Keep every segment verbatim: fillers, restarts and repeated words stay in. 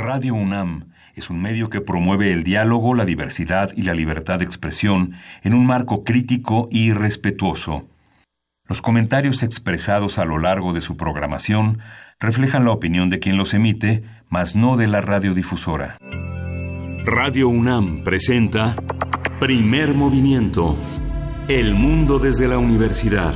Radio UNAM es un medio que promueve el diálogo, la diversidad y la libertad de expresión en un marco crítico y respetuoso. Los comentarios expresados a lo largo de su programación reflejan la opinión de quien los emite, mas no de la radiodifusora. Radio UNAM presenta Primer Movimiento. El mundo desde la universidad.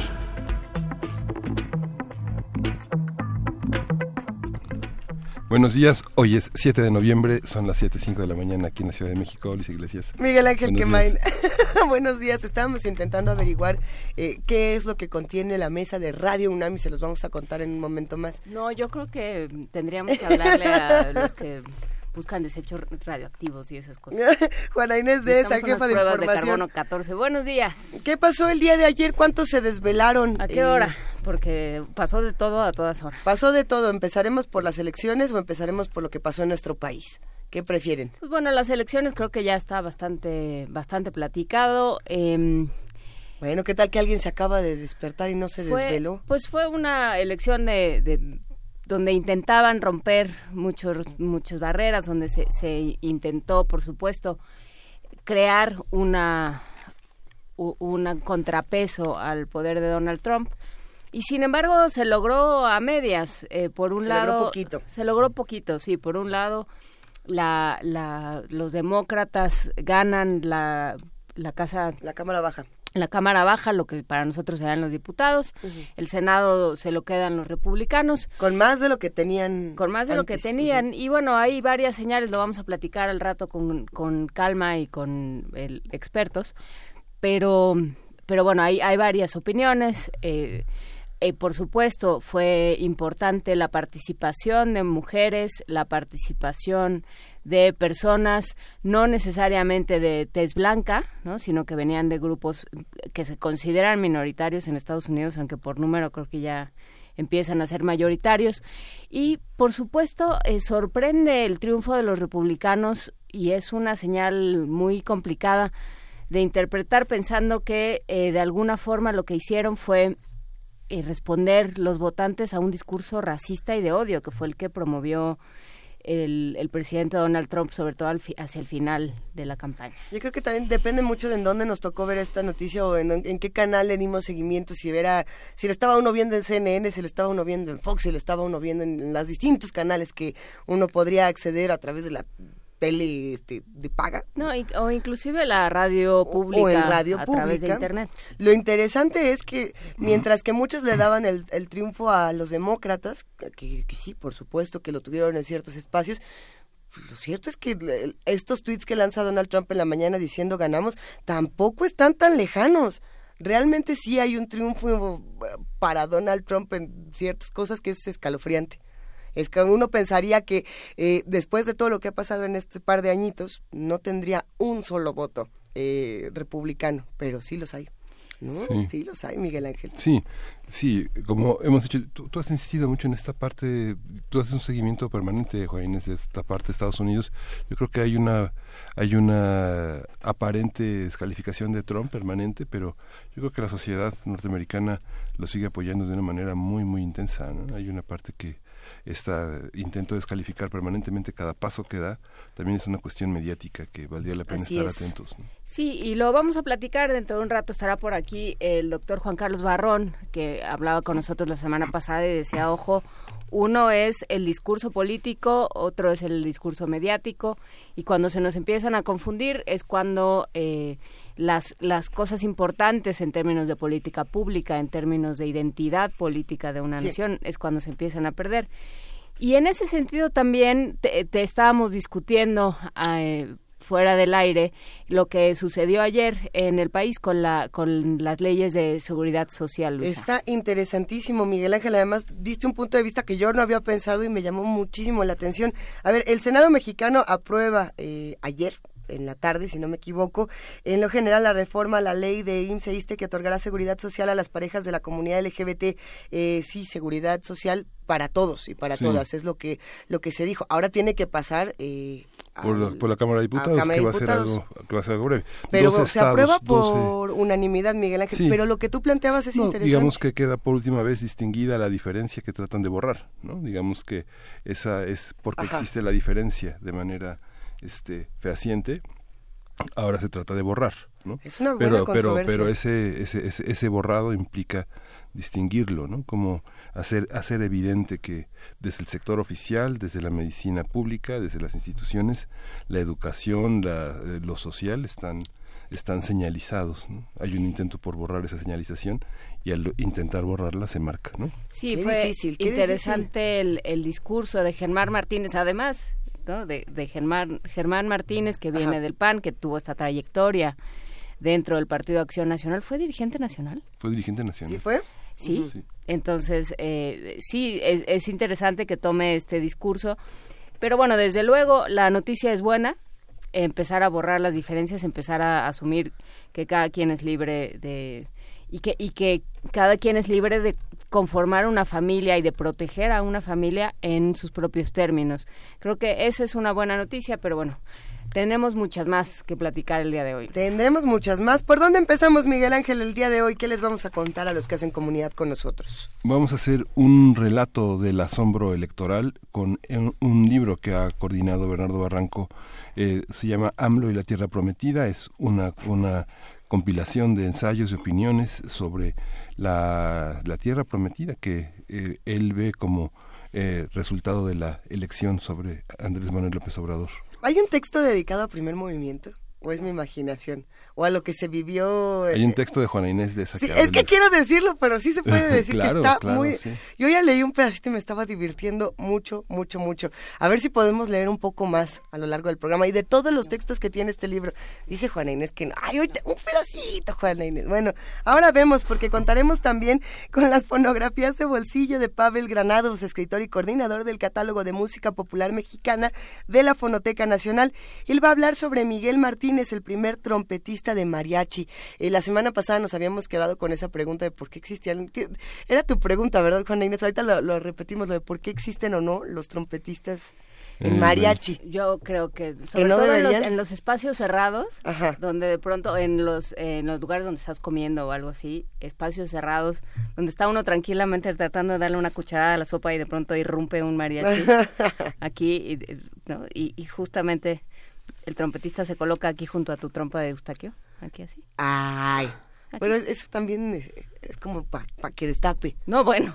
Buenos días, hoy es siete de noviembre, son las siete cinco de la mañana aquí en la Ciudad de México. Luis Iglesias. Miguel Ángel Quemain. Buenos días, estábamos intentando averiguar eh, qué es lo que contiene la mesa de Radio UNAM y se los vamos a contar en un momento más. No, yo creo que tendríamos que hablarle a los que buscan desechos radioactivos y esas cosas. Juana Inés de esa, jefa de información. De carbono catorce. Buenos días. ¿Qué pasó el día de ayer? ¿Cuántos se desvelaron? ¿A qué eh, hora? Porque pasó de todo a todas horas. Pasó de todo. ¿Empezaremos por las elecciones o empezaremos por lo que pasó en nuestro país? ¿Qué prefieren? Pues bueno, las elecciones creo que ya está bastante, bastante platicado. Eh, bueno, ¿qué tal que alguien se acaba de despertar y no se fue, desveló? Pues fue una elección de... de donde intentaban romper muchos muchas barreras, donde se, se intentó, por supuesto, crear una un contrapeso al poder de Donald Trump, y sin embargo se logró a medias. Eh, por un se lado, logró poquito. se logró poquito, sí. Por un lado, la, la los demócratas ganan la la casa, la Cámara Baja. La Cámara Baja, lo que para nosotros serán los diputados, uh-huh. El Senado se lo quedan los republicanos. Con más de lo que tenían Con más de antes. lo que tenían, uh-huh. Y bueno, hay varias señales, lo vamos a platicar al rato con, con calma y con el, expertos, pero, pero bueno, hay, hay varias opiniones. Eh, eh, por supuesto, fue importante la participación de mujeres, la participación de personas no necesariamente de tez blanca, ¿no?, sino que venían de grupos que se consideran minoritarios en Estados Unidos, aunque por número creo que ya empiezan a ser mayoritarios. Y, por supuesto, eh, sorprende el triunfo de los republicanos y es una señal muy complicada de interpretar, pensando que eh, de alguna forma lo que hicieron fue eh, responder los votantes a un discurso racista y de odio, que fue el que promovió El, el presidente Donald Trump, sobre todo al fi, hacia el final de la campaña. Yo creo que también depende mucho de en dónde nos tocó ver esta noticia o en, en qué canal le dimos seguimiento, si era, si le estaba uno viendo en C N N, si le estaba uno viendo en Fox, si le estaba uno viendo en, en los distintos canales que uno podría acceder a través de la tele este, de paga. No, o inclusive la radio pública, o en radio a pública. Través de internet. Lo interesante es que mientras que muchos le daban el, el triunfo a los demócratas, que, que sí, por supuesto que lo tuvieron en ciertos espacios, lo cierto es que estos tweets que lanza Donald Trump en la mañana diciendo ganamos, tampoco están tan lejanos. Realmente sí hay un triunfo para Donald Trump en ciertas cosas que es escalofriante. Es que uno pensaría que eh, después de todo lo que ha pasado en este par de añitos, no tendría un solo voto eh, republicano, pero sí los hay. ¿No? Sí. sí los hay, Miguel Ángel. Sí, sí, como hemos dicho, tú, tú has insistido mucho en esta parte, tú haces un seguimiento permanente, Juan Inés, de esta parte de Estados Unidos. Yo creo que hay una hay una aparente descalificación de Trump permanente, pero yo creo que la sociedad norteamericana lo sigue apoyando de una manera muy, muy intensa, ¿no? Hay una parte que este intento de descalificar permanentemente cada paso que da, también es una cuestión mediática que valdría la pena Así estar es. atentos, ¿no? Sí, y lo vamos a platicar dentro de un rato. Estará por aquí el doctor Juan Carlos Barrón, que hablaba con nosotros la semana pasada y decía, ojo, uno es el discurso político, otro es el discurso mediático, y cuando se nos empiezan a confundir es cuando eh, las, las cosas importantes en términos de política pública, en términos de identidad política de una sí. nación, es cuando se empiezan a perder. Y en ese sentido también te, te estábamos discutiendo eh, fuera del aire lo que sucedió ayer en el país con la con las leyes de seguridad social, Luisa. Está interesantísimo, Miguel Ángel. Además, diste un punto de vista que yo no había pensado y me llamó muchísimo la atención. A ver, el Senado mexicano aprueba eh, ayer, en la tarde, si no me equivoco, en lo general la reforma a la ley de I M S S e ISSSTE que otorgará seguridad social a las parejas de la comunidad L G B T, eh, sí, seguridad social para todos y para sí. todas, es lo que lo que se dijo. Ahora tiene que pasar eh, Por la, por la Cámara de Diputados, Cámara que, va diputados. A ser algo, que va a ser algo breve. Pero se estados, aprueba por doce... unanimidad, Miguel Ángel, sí. Pero lo que tú planteabas es no, interesante. Digamos que queda por última vez distinguida la diferencia que tratan de borrar, ¿no? Digamos que esa es porque Ajá. existe la diferencia de manera este, fehaciente, ahora se trata de borrar, ¿no? Es una buena pero, pero, controversia. pero ese, ese, ese, ese borrado implica distinguirlo, ¿no? Como hacer hacer evidente que desde el sector oficial, desde la medicina pública, desde las instituciones, la educación, la, lo social están están señalizados, ¿no? Hay un intento por borrar esa señalización y al intentar borrarla se marca, ¿no? Sí, qué fue difícil, qué interesante el, el discurso de Germán Martínez, además, ¿no? de, de Germán, Germán Martínez, que viene Ajá. del P A N, que tuvo esta trayectoria dentro del Partido Acción Nacional. ¿Fue dirigente nacional? Fue dirigente nacional. ¿Sí fue? Sí, uh-huh. sí. Entonces, eh, sí, es, es interesante que tome este discurso, pero bueno, desde luego la noticia es buena, empezar a borrar las diferencias, empezar a asumir que cada quien es libre de... y que, y que cada quien es libre de conformar una familia y de proteger a una familia en sus propios términos. Creo que esa es una buena noticia, pero bueno, tendremos muchas más que platicar el día de hoy. Tendremos muchas más. ¿Por dónde empezamos, Miguel Ángel, el día de hoy? ¿Qué les vamos a contar a los que hacen comunidad con nosotros? Vamos a hacer un relato del asombro electoral con un libro que ha coordinado Bernardo Barranco. Eh, se llama AMLO y la Tierra Prometida. Es una, una compilación de ensayos y opiniones sobre la, la Tierra Prometida que eh, él ve como eh, resultado de la elección sobre Andrés Manuel López Obrador. ¿Hay un texto dedicado a Primer Movimiento? ¿O es mi imaginación? ¿O a lo que se vivió? Hay un texto de Juana Inés de esa sí, que es que quiero decirlo, pero sí se puede decir claro, que está claro, muy... Sí. Yo ya leí un pedacito y me estaba divirtiendo mucho, mucho, mucho. A ver si podemos leer un poco más a lo largo del programa. Y de todos los textos que tiene este libro, dice Juana Inés que no. ¡Ay, ahorita un pedacito, Juana Inés! Bueno, ahora vemos, porque contaremos también con las fonografías de bolsillo de Pavel Granados, escritor y coordinador del catálogo de música popular mexicana de la Fonoteca Nacional. Él va a hablar sobre Miguel Martínez, el primer trompetista de mariachi. Eh, la semana pasada nos habíamos quedado con esa pregunta de por qué existían... ¿qué? Era tu pregunta, ¿verdad, Juana Inés? Ahorita lo, lo repetimos, lo de por qué existen o no los trompetistas en mariachi. Yo creo que, sobre ¿Que no todo en los, deberían? en los espacios cerrados, Ajá. donde de pronto, en los, eh, en los lugares donde estás comiendo o algo así, espacios cerrados, donde está uno tranquilamente tratando de darle una cucharada a la sopa y de pronto irrumpe un mariachi aquí, y, ¿no? y, y justamente... el trompetista se coloca aquí junto a tu trompa de Eustaquio, aquí así. Ay, aquí. Bueno, eso también es como para pa que destape. No, bueno.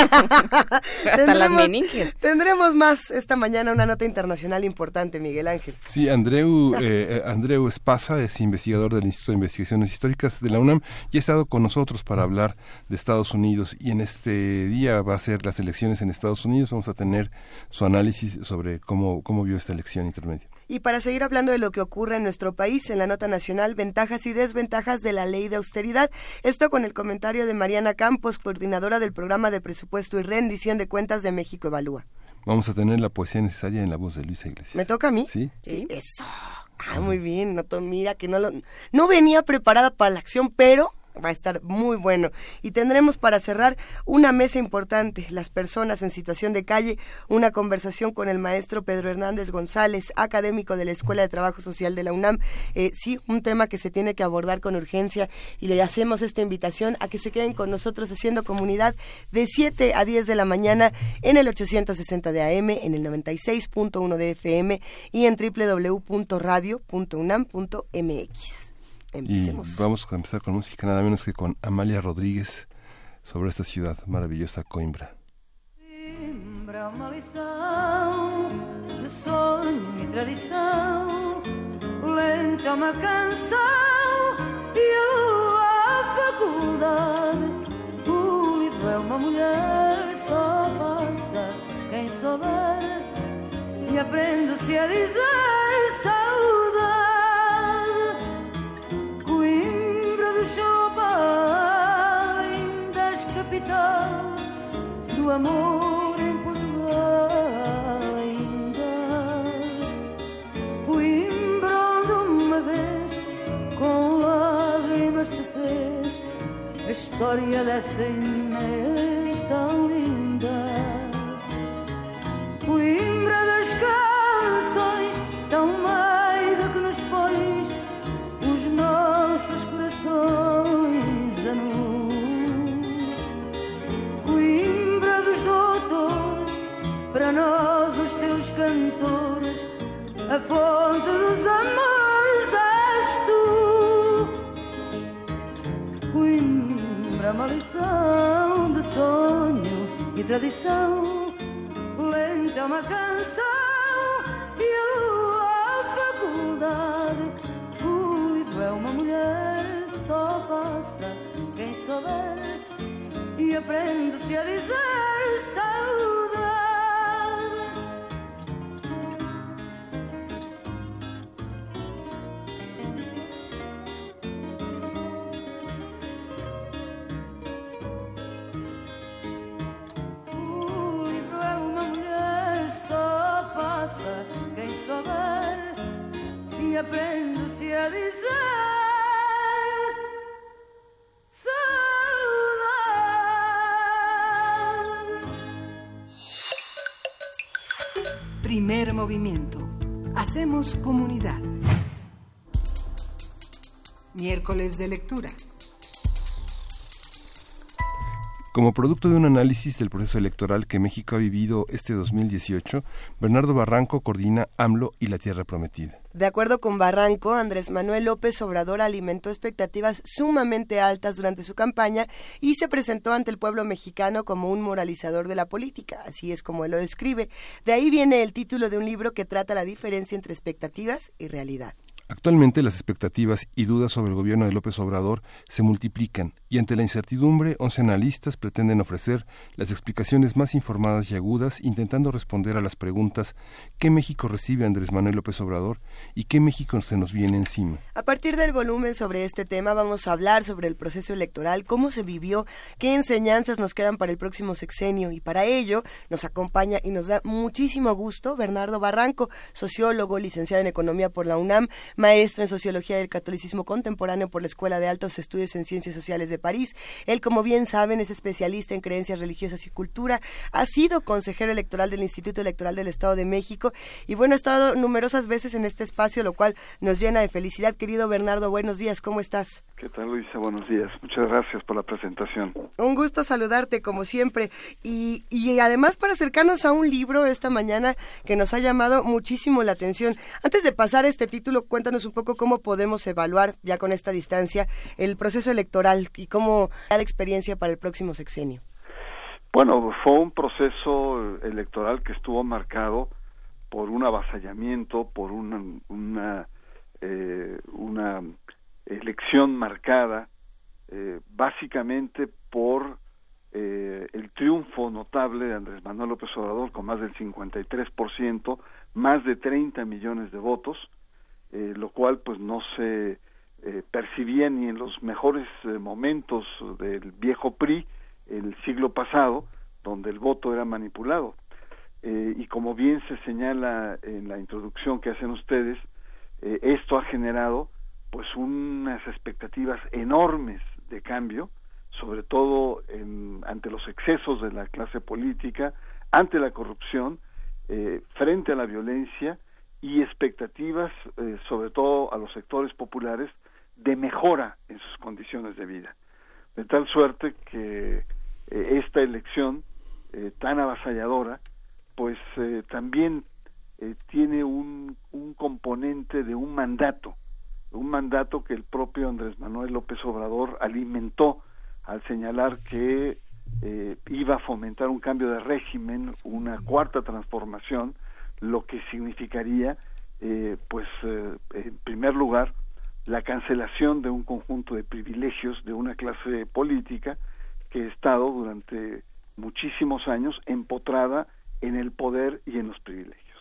Hasta las meninges. Tendremos más esta mañana una nota internacional importante, Miguel Ángel. Sí, Andreu, eh, Andreu Espasa es investigador del Instituto de Investigaciones Históricas de la UNAM y ha estado con nosotros para hablar de Estados Unidos, y en este día va a ser las elecciones en Estados Unidos. Vamos a tener su análisis sobre cómo, cómo vio esta elección intermedia. Y para seguir hablando de lo que ocurre en nuestro país, en la nota nacional, ventajas y desventajas de la ley de austeridad. Esto con el comentario de Mariana Campos, coordinadora del programa de presupuesto y rendición de cuentas de México Evalúa. Vamos a tener la poesía necesaria en la voz de Luisa Iglesias. ¿Me toca a mí? Sí. Sí, eso. Ah, muy bien. No, mira que no lo, no venía preparada para la acción, pero... va a estar muy bueno. Y tendremos para cerrar una mesa importante, las personas en situación de calle, una conversación con el maestro Pedro Hernández González, académico de la Escuela de Trabajo Social de la UNAM. Eh, sí, un tema que se tiene que abordar con urgencia, y le hacemos esta invitación a que se queden con nosotros haciendo comunidad de siete a diez de la mañana en el ochocientos sesenta de A M, en el noventa y seis punto uno de F M y en doble u doble u doble u punto radio punto unam punto m x. Empecemos. Y vamos a empezar con música nada menos que con Amalia Rodríguez sobre esta ciudad maravillosa, Coimbra. Coimbra, uma lição de sonho e tradição, lenta uma canção e a lua a faculdade, o livro é uma mulher, só passa quem souber, e aprende-se a dizer saudade. Coimbra do Chopin, ainda és capital do amor em Portugal, ainda. Coimbra onde uma vez com lágrimas se fez a história dessa Inês tão linda. Coimbra das canções tão a fonte dos amores és tu. Coimbra, uma lição de sonho e tradição, lenta uma canção e a lua a faculdade. O livro é uma mulher, só passa quem souber, e aprende-se a dizer saudade. O livro é uma mulher, só passa quem souber, e aprende-se a dizer Primer movimiento. Hacemos comunidad. Miércoles de lectura. Como producto de un análisis del proceso electoral que México ha vivido este dos mil dieciocho, Bernardo Barranco coordina AMLO y la Tierra Prometida. De acuerdo con Barranco, Andrés Manuel López Obrador alimentó expectativas sumamente altas durante su campaña y se presentó ante el pueblo mexicano como un moralizador de la política, así es como él lo describe. De ahí viene el título de un libro que trata la diferencia entre expectativas y realidad. Actualmente las expectativas y dudas sobre el gobierno de López Obrador se multiplican y ante la incertidumbre, once analistas pretenden ofrecer las explicaciones más informadas y agudas, intentando responder a las preguntas ¿qué México recibe Andrés Manuel López Obrador y qué México se nos viene encima? A partir del volumen sobre este tema vamos a hablar sobre el proceso electoral, cómo se vivió, qué enseñanzas nos quedan para el próximo sexenio, y para ello nos acompaña y nos da muchísimo gusto Bernardo Barranco, sociólogo, licenciado en Economía por la UNAM, maestro en Sociología del Catolicismo Contemporáneo por la Escuela de Altos Estudios en Ciencias Sociales de París. Él, como bien saben, es especialista en creencias religiosas y cultura, ha sido consejero electoral del Instituto Electoral del Estado de México y, bueno, ha estado numerosas veces en este espacio, lo cual nos llena de felicidad. Querido Bernardo, buenos días, ¿cómo estás? ¿Qué tal, Luisa? Buenos días. Muchas gracias por la presentación. Un gusto saludarte, como siempre. Y, y además para acercarnos a un libro esta mañana que nos ha llamado muchísimo la atención. Antes de pasar este título, cuéntanos un poco cómo podemos evaluar, ya con esta distancia, el proceso electoral y cómo da la experiencia para el próximo sexenio. Bueno, fue un proceso electoral que estuvo marcado por un avasallamiento, por una, una, eh, una elección marcada, eh, básicamente por eh, el triunfo notable de Andrés Manuel López Obrador, con más del cincuenta y tres por ciento, más de treinta millones de votos, eh, lo cual pues no se eh, percibía ni en los mejores eh, momentos del viejo P R I, el siglo pasado, donde el voto era manipulado. Eh, y como bien se señala en la introducción que hacen ustedes, eh, esto ha generado pues unas expectativas enormes de cambio, sobre todo en, ante los excesos de la clase política, ante la corrupción, eh, frente a la violencia, y expectativas, eh, sobre todo a los sectores populares, de mejora en sus condiciones de vida. De tal suerte que eh, esta elección eh, tan avasalladora, pues eh, también eh, tiene un, un componente de un mandato, un mandato que el propio Andrés Manuel López Obrador alimentó al señalar que eh, iba a fomentar un cambio de régimen, una cuarta transformación, lo que significaría, eh, pues, eh, en primer lugar, la cancelación de un conjunto de privilegios de una clase política que ha estado durante muchísimos años empotrada en el poder y en los privilegios.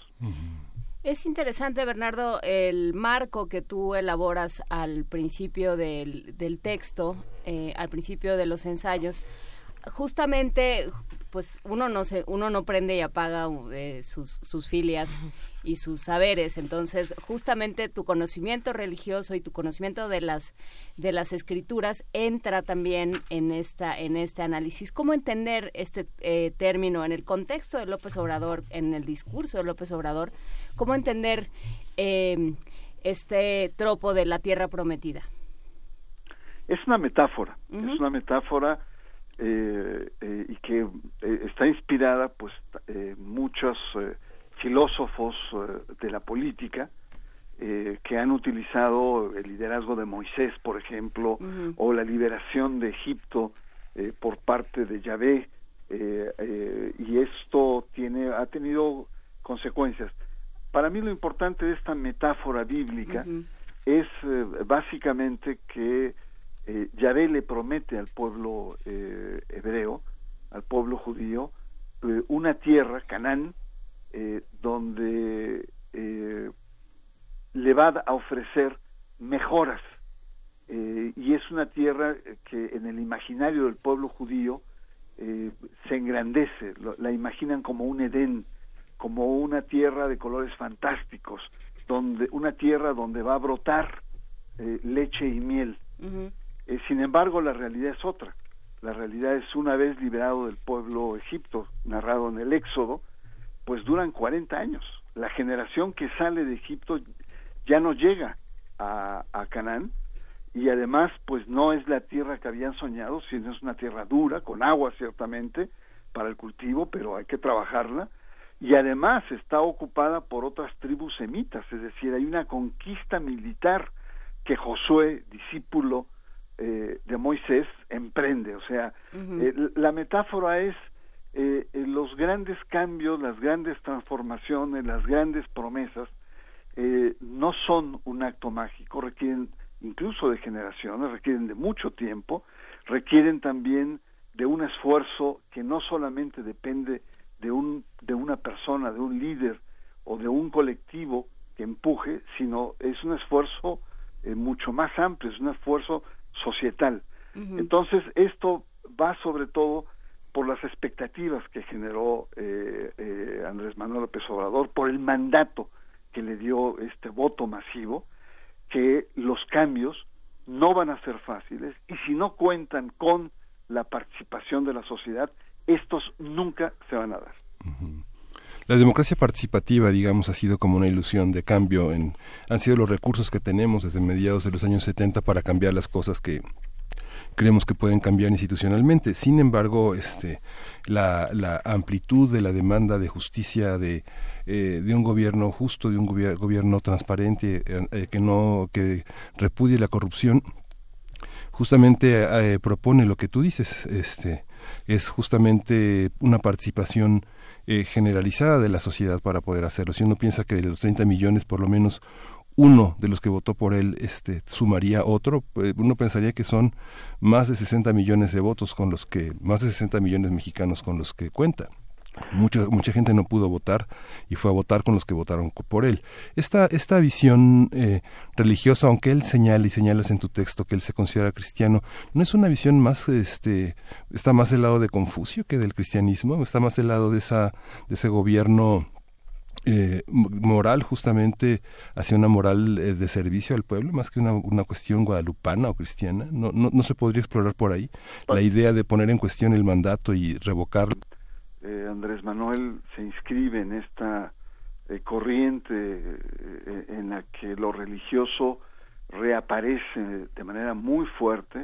Es interesante, Bernardo, el marco que tú elaboras al principio del, del texto, eh, al principio de los ensayos. Justamente, pues uno no se, uno no prende y apaga eh, sus, sus filias y sus saberes. Entonces, justamente tu conocimiento religioso y tu conocimiento de las de las escrituras entra también en esta en este análisis. ¿Cómo entender este eh, término en el contexto de López Obrador, en el discurso de López Obrador? ¿Cómo entender eh, este tropo de la tierra prometida? Es una metáfora, Uh-huh. es una metáfora eh, eh, y que eh, está inspirada, pues, eh, muchos eh, filósofos eh, de la política eh, que han utilizado el liderazgo de Moisés, por ejemplo, uh-huh. o la liberación de Egipto eh, por parte de Yahvé, eh, eh, y esto tiene ha tenido consecuencias. Para mí lo importante de esta metáfora bíblica uh-huh. es eh, básicamente que eh, Yahvé le promete al pueblo eh, hebreo, al pueblo judío, eh, una tierra, Canaán, eh, donde eh, le va a ofrecer mejoras, eh, y es una tierra que en el imaginario del pueblo judío eh, se engrandece, lo, la imaginan como un Edén, como una tierra de colores fantásticos, donde una tierra donde va a brotar eh, leche y miel. Uh-huh. Eh, sin embargo, la realidad es otra. La realidad es, una vez liberado del pueblo Egipto, narrado en el Éxodo, pues duran cuarenta años. La generación que sale de Egipto ya no llega a, a Canaán, y además pues no es la tierra que habían soñado, sino es una tierra dura, con agua ciertamente para el cultivo, pero hay que trabajarla, y además está ocupada por otras tribus semitas, es decir, hay una conquista militar que Josué, discípulo eh, de Moisés, emprende. O sea, uh-huh. eh, la metáfora es eh, eh, los grandes cambios, las grandes transformaciones, las grandes promesas, eh, no son un acto mágico, requieren incluso de generaciones, requieren de mucho tiempo, requieren también de un esfuerzo que no solamente depende de un de una persona, de un líder o de un colectivo que empuje, sino es un esfuerzo eh, mucho más amplio, es un esfuerzo societal. Uh-huh. Entonces esto va sobre todo por las expectativas que generó eh, eh, Andrés Manuel López Obrador, por el mandato que le dio este voto masivo, que los cambios no van a ser fáciles, y si no cuentan con la participación de la sociedad, estos nunca se van a dar. Uh-huh. La democracia participativa, digamos, ha sido como una ilusión de cambio, en, han sido los recursos que tenemos desde mediados de los años setenta para cambiar las cosas que creemos que pueden cambiar institucionalmente. Sin embargo, este, la, la amplitud de la demanda de justicia, de, eh, de un gobierno justo, de un gobier- gobierno transparente, eh, que no que repudie la corrupción, justamente eh, propone lo que tú dices, este, es justamente una participación eh, generalizada de la sociedad para poder hacerlo. Si uno piensa que de los treinta millones, por lo menos uno de los que votó por él este, sumaría otro, pues uno pensaría que son más de sesenta millones de votos con los que, más de sesenta millones mexicanos con los que cuenta. Mucho, mucha gente no pudo votar y fue a votar con los que votaron por él. Esta, esta visión eh, religiosa, aunque él señala y señalas en tu texto que él se considera cristiano, ¿no es una visión más, este, está más del lado de Confucio que del cristianismo? ¿Está más del lado de esa, de ese gobierno Eh, moral, justamente hacia una moral eh, de servicio al pueblo, más que una, una cuestión guadalupana o cristiana? ¿No, no, no se podría explorar por ahí la idea de poner en cuestión el mandato y revocarlo? Eh, Andrés Manuel se inscribe en esta eh, corriente eh, en la que lo religioso reaparece de manera muy fuerte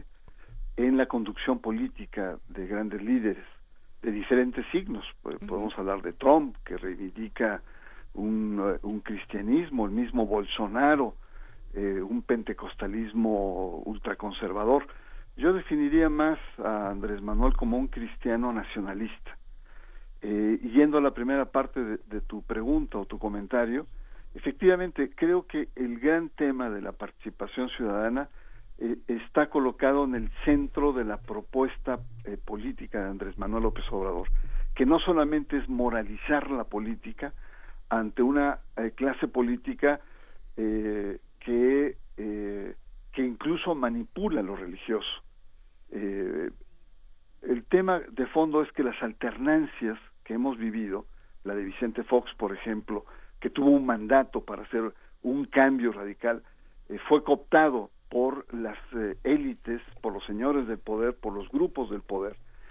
en la conducción política de grandes líderes de diferentes signos. Pues, uh-huh. Podemos hablar de Trump, que reivindica un, uh, un cristianismo, el mismo Bolsonaro, eh, un pentecostalismo ultraconservador. Yo definiría más a Andrés Manuel como un cristiano nacionalista. Eh, yendo a la primera parte de, de tu pregunta o tu comentario, efectivamente creo que el gran tema de la participación ciudadana eh, está colocado en el centro de la propuesta eh, política de Andrés Manuel López Obrador, que no solamente es moralizar la política ante una eh, clase política eh, que eh, que incluso manipula lo religioso. Eh, el tema de fondo es que las alternancias que hemos vivido, la de Vicente Fox, por ejemplo, que tuvo un mandato para hacer un cambio radical, eh, fue cooptado por las eh, élites, por los señores del poder, por los grupos del poder.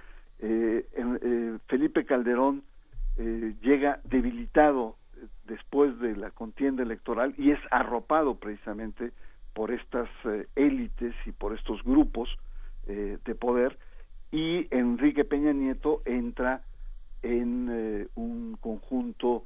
Eh, en, eh, Felipe Calderón eh, llega debilitado eh, después de la contienda electoral y es arropado precisamente por estas eh, élites y por estos grupos eh, de poder, y Enrique Peña Nieto entra en eh, un conjunto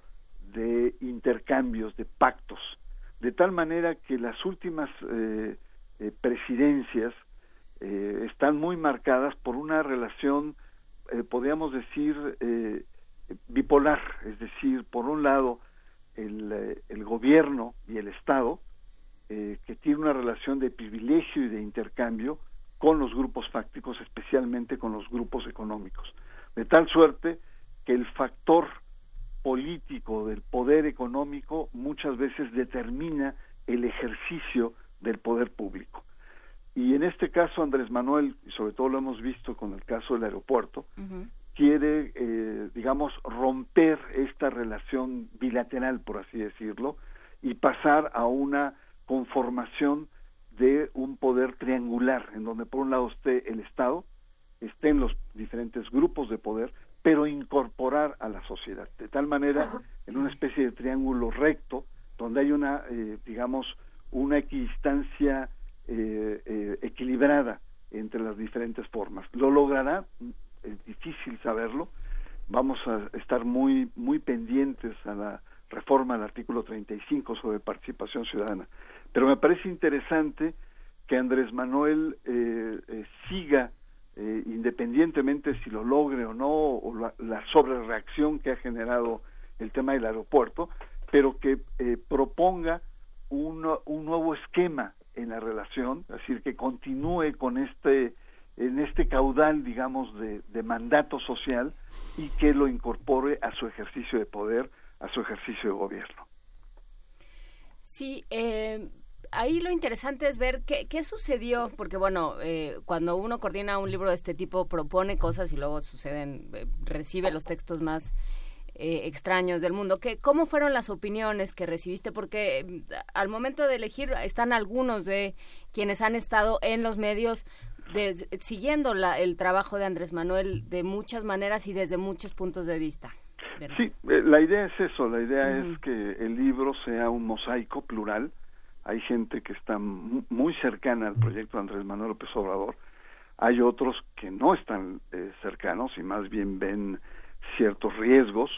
de intercambios, de pactos, de tal manera que las últimas eh, eh, presidencias eh, están muy marcadas por una relación, eh, podríamos decir, eh, bipolar, es decir, por un lado el, eh, el gobierno y el Estado, eh, que tiene una relación de privilegio y de intercambio con los grupos fácticos, especialmente con los grupos económicos, de tal suerte que el factor político del poder económico muchas veces determina el ejercicio del poder público. Y en este caso Andrés Manuel, y sobre todo lo hemos visto con el caso del aeropuerto, uh-huh. quiere, eh, digamos, romper esta relación bilateral, por así decirlo, y pasar a una conformación de un poder triangular, en donde por un lado esté el Estado, estén los diferentes grupos de poder, pero incorporar a la sociedad, de tal manera, en una especie de triángulo recto, donde hay una, eh, digamos, una equidistancia eh, eh, equilibrada entre las diferentes formas. ¿Lo logrará? Es difícil saberlo. Vamos a estar muy, muy pendientes a la reforma del artículo treinta y cinco sobre participación ciudadana. Pero me parece interesante que Andrés Manuel eh, eh, siga, eh, independientemente si lo logre o no, o la, la sobrereacción que ha generado el tema del aeropuerto, pero que eh, proponga un, un nuevo esquema en la relación, es decir, que continúe con este, en este caudal, digamos, de, de mandato social y que lo incorpore a su ejercicio de poder, a su ejercicio de gobierno. Sí, eh, ahí lo interesante es ver qué, qué sucedió, porque bueno, eh, cuando uno coordina un libro de este tipo, propone cosas y luego suceden, eh, recibe los textos más eh, extraños del mundo. ¿Qué, ¿Cómo fueron las opiniones que recibiste? Porque eh, al momento de elegir están algunos de quienes han estado en los medios de, siguiendo la, el trabajo de Andrés Manuel de muchas maneras y desde muchos puntos de vista. ¿Verdad? Sí, eh, la idea es eso, la idea uh-huh. es que el libro sea un mosaico plural. Hay gente que está m- muy cercana al proyecto de Andrés Manuel López Obrador, hay otros que no están eh, cercanos y más bien ven ciertos riesgos,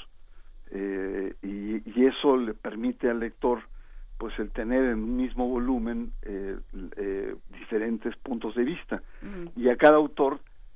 eh, y, y eso le permite al lector pues el tener en un mismo volumen eh, eh, diferentes puntos de vista, uh-huh. y a cada autor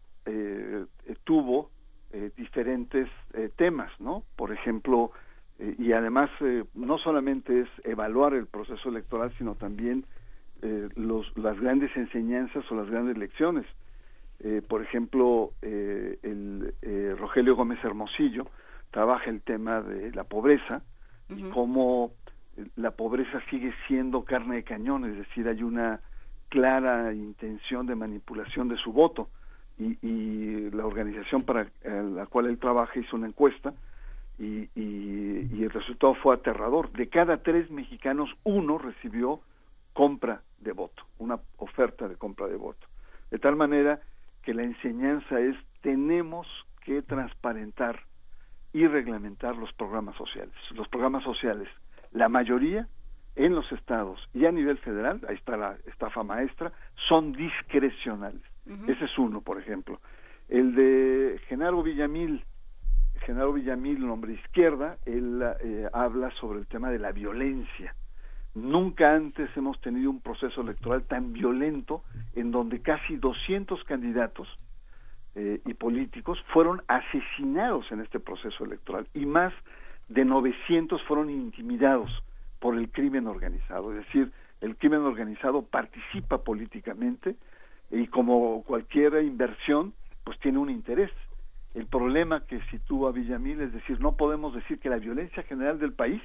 eh, eh, tuvo Eh, diferentes eh, temas, ¿no? Por ejemplo, eh, y además eh, no solamente es evaluar el proceso electoral, sino también eh, los, las grandes enseñanzas o las grandes lecciones. Eh, por ejemplo, eh, el eh, Rogelio Gómez Hermosillo trabaja el tema de la pobreza, uh-huh. y cómo la pobreza sigue siendo carne de cañón, es decir, hay una clara intención de manipulación de su voto. Y, y la organización para la cual él trabaja hizo una encuesta y, y, y el resultado fue aterrador. De cada tres mexicanos, uno recibió compra de voto, una oferta de compra de voto. De tal manera que la enseñanza es: tenemos que transparentar y reglamentar los programas sociales. Los programas sociales, la mayoría en los estados y a nivel federal, ahí está la estafa maestra, son discrecionales. Uh-huh. Ese es uno, por ejemplo. El de Genaro Villamil, Genaro Villamil, un hombre de izquierda, él eh, habla sobre el tema de la violencia. Nunca antes hemos tenido un proceso electoral tan violento en donde casi doscientos candidatos eh, y políticos fueron asesinados en este proceso electoral y más de novecientos fueron intimidados por el crimen organizado. Es decir, el crimen organizado participa políticamente y como cualquier inversión, pues tiene un interés. El problema que sitúa Villamil es decir, no podemos decir que la violencia general del país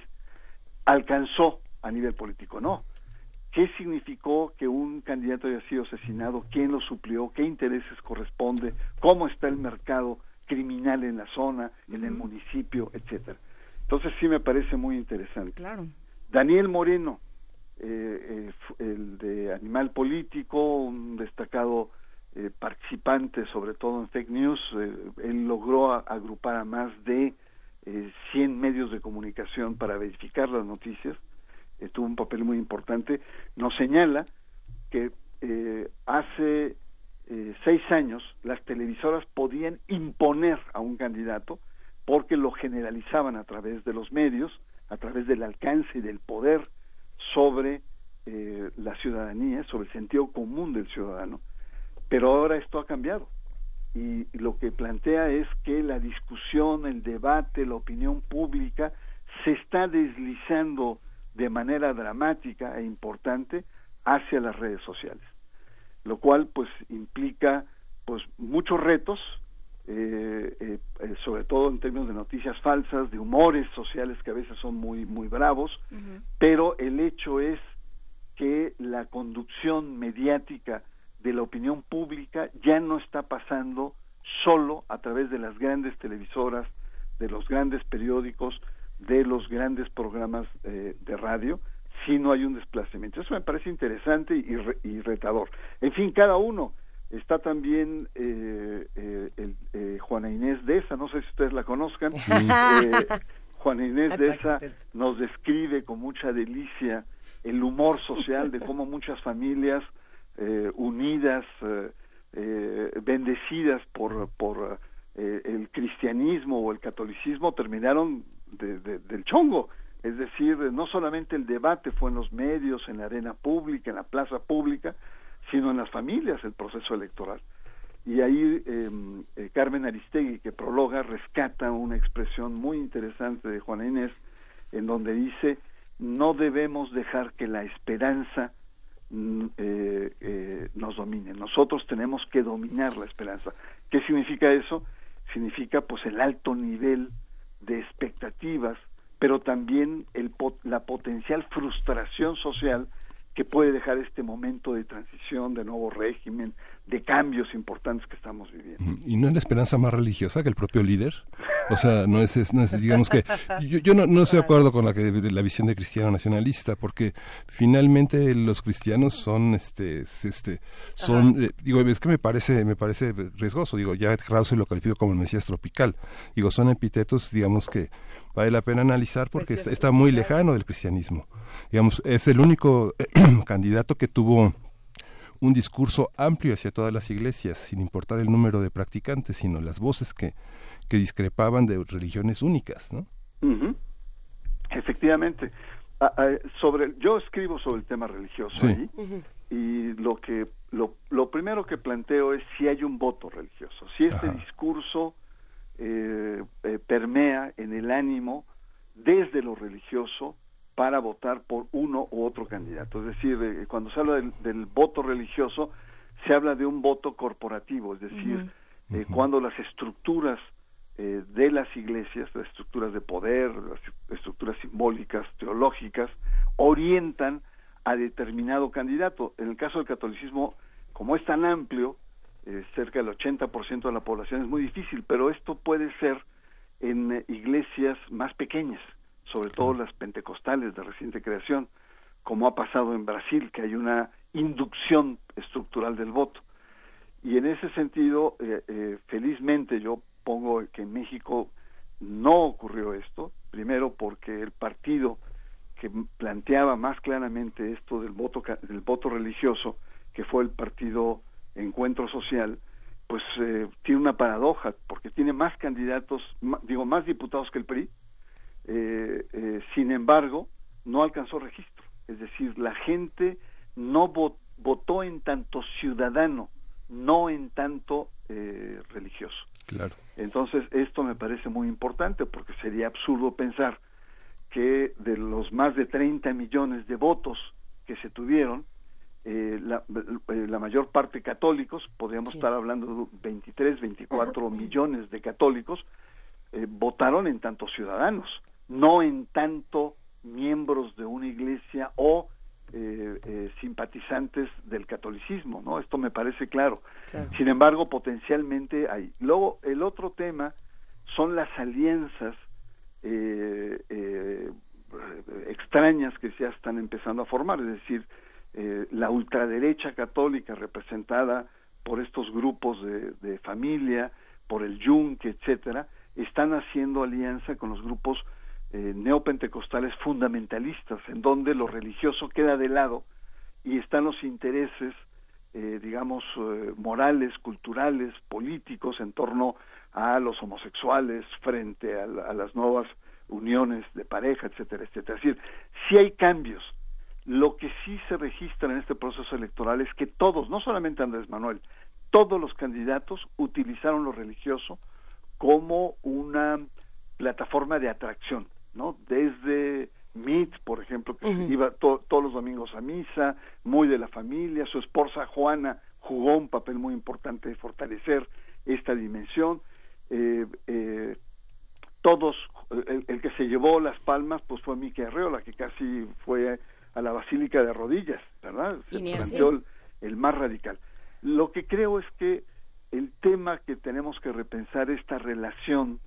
alcanzó a nivel político, no. ¿Qué significó que un candidato haya sido asesinado? ¿Quién lo suplió? ¿Qué intereses corresponde? ¿Cómo está el mercado criminal en la zona, en uh-huh. el municipio, etcétera? Entonces sí me parece muy interesante. Claro. Daniel Moreno, eh, eh, el de Animal Político, un destacado eh, participante, sobre todo en fake news, eh, él logró a, agrupar a más de eh, cien medios de comunicación para verificar las noticias, eh, tuvo un papel muy importante. Nos señala que eh, hace eh, seis años las televisoras podían imponer a un candidato porque lo generalizaban a través de los medios, a través del alcance y del poder sobre eh, la ciudadanía, sobre el sentido común del ciudadano. Pero ahora esto ha cambiado y lo que plantea es que la discusión, el debate, la opinión pública se está deslizando de manera dramática e importante hacia las redes sociales, lo cual pues implica pues muchos retos, eh, eh, eh, sobre todo en términos de noticias falsas, de humores sociales que a veces son muy muy bravos, uh-huh. Pero el hecho es que la conducción mediática de la opinión pública ya no está pasando solo a través de las grandes televisoras, de los grandes periódicos, de los grandes programas eh, de radio, sino hay un desplazamiento. Eso me parece interesante y, re, y retador. En fin, cada uno. Está también eh, eh, el, eh, Juana Inés de Esa, no sé si ustedes la conozcan. Sí. Eh, Juana Inés de Esa nos describe con mucha delicia el humor social de cómo muchas familias eh, unidas, eh, eh, bendecidas por, por eh, el cristianismo o el catolicismo terminaron de, de, del chongo. Es decir, no solamente el debate fue en los medios, en la arena pública, en la plaza pública, sino en las familias el proceso electoral. Y ahí eh, eh, Carmen Aristegui, que prologa, rescata una expresión muy interesante de Juana Inés, en donde dice, no debemos dejar que la esperanza eh, eh, nos domine, nosotros tenemos que dominar la esperanza. ¿Qué significa eso? Significa pues el alto nivel de expectativas, pero también el, la potencial frustración social que puede dejar este momento de transición, de nuevo régimen, de cambios importantes que estamos viviendo. ¿Y no es la esperanza más religiosa que el propio líder? O sea, no es, es, no es digamos que... Yo, yo no, no estoy de acuerdo con la, que, la visión de cristiano nacionalista, porque finalmente los cristianos son, este, este, son, eh, digo, es que me parece, me parece riesgoso, digo, ya Krause lo califico como el Mesías tropical, digo, son epítetos, digamos que vale la pena analizar porque está, está muy lejano del cristianismo. Digamos, es el único candidato que tuvo un discurso amplio hacia todas las iglesias, sin importar el número de practicantes, sino las voces que, que discrepaban de religiones únicas, ¿no? Uh-huh. Efectivamente. Ah, ah, sobre, yo escribo sobre el tema religioso, sí. Ahí, uh-huh. Y lo que lo, lo primero que planteo es si hay un voto religioso, si este Ajá. discurso eh, eh, permea en el ánimo desde lo religioso para votar por uno u otro candidato. Es decir, eh, cuando se habla del, del voto religioso, se habla de un voto corporativo, es decir, uh-huh. eh, uh-huh. cuando las estructuras eh, de las iglesias, las estructuras de poder, las estructuras simbólicas, teológicas, orientan a determinado candidato. En el caso del catolicismo, como es tan amplio, eh, cerca del ochenta por ciento de la población, es muy difícil, pero esto puede ser en eh, iglesias más pequeñas, sobre todo las pentecostales de reciente creación, como ha pasado en Brasil, que hay una inducción estructural del voto. Y en ese sentido, eh, eh, felizmente yo pongo que en México no ocurrió esto, primero porque el partido que planteaba más claramente esto del voto del voto religioso, que fue el partido Encuentro Social, pues eh, tiene una paradoja, porque tiene más candidatos, más, digo, más diputados que el P R I, eh, eh, sin embargo, no alcanzó registro. Es decir, la gente no vot, votó en tanto ciudadano, no en tanto eh, religioso. Claro. Entonces, esto me parece muy importante, porque sería absurdo pensar que de los más de treinta millones de votos que se tuvieron, eh, la, la mayor parte católicos, podríamos sí. estar hablando de veintitrés, veinticuatro millones de católicos, eh, votaron en tanto ciudadanos, no en tanto miembros de una iglesia o eh, eh, simpatizantes del catolicismo, ¿no? Esto me parece claro. claro. Sin embargo, potencialmente hay. Luego, el otro tema son las alianzas eh, eh, extrañas que ya están empezando a formar, es decir, eh, la ultraderecha católica representada por estos grupos de, de familia, por el Yunque, etcétera, están haciendo alianza con los grupos eh, neopentecostales fundamentalistas, en donde lo religioso queda de lado y están los intereses, eh, digamos, eh, morales, culturales, políticos en torno a los homosexuales frente a, la, a las nuevas uniones de pareja, etcétera, etcétera. Es decir, sí hay cambios. Lo que sí se registra en este proceso electoral es que todos, no solamente Andrés Manuel, todos los candidatos utilizaron lo religioso como una plataforma de atracción, ¿no? Desde Meade, por ejemplo, que uh-huh. iba to- todos los domingos a misa, muy de la familia, su esposa Juana jugó un papel muy importante de fortalecer esta dimensión, eh, eh, todos, el, el que se llevó las palmas pues fue Mickey Arreola, que casi fue a la Basílica de Rodillas, ¿verdad? Se planteó el, el más radical. Lo que creo es que el tema que tenemos que repensar, esta relación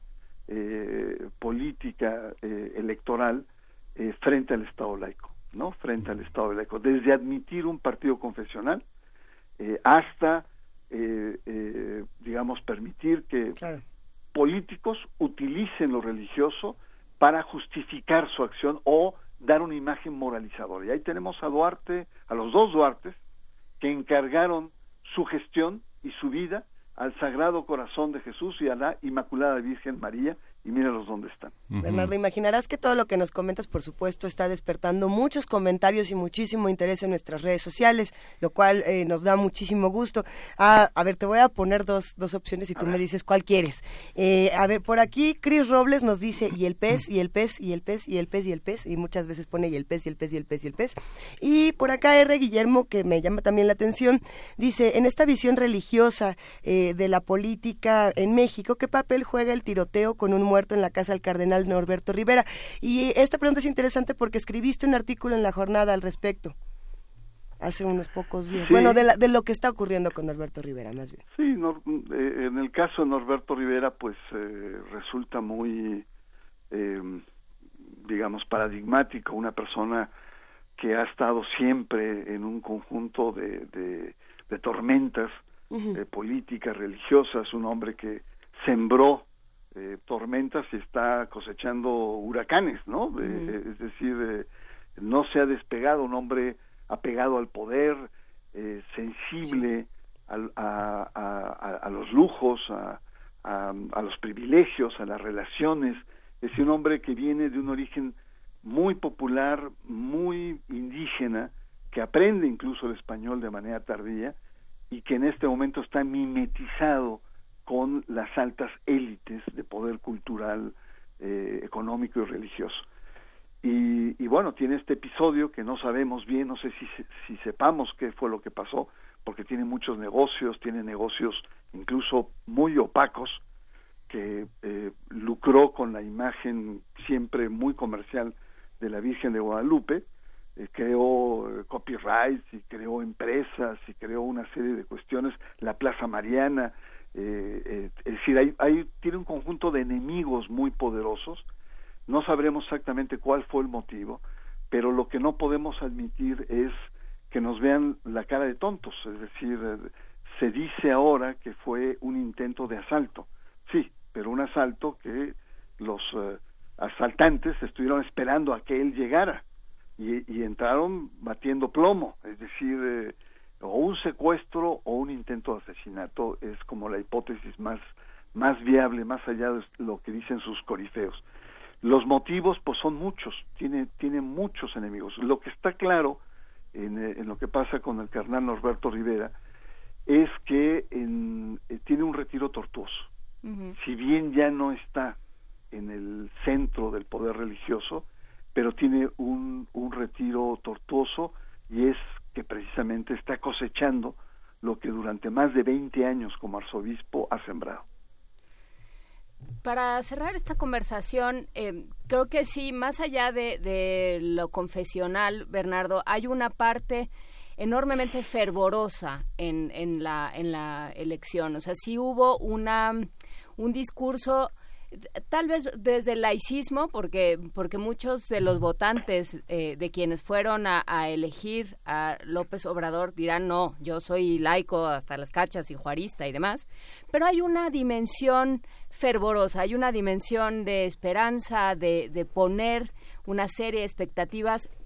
eh, política eh, electoral eh, frente al Estado laico, ¿no? Frente al Estado laico, desde admitir un partido confesional eh, hasta, eh, eh, digamos, permitir que claro. políticos utilicen lo religioso para justificar su acción o dar una imagen moralizadora. Y ahí tenemos a Duarte, a los dos Duartes, que encargaron su gestión y su vida al Sagrado Corazón de Jesús y a la Inmaculada Virgen María, y míralos dónde están. Uh-huh. Bernardo, imaginarás que todo lo que nos comentas, por supuesto, está despertando muchos comentarios y muchísimo interés en nuestras redes sociales, lo cual eh, nos da muchísimo gusto. Ah, a ver, te voy a poner dos, dos opciones y tú me dices cuál quieres. Eh, a ver, por aquí, Cris Robles nos dice, y el pez, y el pez, y el pez, y el pez, y el pez, y muchas veces pone y el pez, y el pez, y el pez, y el pez. Y por acá R. Guillermo, que me llama también la atención, dice, en esta visión religiosa eh, de la política en México, ¿qué papel juega el tiroteo con un muerto en la casa del cardenal Norberto Rivera? Y esta pregunta es interesante porque escribiste un artículo en La Jornada al respecto hace unos pocos días. Sí. Bueno, de, la, de lo que está ocurriendo con Norberto Rivera, más bien. Sí, no, eh, en el caso de Norberto Rivera, pues eh, resulta muy, eh, digamos, paradigmático, una persona que ha estado siempre en un conjunto de, de, de tormentas uh-huh. eh, políticas, religiosas, un hombre que sembró Eh, tormentas y está cosechando huracanes, ¿no? Uh-huh. Eh, es decir, eh, no se ha despegado, un hombre apegado al poder, eh, sensible sí. al, a, a, a los lujos, a, a, a los privilegios, a las relaciones. Es decir, un hombre que viene de un origen muy popular, muy indígena, que aprende incluso el español de manera tardía y que en este momento está mimetizado con las altas élites de poder cultural, eh, económico y religioso. Y, y bueno, tiene este episodio que no sabemos bien, no sé si, si sepamos qué fue lo que pasó, porque tiene muchos negocios, tiene negocios incluso muy opacos, que eh, lucró con la imagen siempre muy comercial de la Virgen de Guadalupe, eh, creó eh, copyrights y creó empresas y creó una serie de cuestiones, la Plaza Mariana. Eh, eh, es decir, hay, hay, tiene un conjunto de enemigos muy poderosos. No sabremos exactamente cuál fue el motivo, pero lo que no podemos admitir es que nos vean la cara de tontos. Es decir, eh, se dice ahora que fue un intento de asalto. Sí, pero un asalto que los eh, asaltantes estuvieron esperando a que él llegara y, y entraron batiendo plomo. Es decir, eh, o un secuestro o un intento de asesinato es como la hipótesis más, más viable, más allá de lo que dicen sus corifeos. Los motivos, pues son muchos, tiene, tiene muchos enemigos. Lo que está claro en, en lo que pasa con el cardenal Norberto Rivera es que en, eh, tiene un retiro tortuoso. Uh-huh. Si bien ya no está en el centro del poder religioso, pero tiene un, un retiro tortuoso, y es que precisamente está cosechando lo que durante más de veinte años como arzobispo ha sembrado. Para cerrar esta conversación, eh, creo que sí, más allá de, de lo confesional, Bernardo, hay una parte enormemente fervorosa en, en, la, en la elección. O sea, sí hubo una, un discurso, tal vez desde el laicismo, porque porque muchos de los votantes eh, de quienes fueron a, a elegir a López Obrador dirán, no, yo soy laico hasta las cachas y juarista y demás, pero hay una dimensión fervorosa, hay una dimensión de esperanza, de, de poner una serie de expectativas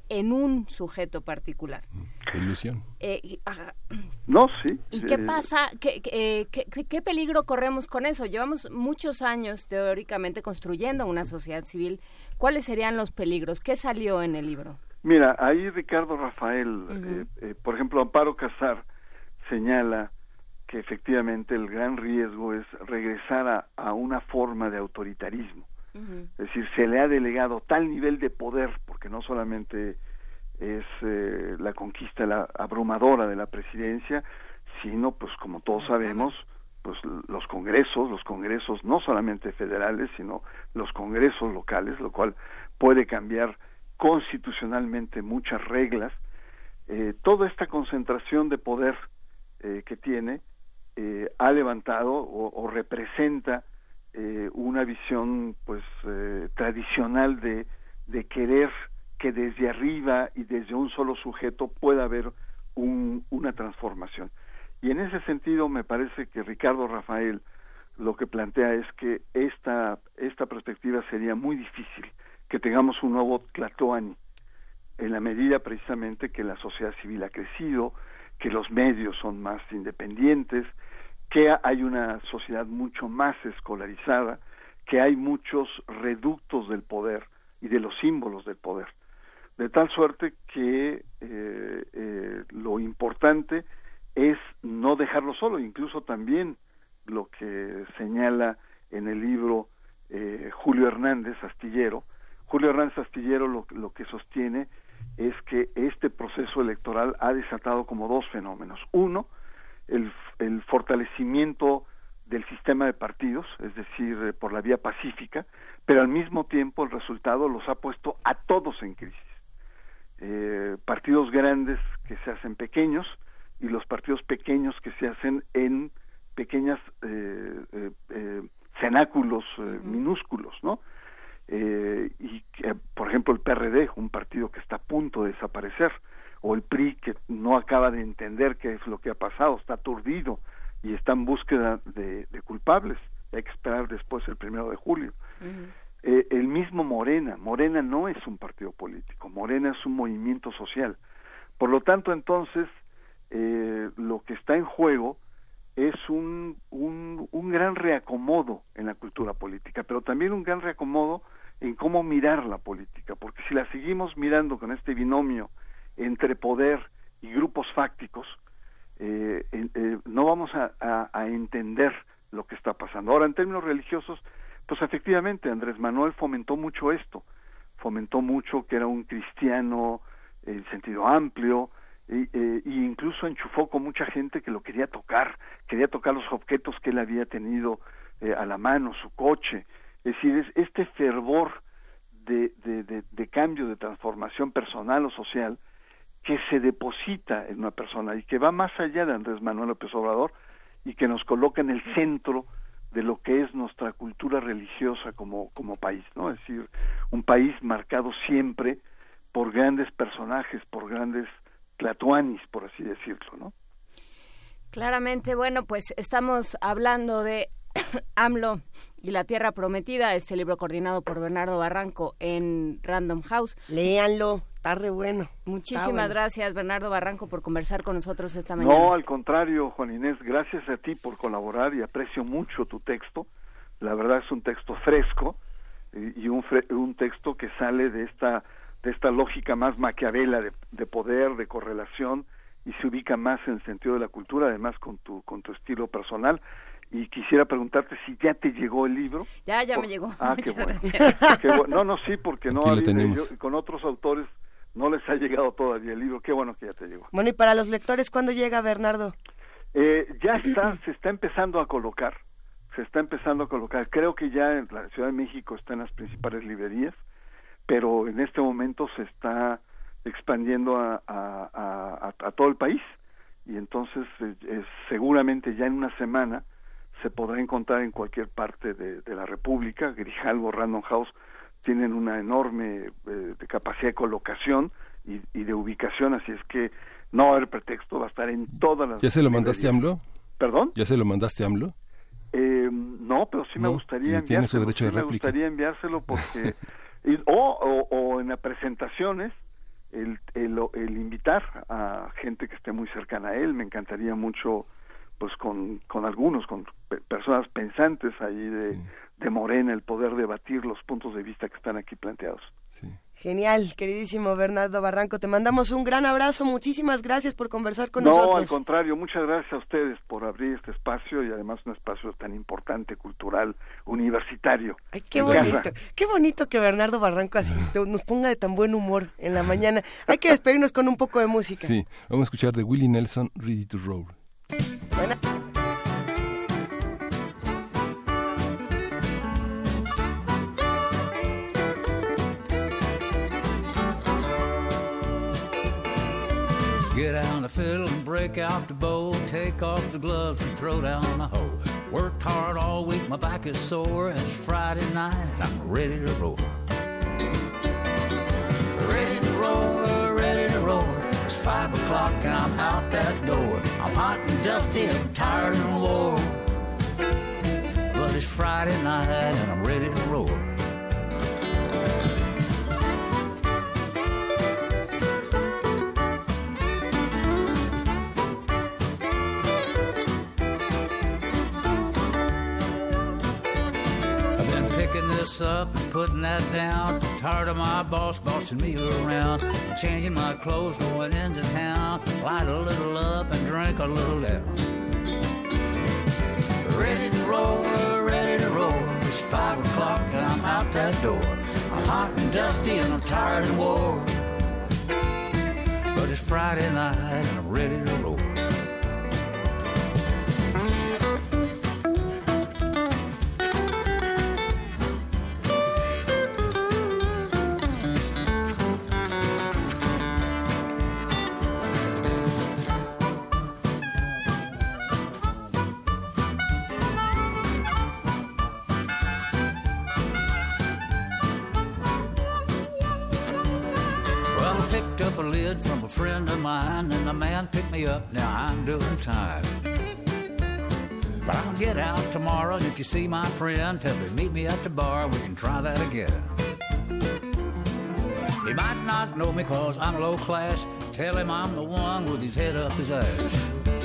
en un sujeto particular. Qué ilusión. Eh, y, ajá. No, sí. ¿Y sí. qué pasa? ¿Qué, qué, qué, qué peligro corremos con eso? Llevamos muchos años teóricamente construyendo una sociedad civil. ¿Cuáles serían los peligros? ¿Qué salió en el libro? Mira, ahí Ricardo Rafael, Uh-huh. eh, eh, por ejemplo, Amparo Casar señala que efectivamente el gran riesgo es regresar a, a una forma de autoritarismo. Uh-huh. Es decir, se le ha delegado tal nivel de poder, porque no solamente es eh, la conquista la abrumadora de la presidencia, sino, pues como todos sabemos, pues los congresos, los congresos no solamente federales, sino los congresos locales, lo cual puede cambiar constitucionalmente muchas reglas. Eh, toda esta concentración de poder eh, que tiene eh, ha levantado o, o representa eh, una visión pues eh, tradicional de, de querer que desde arriba y desde un solo sujeto pueda haber un, una transformación. Y en ese sentido me parece que Ricardo Rafael lo que plantea es que esta, esta perspectiva sería muy difícil, que tengamos un nuevo Tlatoani, en la medida precisamente que la sociedad civil ha crecido, que los medios son más independientes, que hay una sociedad mucho más escolarizada, que hay muchos reductos del poder y de los símbolos del poder. De tal suerte que eh, eh, lo importante es no dejarlo solo, incluso también lo que señala en el libro eh, Julio Hernández Astillero. Julio Hernández Astillero lo, lo que sostiene es que este proceso electoral ha desatado como dos fenómenos. Uno, el, el fortalecimiento del sistema de partidos, es decir, eh, por la vía pacífica, pero al mismo tiempo el resultado los ha puesto a todos en crisis. Eh, partidos grandes que se hacen pequeños y los partidos pequeños que se hacen en pequeñas eh, eh, eh, cenáculos eh, uh-huh. minúsculos, ¿no? Eh, y que, por ejemplo, el P R D, un partido que está a punto de desaparecer, o el P R I, que no acaba de entender qué es lo que ha pasado, está aturdido y está en búsqueda de, de culpables. Hay que esperar después el primero de julio. Uh-huh. Eh, el mismo Morena, Morena no es un partido político, Morena es un movimiento social. Por lo tanto, entonces, eh, lo que está en juego es un, un, un gran reacomodo en la cultura política, pero también un gran reacomodo en cómo mirar la política, porque si la seguimos mirando con este binomio entre poder y grupos fácticos, eh, eh, no vamos a, a, a entender lo que está pasando. Ahora, en términos religiosos, pues efectivamente Andrés Manuel fomentó mucho esto, fomentó mucho que era un cristiano en sentido amplio, y, eh, y incluso enchufó con mucha gente que lo quería tocar, quería tocar los objetos que él había tenido eh, a la mano, su coche. Es decir, es este fervor de, de, de, de cambio, de transformación personal o social que se deposita en una persona y que va más allá de Andrés Manuel López Obrador y que nos coloca en el centro de lo que es nuestra cultura religiosa como, como país, ¿no? Es decir, un país marcado siempre por grandes personajes, por grandes tlatoanis, por así decirlo, ¿no? Claramente, bueno, pues estamos hablando de AMLO y la Tierra Prometida, este libro coordinado por Bernardo Barranco en Random House. Léanlo, está re bueno. Muchísimas bueno. gracias, Bernardo Barranco, por conversar con nosotros esta mañana. No, al contrario, Juan Inés, gracias a ti por colaborar y aprecio mucho tu texto. La verdad es un texto fresco y, y un, fre un texto que sale de esta, de esta lógica más maquiavela de, de poder, de correlación, y se ubica más en el sentido de la cultura, además con tu, con tu estilo personal. Y quisiera preguntarte si ya te llegó el libro. Ya, ya Por... me llegó. Ah, Muchas qué bueno. gracias. Qué bueno. No, no, sí, porque no Aquí había, yo, con otros autores no les ha llegado todavía el libro. Qué bueno que ya te llegó. Bueno, y para los lectores, ¿cuándo llega, Bernardo? Eh, ya está, se está empezando a colocar, se está empezando a colocar. Creo que ya en la Ciudad de México está en las principales librerías, pero en este momento se está expandiendo a, a, a, a, a todo el país, y entonces eh, eh, seguramente ya en una semana se podrá encontrar en cualquier parte de, de la República. Grijalvo, Random House tienen una enorme eh, de capacidad de colocación y, y de ubicación, así es que no va a haber pretexto, va a estar en todas las... ¿Ya se lo mandaste a AMLO? ¿Perdón? ¿Ya se lo mandaste a AMLO? Eh, no, pero sí me no, gustaría tiene su enviárselo, derecho de sí me réplica. gustaría enviárselo porque... y, o, o, o en las presentaciones el, el, el invitar a gente que esté muy cercana a él. Me encantaría mucho, pues con, con algunos, con pe- personas pensantes ahí de, sí. de Morena, el poder debatir los puntos de vista que están aquí planteados. Sí. Genial, queridísimo Bernardo Barranco, te mandamos un gran abrazo, muchísimas gracias por conversar con no, nosotros. No, al contrario, muchas gracias a ustedes por abrir este espacio y además un espacio tan importante, cultural, universitario. Ay, qué bonito, casa. Qué bonito que Bernardo Barranco así nos ponga de tan buen humor en la mañana. Hay que despedirnos con un poco de música. Sí, vamos a escuchar de Willie Nelson, Ready to Roll. Buena. Get out the fiddle and break out the bow. Take off the gloves and throw down the hoe. Worked hard all week, my back is sore. It's Friday night and I'm ready to roll. Ready to roll, ready to roll. It's five o'clock and I'm out that door. I'm hot and dusty, I'm tired and wore. But it's Friday night and I'm ready to roll. Up and putting that down. Tired of my boss bossing me around. Changing my clothes, going into town. Light a little up and drink a little down. Ready to roll, ready to roll. It's five o'clock and I'm out that door. I'm hot and dusty and I'm tired and wore. But it's Friday night and I'm ready to roll. A lid from a friend of mine, and the man picked me up. Now I'm doing time, but I'll get out tomorrow, and if you see my friend, tell him meet me at the bar. We can try that again. He might not know me cause I'm low class. Tell him I'm the one with his head up his ass.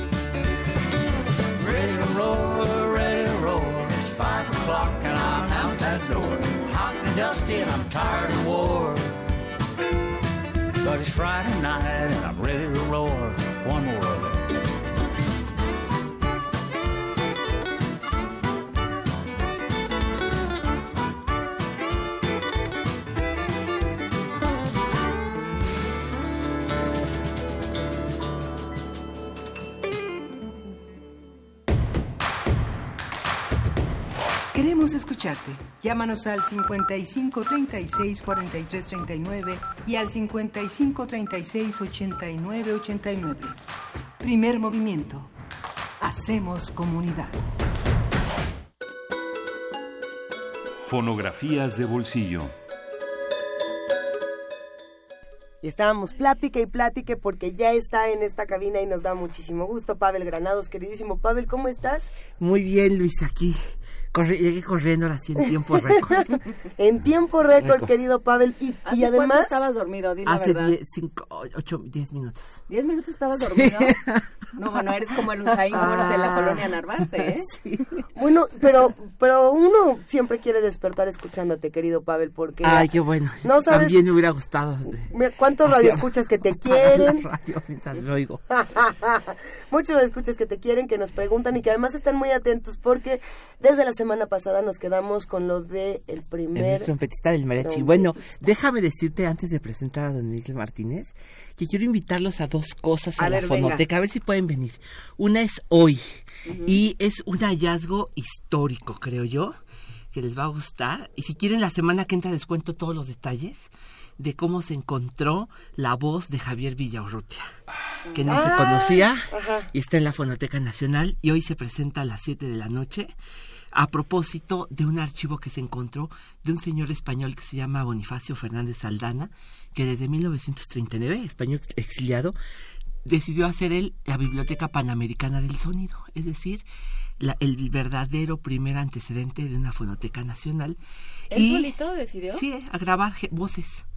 Ready to roll, ready to roll. It's five o'clock and I'm out that door. Hot and dusty and I'm tired and wore. But it's Friday night and I'm ready to roar. One more of it. Queremos escucharte. Llámanos al cincuenta y cinco, treinta y seis, cuarenta y tres, treinta y nueve y al cincuenta y cinco, treinta y seis, ochenta y nueve, ochenta y nueve. Primer movimiento. Hacemos comunidad. Fonografías de bolsillo. Y estábamos plática y plática porque ya está en esta cabina y nos da muchísimo gusto. Pavel Granados, queridísimo Pavel, ¿cómo estás? Muy bien, Luis, aquí. Corre, llegué corriendo así en tiempo récord. En tiempo récord, querido Pavel. Y, ¿Hace y además... cuánto estabas dormido? Di la hace verdad. diez, cinco, ocho, diez minutos. ¿Diez minutos estabas dormido? Sí. No, bueno, eres como el Usain Bolt ah, de la colonia Narvarte, ¿eh? Sí. Bueno, pero pero uno siempre quiere despertar escuchándote, querido Pavel, porque... Ay, qué bueno. No sabes... También me hubiera gustado. Mira, ¿cuántos radioescuchas que te quieren? La radio mientras me oigo. Muchos radioescuchas que te quieren, que nos preguntan y que además están muy atentos porque desde la semana pasada nos quedamos con lo de el primer... El trompetista del mariachi. Trompetista. Bueno, déjame decirte antes de presentar a don Miguel Martínez que quiero invitarlos a dos cosas a, a la ver, fonoteca, venga. A ver si pueden venir. Una es hoy uh-huh. y es un hallazgo histórico, creo yo, que les va a gustar. Y si quieren, la semana que entra les cuento todos los detalles de cómo se encontró la voz de Javier Villaurrutia, que no ah, se conocía ajá. y está en la Fonoteca Nacional y hoy se presenta a las siete de la noche a propósito de un archivo que se encontró de un señor español que se llama Bonifacio Fernández Saldana, que desde mil novecientos treinta y nueve, español exiliado, decidió hacer él la Biblioteca Panamericana del Sonido, es decir, la, el verdadero primer antecedente de una fonoteca nacional. ¿Él solito decidió? Sí, a grabar voces.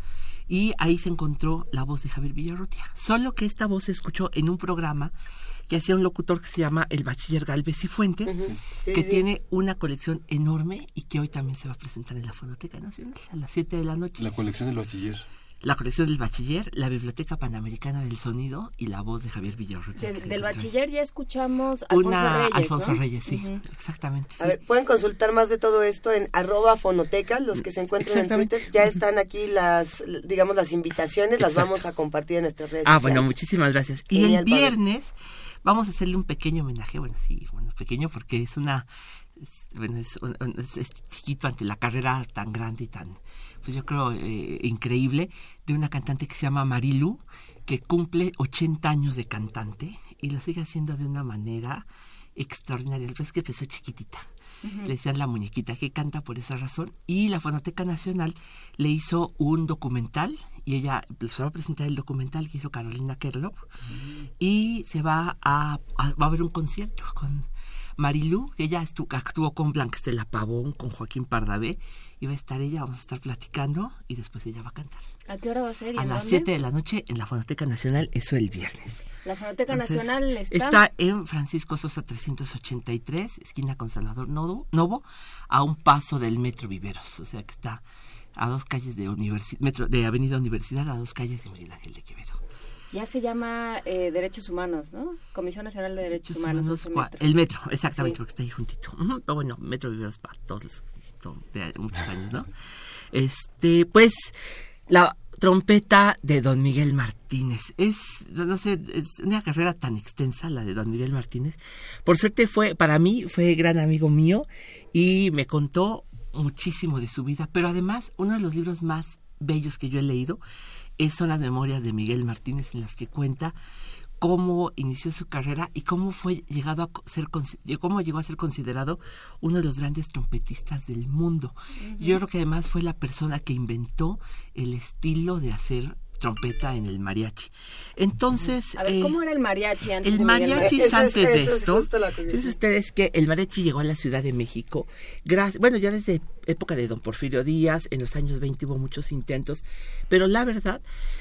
y ahí se encontró la voz de Javier Villarrutia. Solo que esta voz se escuchó en un programa que hacía un locutor que se llama el Bachiller Gálvez y Fuentes, uh-huh. sí, que sí. tiene una colección enorme y que hoy también se va a presentar en la Fonoteca Nacional a las siete de la noche. La colección del Bachiller. La colección del Bachiller, la Biblioteca Panamericana del Sonido y la voz de Javier Villarrutia. De, del Bachiller ya escuchamos a Alfonso una Reyes, Alfonso ¿no? Reyes, sí, uh-huh. exactamente. Sí. A ver, pueden consultar más de todo esto en arroba fonoteca, los que se encuentran en Twitter. Ya están aquí las, digamos, las invitaciones, Exacto. las vamos a compartir en nuestras redes ah, sociales. Ah, bueno, muchísimas gracias. Genial, y el viernes padre. vamos a hacerle un pequeño homenaje, bueno, sí, bueno, pequeño porque es una... Es, bueno, es, es, es chiquito ante la carrera tan grande y tan, pues yo creo, eh, increíble, de una cantante que se llama Marilu, que cumple ochenta años de cantante y lo sigue haciendo de una manera extraordinaria. Es que empezó chiquitita. Uh-huh. Le decían la muñequita que canta por esa razón. Y la Fonoteca Nacional le hizo un documental y ella se va a presentar el documental que hizo Carolina Kerlov. Uh-huh. Y se va a, a, va a haber un concierto con Marilu, que ella estuvo, actuó con Blanquestela Pavón, con Joaquín Pardavé, y va a estar ella, vamos a estar platicando y después ella va a cantar. ¿A qué hora va a ser? A las siete de la noche en la Fonoteca Nacional, eso el viernes. La Fonoteca Entonces, Nacional está... Está en Francisco Sosa trescientos ochenta y tres, esquina con Salvador Novo, Novo, a un paso del Metro Viveros, o sea que está a dos calles de, universi- metro, de Avenida Universidad, a dos calles de Miguel Ángel de Quevedo. Ya se llama eh, Derechos Humanos, ¿no? Comisión Nacional de Derechos Humanos. Humanos metro. El metro, exactamente, sí. Porque está ahí juntito. Uh-huh. Pero bueno, Metro Viveros para todos los, todo, de muchos años, ¿no? Este, pues, la trompeta de Don Miguel Martínez. Es, no sé, es una carrera tan extensa la de Don Miguel Martínez. Por suerte fue, para mí, fue gran amigo mío y me contó muchísimo de su vida. Pero además, uno de los libros más bellos que yo he leído son las memorias de Miguel Martínez, en las que cuenta cómo inició su carrera y cómo fue llegado a ser cómo llegó a ser considerado uno de los grandes trompetistas del mundo. Uh-huh. Yo creo que además fue la persona que inventó el estilo de hacer trompeta en el mariachi. Entonces, a ver, ¿cómo eh, era el mariachi antes? El de mariachi es, antes es, de es, esto. Fíjense ustedes que el mariachi llegó a la Ciudad de México, gracias, bueno, ya desde época de don Porfirio Díaz, en los años veinte hubo muchos intentos, pero la verdad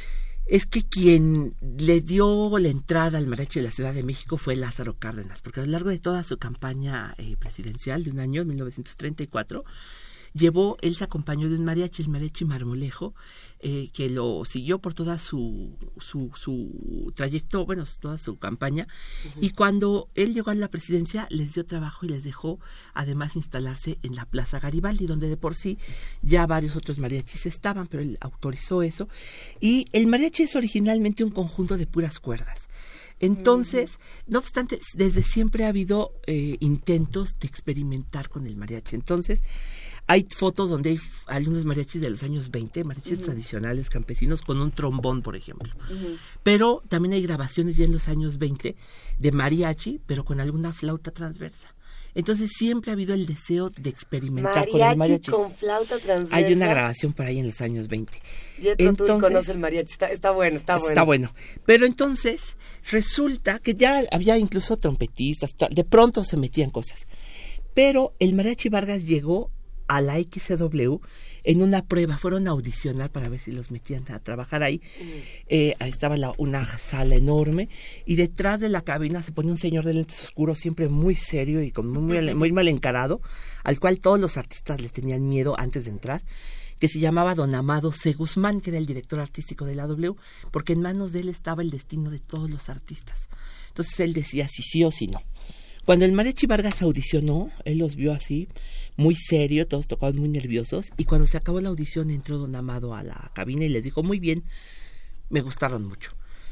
es que quien le dio la entrada al mariachi de la Ciudad de México fue Lázaro Cárdenas, porque a lo largo de toda su campaña eh, presidencial de un año, mil novecientos treinta y cuatro, llevó, él se acompañó de un mariachi, el mariachi Marmolejo, eh, que lo siguió por toda su su, su trayecto, bueno, toda su campaña, uh-huh. Y cuando él llegó a la presidencia les dio trabajo y les dejó además instalarse en la Plaza Garibaldi, donde de por sí ya varios otros mariachis estaban, pero él autorizó eso, y el mariachi es originalmente un conjunto de puras cuerdas. Entonces, no obstante, desde siempre ha habido eh, intentos de experimentar con el mariachi. Entonces, hay fotos donde hay algunos mariachis de los años veinte, mariachis uh-huh. tradicionales, campesinos, con un trombón, por ejemplo. Uh-huh. Pero también hay grabaciones ya en los años veinte de mariachi, pero con alguna flauta transversa. Entonces siempre ha habido el deseo de experimentar mariachi con el mariachi. Con flauta transversa. Hay una grabación por ahí en los años veinte. Y entonces, tú conoces el mariachi, está, está bueno, está bueno. Está bueno. Pero entonces resulta que ya había incluso trompetistas, de pronto se metían cosas. Pero el Mariachi Vargas llegó a la X C W en una prueba, fueron a audicionar para ver si los metían a trabajar ahí. Mm. Eh, ahí estaba la, una sala enorme y detrás de la cabina se ponía un señor de lentes oscuros, siempre muy serio y con muy, muy, muy mal encarado, al cual todos los artistas le tenían miedo antes de entrar, que se llamaba Don Amado C. Guzmán, que era el director artístico de la W, porque en manos de él estaba el destino de todos los artistas. Entonces él decía si sí o si no. Cuando el Mariachi Vargas audicionó, él los vio así, muy serio, todos tocaban muy nerviosos, y cuando se acabó la audición entró Don Amado a la cabina y les dijo, muy bien, me gustaron mucho.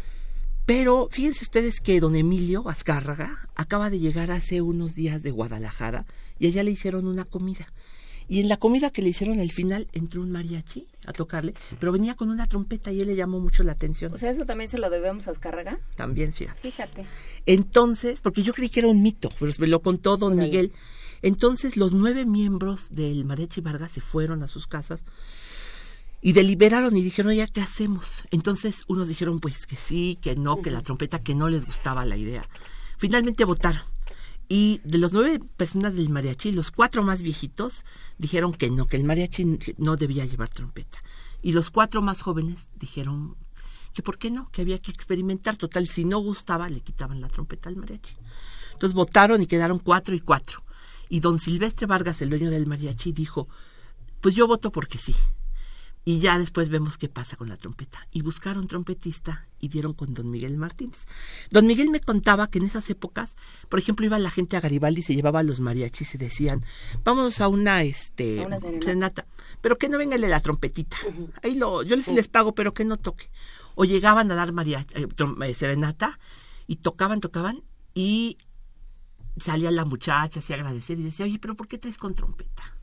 Pero fíjense ustedes que don Emilio Azcárraga acaba de llegar hace unos días de Guadalajara y allá le hicieron una comida. Y en la comida que le hicieron al final entró un mariachi a tocarle, pero venía con una trompeta y él le llamó mucho la atención. O sea, ¿eso también se lo debemos a Azcárraga? También, fíjate. Fíjate. Entonces, porque yo creí que era un mito, pero me lo contó don Órale. Miguel. Entonces, los nueve miembros del Mariachi Vargas se fueron a sus casas y deliberaron y dijeron, ya, ¿qué hacemos? Entonces, unos dijeron, pues, que sí, que no, uh-huh. que la trompeta, que no les gustaba la idea. Finalmente votaron. Y de los nueve personas del mariachi, los cuatro más viejitos dijeron que no, que el mariachi no debía llevar trompeta. Y los cuatro más jóvenes dijeron que por qué no, que había que experimentar. Total, si no gustaba, le quitaban la trompeta al mariachi. Entonces votaron y quedaron cuatro y cuatro. Y don Silvestre Vargas, el dueño del mariachi, dijo, pues yo voto porque sí. Y ya después vemos qué pasa con la trompeta. Y buscaron trompetista y dieron con don Miguel Martínez. Don Miguel me contaba que en esas épocas, por ejemplo, iba la gente a Garibaldi y se llevaba a los mariachis y decían, vámonos a una, este, a una serenata. serenata, pero que no venga la trompetita. Uh-huh. Ahí lo, yo les, uh-huh. les pago, pero que no toque. O llegaban a dar mariachi, eh, trom, eh, serenata y tocaban, tocaban y salía la muchacha así a agradecer y decía, oye, pero ¿por qué traes con trompeta?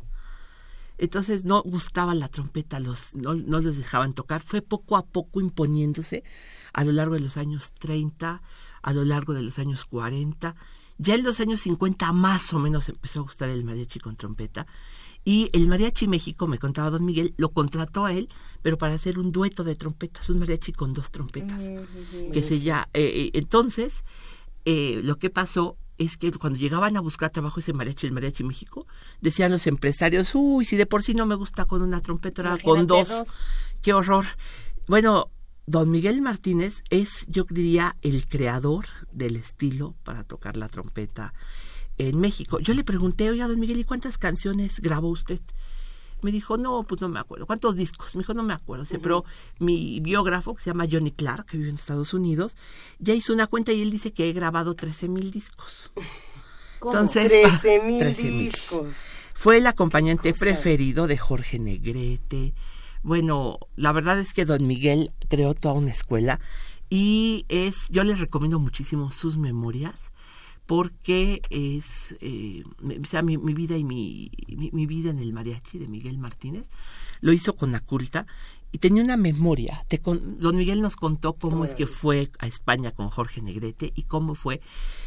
Entonces no gustaba la trompeta, los, no, no les dejaban tocar. Fue poco a poco imponiéndose a lo largo de los años treinta, a lo largo de los años cuarenta. Ya en los años cincuenta más o menos empezó a gustar el mariachi con trompeta. Y el Mariachi México, me contaba don Miguel, lo contrató a él, pero para hacer un dueto de trompetas, un mariachi con dos trompetas. Mm-hmm. Que se ya, eh, entonces, eh, lo que pasó es que cuando llegaban a buscar trabajo ese mariachi, el Mariachi México, decían los empresarios, uy, si de por sí no me gusta con una trompeta, ahora con dos, dos, qué horror. Bueno, don Miguel Martínez es, yo diría, el creador del estilo para tocar la trompeta en México. Yo le pregunté, oiga, don Miguel, ¿y cuántas canciones grabó usted? Me dijo, no, pues no me acuerdo. ¿Cuántos discos? Me dijo, no me acuerdo. Uh-huh. Pero mi biógrafo, que se llama Johnny Clark, que vive en Estados Unidos, ya hizo una cuenta y él dice que he grabado trece mil discos. ¿Cómo? Entonces, trece mil discos. Fue el acompañante preferido de Jorge Negrete. Bueno, la verdad es que don Miguel creó toda una escuela y es, yo les recomiendo muchísimo sus memorias, porque es eh, o sea, mi, mi vida y mi, mi, mi vida en el mariachi de Miguel Martínez. Lo hizo con Aculta y tenía una memoria. Te con, don Miguel nos contó cómo es que fue a España con Jorge Negrete y cómo fue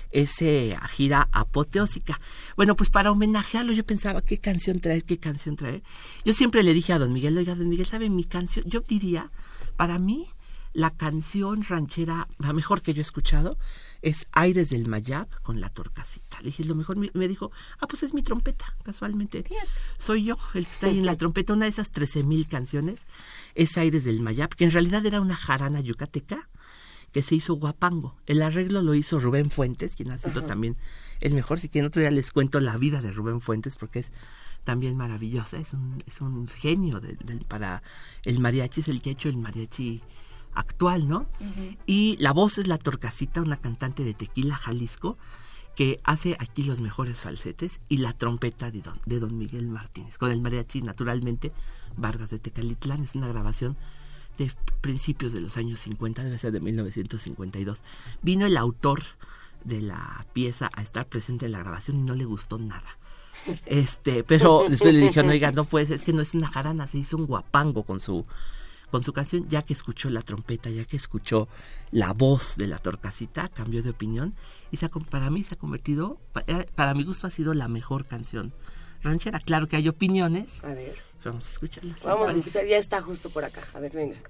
esa gira apoteósica. Bueno, pues para homenajearlo yo pensaba qué canción traer, qué canción traer. Yo siempre le dije a don Miguel, oiga, don Miguel, ¿sabe mi canción? Yo diría, para mí, la canción ranchera, la mejor que yo he escuchado, es Aires del Mayab con La Torcasita. Le dije, lo mejor, me dijo, ah, pues es mi trompeta, casualmente. Soy yo el que está ahí en la trompeta. Una de esas trece mil canciones es Aires del Mayab, que en realidad era una jarana yucateca que se hizo guapango. El arreglo lo hizo Rubén Fuentes, quien ha sido Ajá. también el mejor. Si quieren, otro día les cuento la vida de Rubén Fuentes, porque es también maravillosa. Es un, es un genio de, de, para el mariachi, es el que ha hecho el mariachi actual, ¿no? Uh-huh. Y la voz es La Torcasita, una cantante de Tequila, Jalisco, que hace aquí los mejores falsetes, y la trompeta de don, de don Miguel Martínez, con el mariachi, naturalmente, Vargas de Tecalitlán. Es una grabación de principios de los años cincuenta, debe ser de mil novecientos cincuenta y dos. Vino el autor de la pieza a estar presente en la grabación y no le gustó nada. Este, pero después le dijeron, oiga, no puede ser, es que no es una jarana, se hizo un guapango con su con su canción. Ya que escuchó la trompeta, ya que escuchó la voz de La Torcasita, cambió de opinión y se ha, para mí se ha convertido, para, para mi gusto ha sido la mejor canción ranchera. Claro que hay opiniones. A ver. Vamos a escucharlas. Vamos a escuchar, ya está justo por acá. A ver, venga.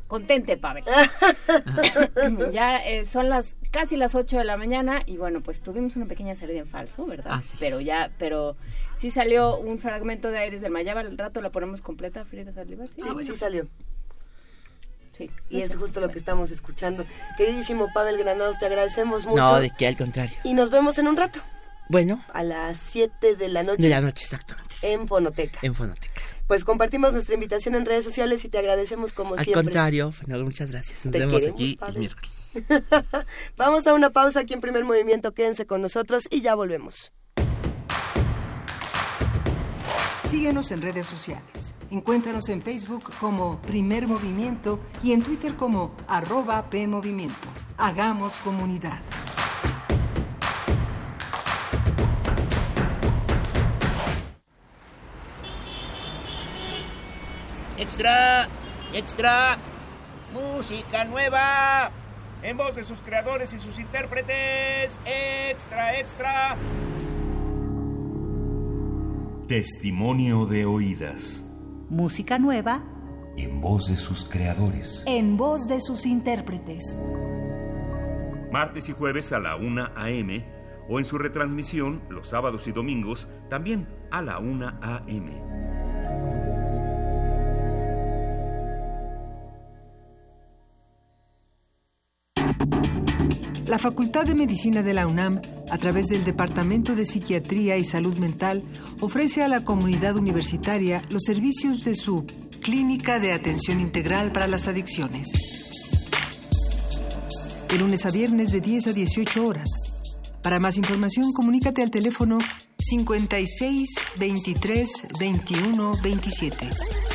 Contente, Pavel. Ya eh, son las casi las ocho de la mañana y bueno, pues tuvimos una pequeña salida en falso, ¿verdad? Ah, sí. Pero ya, pero sí salió un fragmento de Aires del Mayab. Al rato la ponemos completa, Frida Saldívar. Sí, Sí, bueno. sí salió. Sí. Y es justo lo que estamos escuchando. Queridísimo Pavel Granados, te agradecemos mucho. No, de qué, al contrario. Y nos vemos en un rato. Bueno. A las siete de la noche. De la noche, exactamente. En Fonoteca. En Fonoteca. Pues compartimos nuestra invitación en redes sociales y te agradecemos como Al siempre. Al contrario, Fernando, muchas gracias. Nos te vemos queremos, aquí Pavel. el miércoles. Vamos a una pausa aquí en Primer Movimiento. Quédense con nosotros y ya volvemos. Síguenos en redes sociales. Encuéntranos en Facebook como Primer Movimiento y en Twitter como arroba PMovimiento. Hagamos comunidad. ¡Extra! ¡Extra! ¡Música nueva! En voz de sus creadores y sus intérpretes. ¡Extra, extra! Testimonio de oídas. Música nueva. En voz de sus creadores. En voz de sus intérpretes. Martes y jueves a la una a eme o en su retransmisión los sábados y domingos también a la una a eme. La Facultad de Medicina de la UNAM, a través del Departamento de Psiquiatría y Salud Mental, ofrece a la comunidad universitaria los servicios de su Clínica de Atención Integral para las Adicciones. De lunes a viernes de diez a dieciocho horas. Para más información, comunícate al teléfono cincuenta y seis, veintitrés, veintiuno, veintisiete.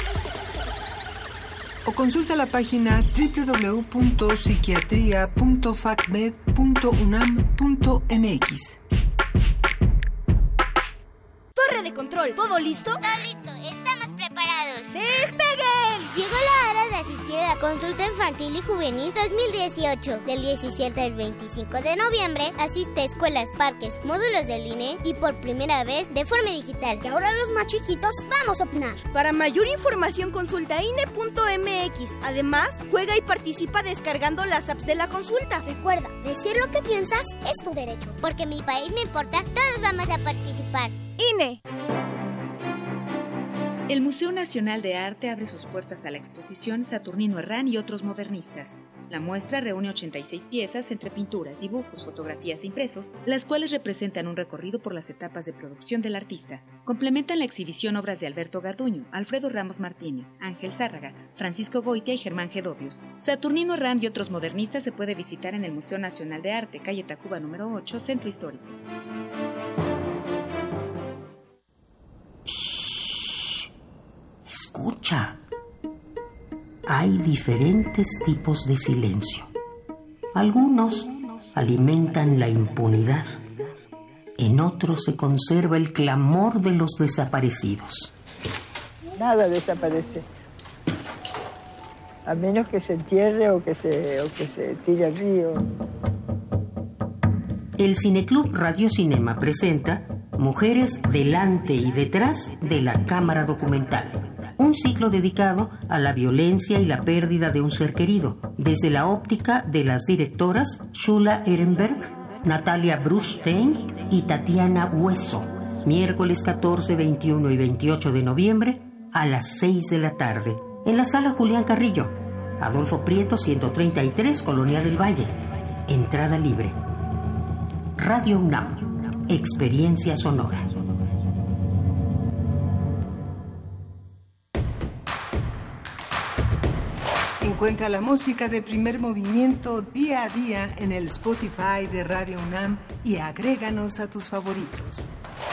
O consulta la página doble u doble u doble u punto psiquiatría punto facmed punto unam punto mx. Torre de control, ¿todo listo? Todo listo, estamos preparados. ¡Despeguen! Llegó la hora de asistir a la consulta infantil y juvenil dos mil dieciocho. Del diecisiete al veinticinco de noviembre, asiste a escuelas, parques, módulos del I N E y por primera vez de forma digital. Y ahora los más chiquitos vamos a opinar. Para mayor información consulta I N E punto eme equis. Además, juega y participa descargando las apps de la consulta. Recuerda, decir lo que piensas es tu derecho. Porque mi país me importa, todos vamos a participar. I N E. El Museo Nacional de Arte abre sus puertas a la exposición Saturnino Herrán y otros modernistas. La muestra reúne ochenta y seis piezas entre pinturas, dibujos, fotografías e impresos, las cuales representan un recorrido por las etapas de producción del artista. Complementan la exhibición obras de Alberto Garduño, Alfredo Ramos Martínez, Ángel Zárraga, Francisco Goitia y Germán Gedovius. Saturnino Herrán y otros modernistas se puede visitar en el Museo Nacional de Arte, calle Tacuba número ocho, Centro Histórico. Escucha, hay diferentes tipos de silencio. Algunos alimentan la impunidad. En otros se conserva el clamor de los desaparecidos. Nada desaparece. A menos que se entierre o que se, o que se tire al río. El Cineclub Radio Cinema presenta Mujeres delante y detrás de la cámara documental. Un ciclo dedicado a la violencia y la pérdida de un ser querido, desde la óptica de las directoras Shula Ehrenberg, Natalia Brustein y Tatiana Hueso. Miércoles catorce, veintiuno y veintiocho de noviembre a las seis de la tarde, en la sala Julián Carrillo, Adolfo Prieto ciento treinta y tres, Colonia del Valle. Entrada libre. Radio UNAM, experiencia sonora. Encuentra la música de Primer Movimiento día a día en el Spotify de Radio UNAM y agréganos a tus favoritos.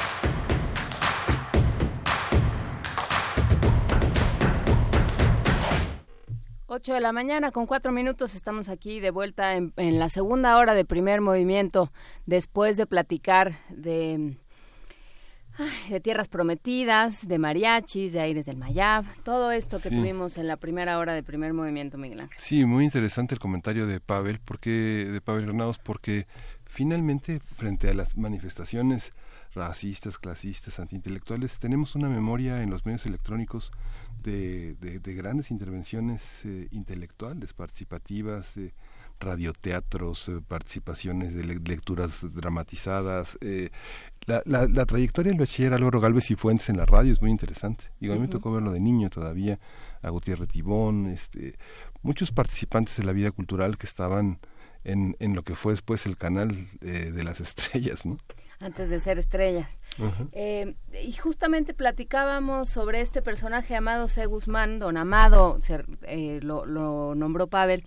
ocho de la mañana con cuatro minutos, estamos aquí de vuelta en, en la segunda hora de Primer Movimiento, después de platicar de, ay, de Tierras Prometidas, de mariachis, de Aires del Mayab, todo esto que sí. tuvimos en la primera hora de Primer Movimiento, Miguel Ángel. Sí, muy interesante el comentario de Pavel, porque, de Pavel Granados, porque finalmente frente a las manifestaciones racistas, clasistas, antiintelectuales. Tenemos una memoria en los medios electrónicos de, de, de grandes intervenciones eh, intelectuales, participativas, eh, radioteatros, eh, participaciones de le- lecturas dramatizadas. Eh, la, la, la trayectoria del bachiller Álvaro Gálvez y Fuentes en la radio es muy interesante. Digo, a mí me tocó verlo de niño todavía, a Gutiérrez Tibón, este, muchos participantes de la vida cultural que estaban en, en lo que fue después el canal eh, de las estrellas, ¿no? Antes de ser estrellas. Uh-huh. Eh, y justamente platicábamos sobre este personaje Amado C. Guzmán, don Amado, se, eh, lo, lo nombró Pavel,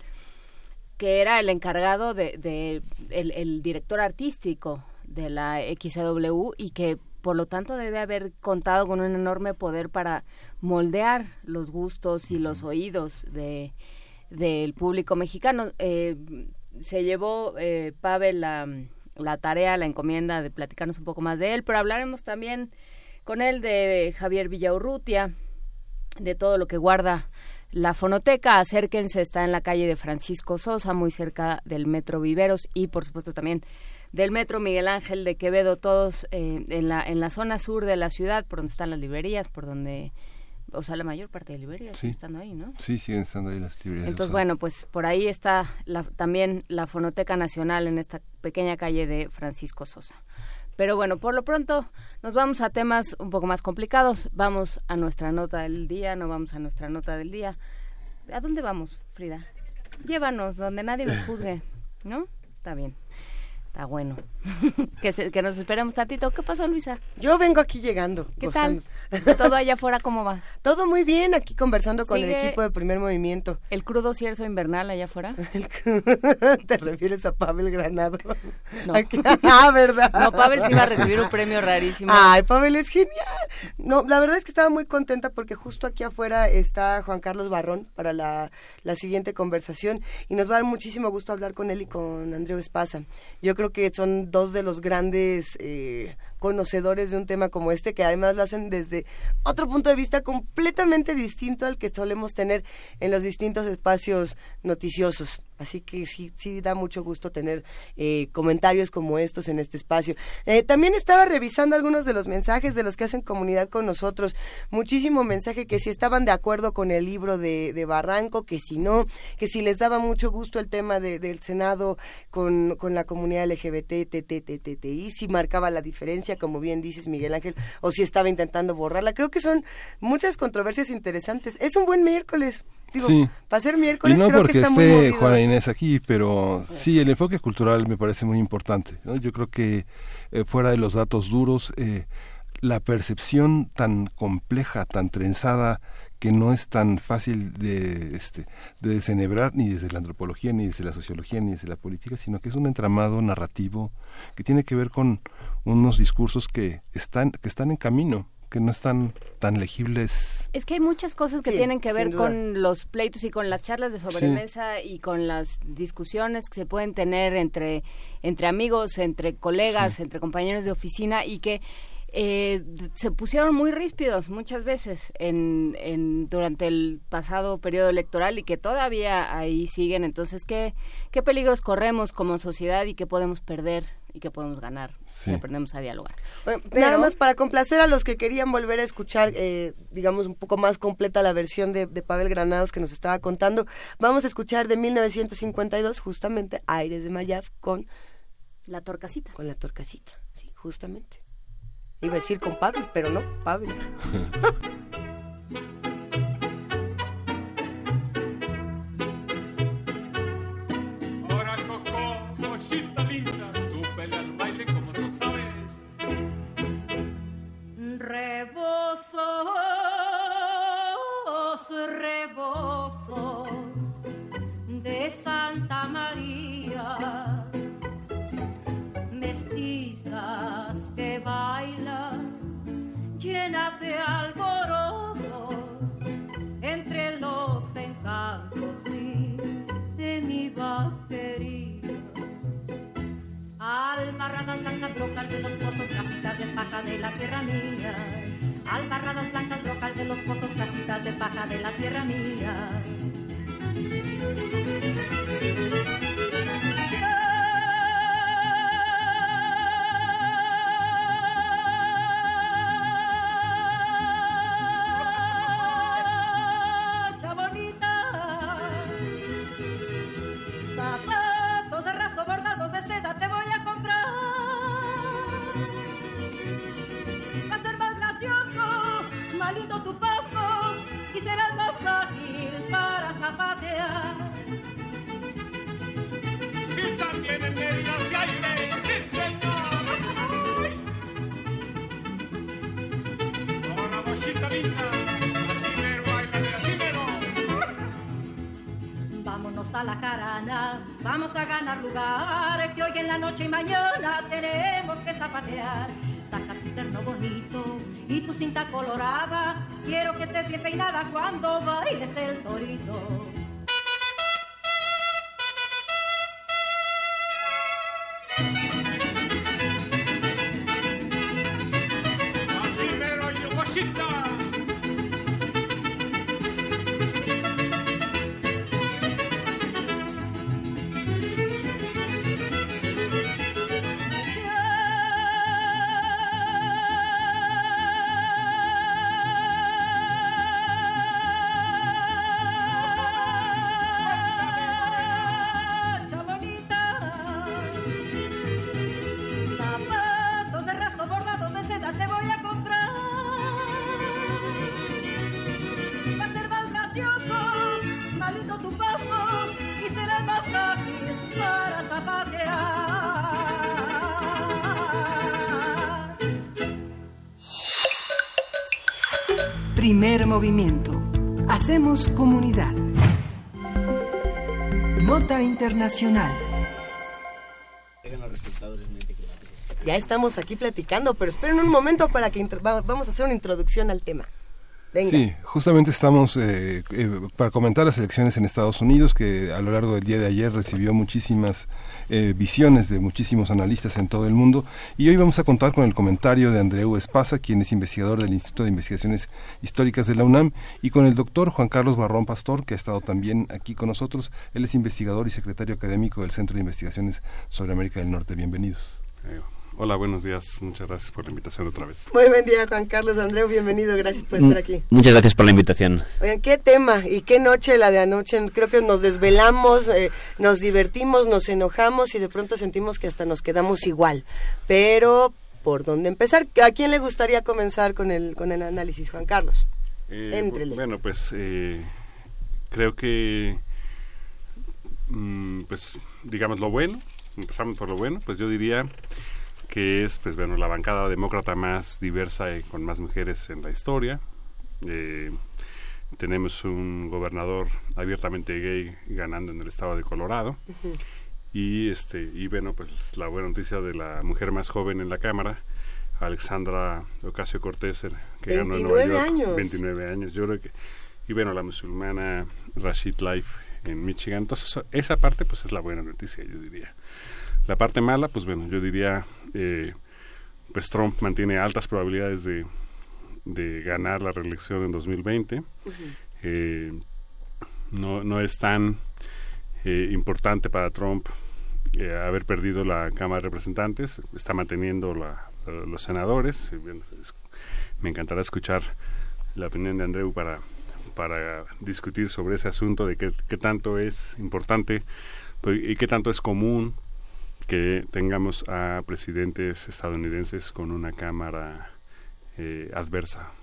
que era el encargado de, de el, el director artístico de la X C W y que por lo tanto debe haber contado con un enorme poder para moldear los gustos y los oídos de del público mexicano. Eh, se llevó eh, Pavel la, la tarea, la encomienda de platicarnos un poco más de él, pero hablaremos también con él de Javier Villaurrutia, de todo lo que guarda la fonoteca. Acérquense, está en la calle de Francisco Sosa, muy cerca del Metro Viveros y por supuesto también del Metro Miguel Ángel de Quevedo, todos eh, en la en la zona sur de la ciudad, por donde están las librerías, por donde, o sea, la mayor parte de librerías sí. están ahí, ¿no? Sí, siguen estando ahí las librerías. Entonces, bueno, pues por ahí está la, también la Fonoteca Nacional en esta pequeña calle de Francisco Sosa. Pero bueno, por lo pronto nos vamos a temas un poco más complicados. Vamos a nuestra nota del día, no vamos a nuestra nota del día. ¿A dónde vamos, Frida? Llévanos, donde nadie nos juzgue, ¿no? Está bien. Está bueno. que, se, que nos esperemos tantito. ¿Qué pasó, Luisa? Yo vengo aquí llegando. ¿Qué gozando. tal? ¿Todo allá afuera cómo va? Todo muy bien, aquí conversando con el equipo de Primer Movimiento. ¿El crudo cierzo invernal allá afuera? El crudo, ¿te refieres a Pavel Granado? No. Ah, ¿verdad? No, Pavel sí va a recibir un premio rarísimo. Ay, Pavel es genial. No, la verdad es que estaba muy contenta porque justo aquí afuera está Juan Carlos Barrón para la, la siguiente conversación y nos va a dar muchísimo gusto hablar con él y con Andreu Espasa. Yo creo que son dos de los grandes eh, conocedores de un tema como este, que además lo hacen desde otro punto de vista completamente distinto al que solemos tener en los distintos espacios noticiosos. Así que sí, sí da mucho gusto tener eh, comentarios como estos en este espacio. Eh, también estaba revisando algunos de los mensajes de los que hacen comunidad con nosotros. Muchísimo mensaje que si estaban de acuerdo con el libro de, de Barranco, que si no, que si les daba mucho gusto el tema de, del Senado con, con la comunidad L G B T, T T T T T I, si marcaba la diferencia, como bien dices, Miguel Ángel, o si estaba intentando borrarla. Creo que son muchas controversias interesantes. Es un buen miércoles. Digo, sí. Para ser miércoles y no creo porque que está esté muy movido. Juana Inés aquí, pero sí, el enfoque cultural me parece muy importante, ¿no? Yo creo que eh, fuera de los datos duros, eh, la percepción tan compleja, tan trenzada, que no es tan fácil de, este, de desenhebrar ni desde la antropología, ni desde la sociología, ni desde la política, sino que es un entramado narrativo que tiene que ver con unos discursos que están, que están en camino, que no están tan legibles. Es que hay muchas cosas que sí, tienen que ver sin duda. Con los pleitos y con las charlas de sobremesa sí. y con las discusiones que se pueden tener entre, entre amigos, entre colegas, sí. entre compañeros de oficina y que eh, se pusieron muy ríspidos muchas veces en, en durante el pasado periodo electoral y que todavía ahí siguen. Entonces, ¿qué, qué peligros corremos como sociedad y qué podemos perder y qué podemos ganar sí. si aprendemos a dialogar? Bueno, Pero, nada más para complacer a los que querían volver a escuchar, eh, digamos, un poco más completa la versión de, de Pavel Granados que nos estaba contando, vamos a escuchar de mil novecientos cincuenta y dos justamente Aires de Mayab con La Torcasita. Con La Torcasita, sí, justamente. Iba a decir con Pavel, pero no, Pavel. Ahora, Coco, cosita linda, tú pele al baile como tú sabes. Rebosos, rebosos de Santa María, mestizas que bailan llenas de alboroto entre los encantos mi, de mi batería. Albarradas blancas, brocal de los pozos, casitas de paja de la tierra mía. Albarradas blancas, brocal de los pozos, casitas de paja de la tierra mía. malito tu paso y serás más ágil para zapatear. Y también en Mérida se aire, sí señor. Ahora bochita linda, así mero, bailame así mero. Vámonos a la jarana, vamos a ganar lugar, que hoy en la noche y mañana tenemos que zapatear. Saca tu terno bonito y tu cinta colorada, quiero que estés bien peinada cuando bailes el torito. Así mero, yo bochita. Primer movimiento. Hacemos comunidad. Nota internacional. Ya estamos aquí platicando, pero esperen un momento para que intro- va- vamos a hacer una introducción al tema. Venga. Sí, justamente estamos eh, eh, para comentar las elecciones en Estados Unidos, que a lo largo del día de ayer recibió muchísimas eh, visiones de muchísimos analistas en todo el mundo, y hoy vamos a contar con el comentario de Andreu Espasa, quien es investigador del Instituto de Investigaciones Históricas de la UNAM, y con el doctor Juan Carlos Barrón Pastor, que ha estado también aquí con nosotros. Él es investigador y secretario académico del Centro de Investigaciones sobre América del Norte. Bienvenidos. Eh, Hola, buenos días. Muchas gracias por la invitación otra vez. Muy buen día, Juan Carlos. Andreu, bienvenido. Gracias por estar aquí. Muchas gracias por la invitación. Oigan, qué tema y qué noche la de anoche. Creo que nos desvelamos, eh, nos divertimos, nos enojamos y de pronto sentimos que hasta nos quedamos igual. Pero, ¿por dónde empezar? ¿A quién le gustaría comenzar con el con el análisis, Juan Carlos? Eh, Éntrele. Bueno, pues eh, creo que, mm, pues digamos lo bueno, empezamos por lo bueno, pues yo diría que es, pues bueno, la bancada demócrata más diversa y con más mujeres en la historia. Eh, tenemos un gobernador abiertamente gay ganando en el estado de Colorado. Uh-huh. Y este y bueno, pues la buena noticia de la mujer más joven en la Cámara, Alexandra Ocasio-Cortez, que ganó en Nueva York. años. veintinueve años. Yo creo que, y bueno, la musulmana Rashid Tlaib en Michigan. Entonces, eso- esa parte pues es la buena noticia, yo diría. La parte mala, pues bueno, yo diría, eh, pues Trump mantiene altas probabilidades de, de ganar la reelección en dos mil veinte. Uh-huh. Eh, no, no es tan eh, importante para Trump eh, haber perdido la Cámara de Representantes. Está manteniendo la, la- los senadores. Y bueno, es- me encantará escuchar la opinión de Andreu para, para discutir sobre ese asunto de qué, qué tanto es importante pues, y qué tanto es común que tengamos a presidentes estadounidenses con una cámara eh, adversa.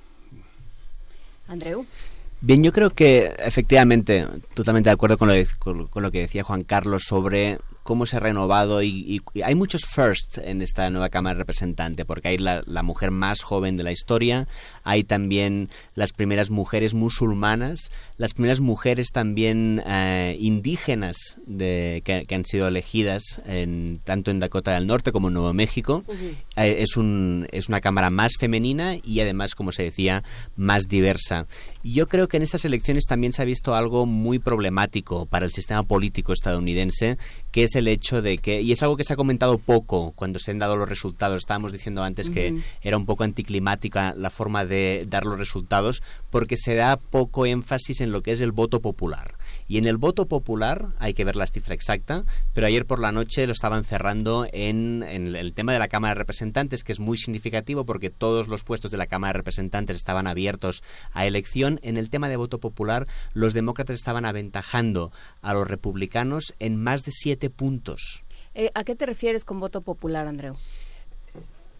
Andreu. Bien, yo creo que efectivamente, totalmente de acuerdo con lo, de- con, con lo que decía Juan Carlos sobre cómo se ha renovado y, y- y hay muchos firsts en esta nueva Cámara de Representantes, porque hay la, la mujer más joven de la historia, hay también las primeras mujeres musulmanas, las primeras mujeres también eh, indígenas de, que, que han sido elegidas en, tanto en Dakota del Norte como en Nuevo México. Ujú. Eh, es, un, es una Cámara más femenina y además, como se decía, más diversa. Y yo creo que en estas elecciones también se ha visto algo muy problemático para el sistema político estadounidense, que es el hecho de que, y es algo que se ha comentado poco cuando se han dado los resultados, estábamos diciendo antes que Ujú. era un poco anticlimática la forma de dar los resultados, porque se da poco énfasis en lo que es el voto popular. Y en el voto popular, hay que ver la cifra exacta, pero ayer por la noche lo estaban cerrando en, en el tema de la Cámara de Representantes, que es muy significativo porque todos los puestos de la Cámara de Representantes estaban abiertos a elección. En el tema de voto popular, los demócratas estaban aventajando a los republicanos en más de siete puntos. Eh, ¿A qué te refieres con voto popular, Andreu?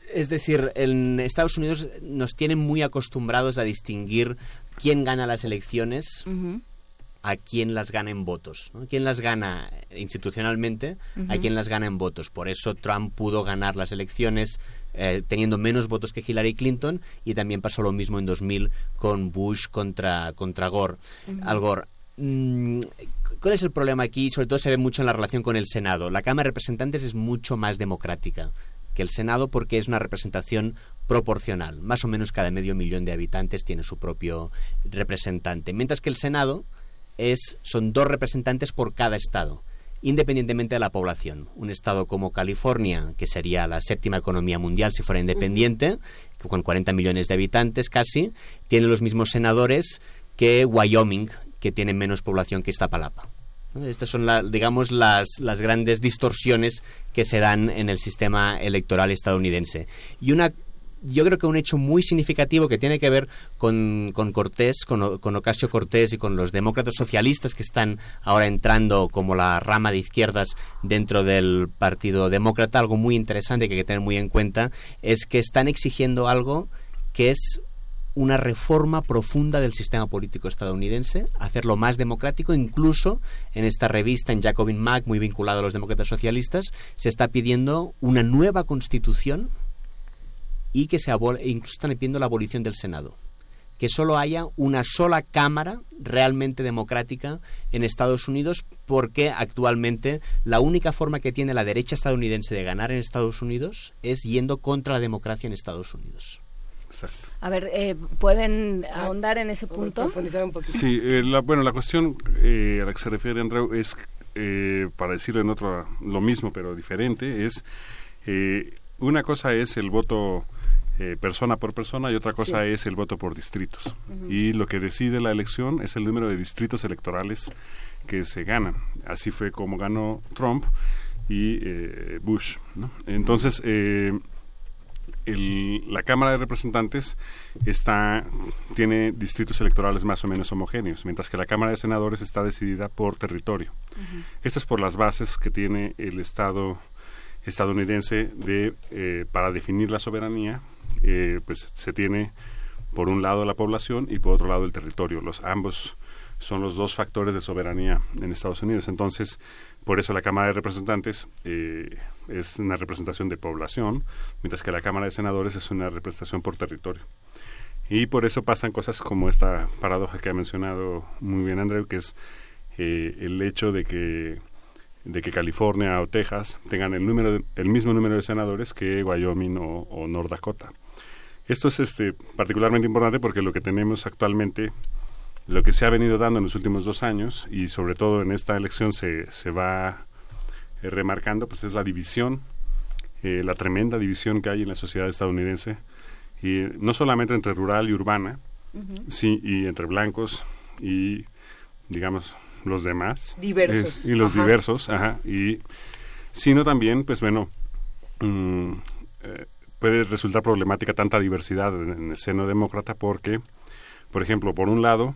Es decir, en Estados Unidos nos tienen muy acostumbrados a distinguir quién gana las elecciones uh-huh. a quién las gana en votos, ¿no? Quién las gana institucionalmente, uh-huh. a quién las gana en votos. Por eso Trump pudo ganar las elecciones eh, teniendo menos votos que Hillary Clinton, y también pasó lo mismo en dos mil con Bush contra, contra Gore, uh-huh. Al Gore. Mm, ¿Cuál es el problema aquí? Sobre todo se ve mucho en la relación con el Senado. La Cámara de Representantes es mucho más democrática que el Senado porque es una representación proporcional. Más o menos cada medio millón de habitantes tiene su propio representante. Mientras que el Senado es, son dos representantes por cada estado, independientemente de la población. Un estado como California, que sería la séptima economía mundial si fuera independiente, uh-huh. con cuarenta millones de habitantes casi, tiene los mismos senadores que Wyoming, que tiene menos población que Iztapalapa. Estas son, la, digamos, las, las grandes distorsiones que se dan en el sistema electoral estadounidense. Y una, yo creo que un hecho muy significativo que tiene que ver con, con Cortés, con, con Ocasio-Cortés y con los demócratas socialistas que están ahora entrando como la rama de izquierdas dentro del Partido Demócrata, algo muy interesante que hay que tener muy en cuenta, es que están exigiendo algo que es una reforma profunda del sistema político estadounidense, hacerlo más democrático. Incluso en esta revista, en Jacobin Mag, muy vinculado a los demócratas socialistas, se está pidiendo una nueva constitución y que se abol- incluso están pidiendo la abolición del Senado. Que solo haya una sola cámara realmente democrática en Estados Unidos, porque actualmente la única forma que tiene la derecha estadounidense de ganar en Estados Unidos es yendo contra la democracia en Estados Unidos. Exacto. A ver, eh, ¿pueden ahondar en ese punto? Profundizar un poquito. Sí, eh, la, bueno, la cuestión eh, a la que se refiere Andreu es, eh, para decirlo en otro, lo mismo pero diferente, es eh, una cosa es el voto eh, persona por persona y otra cosa sí. es el voto por distritos. Uh-huh. Y lo que decide la elección es el número de distritos electorales que se ganan. Así fue como ganó Trump y eh, Bush, ¿no? Entonces, eh, El, la Cámara de Representantes está tiene distritos electorales más o menos homogéneos, mientras que la Cámara de Senadores está decidida por territorio. Uh-huh. Esto es por las bases que tiene el Estado estadounidense de eh, para definir la soberanía. Eh, pues se tiene por un lado la población y por otro lado el territorio. Los ambos son los dos factores de soberanía en Estados Unidos. Entonces, por eso la Cámara de Representantes eh, es una representación de población, mientras que la Cámara de Senadores es una representación por territorio. Y por eso pasan cosas como esta paradoja que ha mencionado muy bien Andreu, que es eh, el hecho de que de que California o Texas tengan el número de, el mismo número de senadores que Wyoming o, o North Dakota. Esto es este particularmente importante porque lo que tenemos actualmente, lo que se ha venido dando en los últimos dos años y sobre todo en esta elección se, se va eh, remarcando, pues es la división, eh, la tremenda división que hay en la sociedad estadounidense, y no solamente entre rural y urbana, uh-huh. sí, y entre blancos y, digamos, los demás. Diversos. Es, y los ajá. diversos, ajá, y sino también, pues bueno, mm, eh, puede resultar problemática tanta diversidad en, en el seno demócrata porque, por ejemplo, por un lado,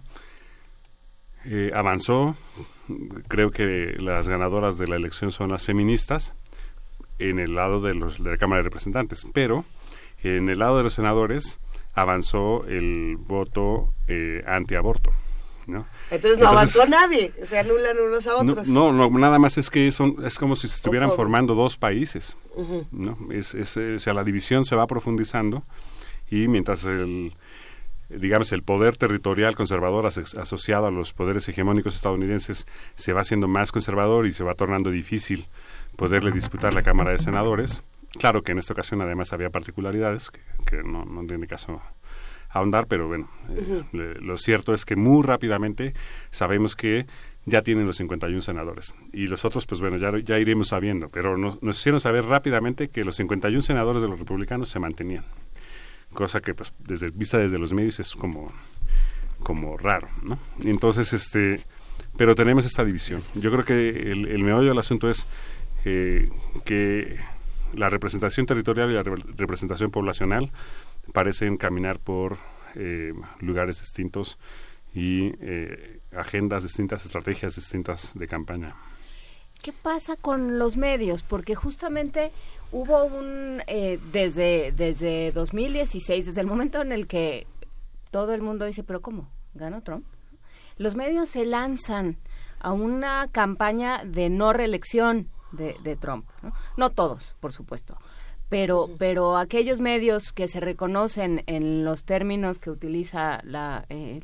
eh, avanzó, creo que las ganadoras de la elección son las feministas, en el lado de, los, de la Cámara de Representantes, pero en el lado de los senadores avanzó el voto eh, antiaborto, ¿no? Entonces no Entonces, avanzó nadie, se anulan unos a otros. No, no, no nada más es que son es como si se estuvieran Ojo. formando dos países, uh-huh. ¿no? Es, es, o sea, la división se va profundizando y mientras el digamos el poder territorial conservador as- asociado a los poderes hegemónicos estadounidenses se va haciendo más conservador y se va tornando difícil poderle disputar la Cámara de Senadores. Claro que en esta ocasión además había particularidades que, que no, no tiene caso ahondar, pero bueno, eh, uh-huh. le, lo cierto es que muy rápidamente sabemos que ya tienen los cincuenta y uno senadores. Y los otros, pues bueno, ya, ya iremos sabiendo, pero nos, nos hicieron saber rápidamente que los cincuenta y uno senadores de los republicanos se mantenían, cosa que pues desde vista desde los medios es como, como raro, ¿no? Y entonces, este, pero tenemos esta división. Yo creo que el, el meollo del asunto es eh, que la representación territorial y la re- representación poblacional parecen caminar por eh, lugares distintos y eh, agendas distintas, estrategias distintas de campaña. ¿qué pasa con los medios? Porque justamente hubo un, eh, desde, desde dos mil dieciséis, desde el momento en el que todo el mundo dice, ¿pero cómo? ¿Ganó Trump? Los medios se lanzan a una campaña de no reelección de, de Trump, ¿no? No todos, por supuesto, pero, pero aquellos medios que se reconocen en los términos que utiliza la... Eh,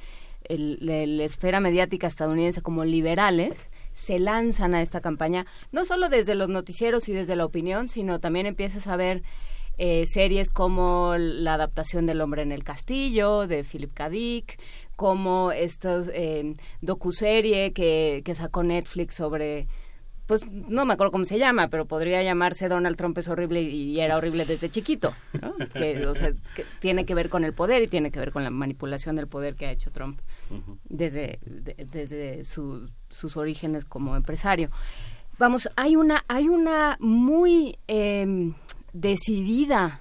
el, la, la esfera mediática estadounidense como liberales, se lanzan a esta campaña, no solo desde los noticieros y desde la opinión, sino también empiezas a ver eh, series como la adaptación del Hombre en el Castillo, de Philip K. Dick, como estos eh, docuserie que, que sacó Netflix sobre... pues no me acuerdo cómo se llama, pero podría llamarse Donald Trump es horrible y era horrible desde chiquito, ¿no? Que, o sea, que tiene que ver con el poder y tiene que ver con la manipulación del poder que ha hecho Trump uh-huh. desde, de, desde su, sus orígenes como empresario. Vamos, hay una, hay una muy eh, decidida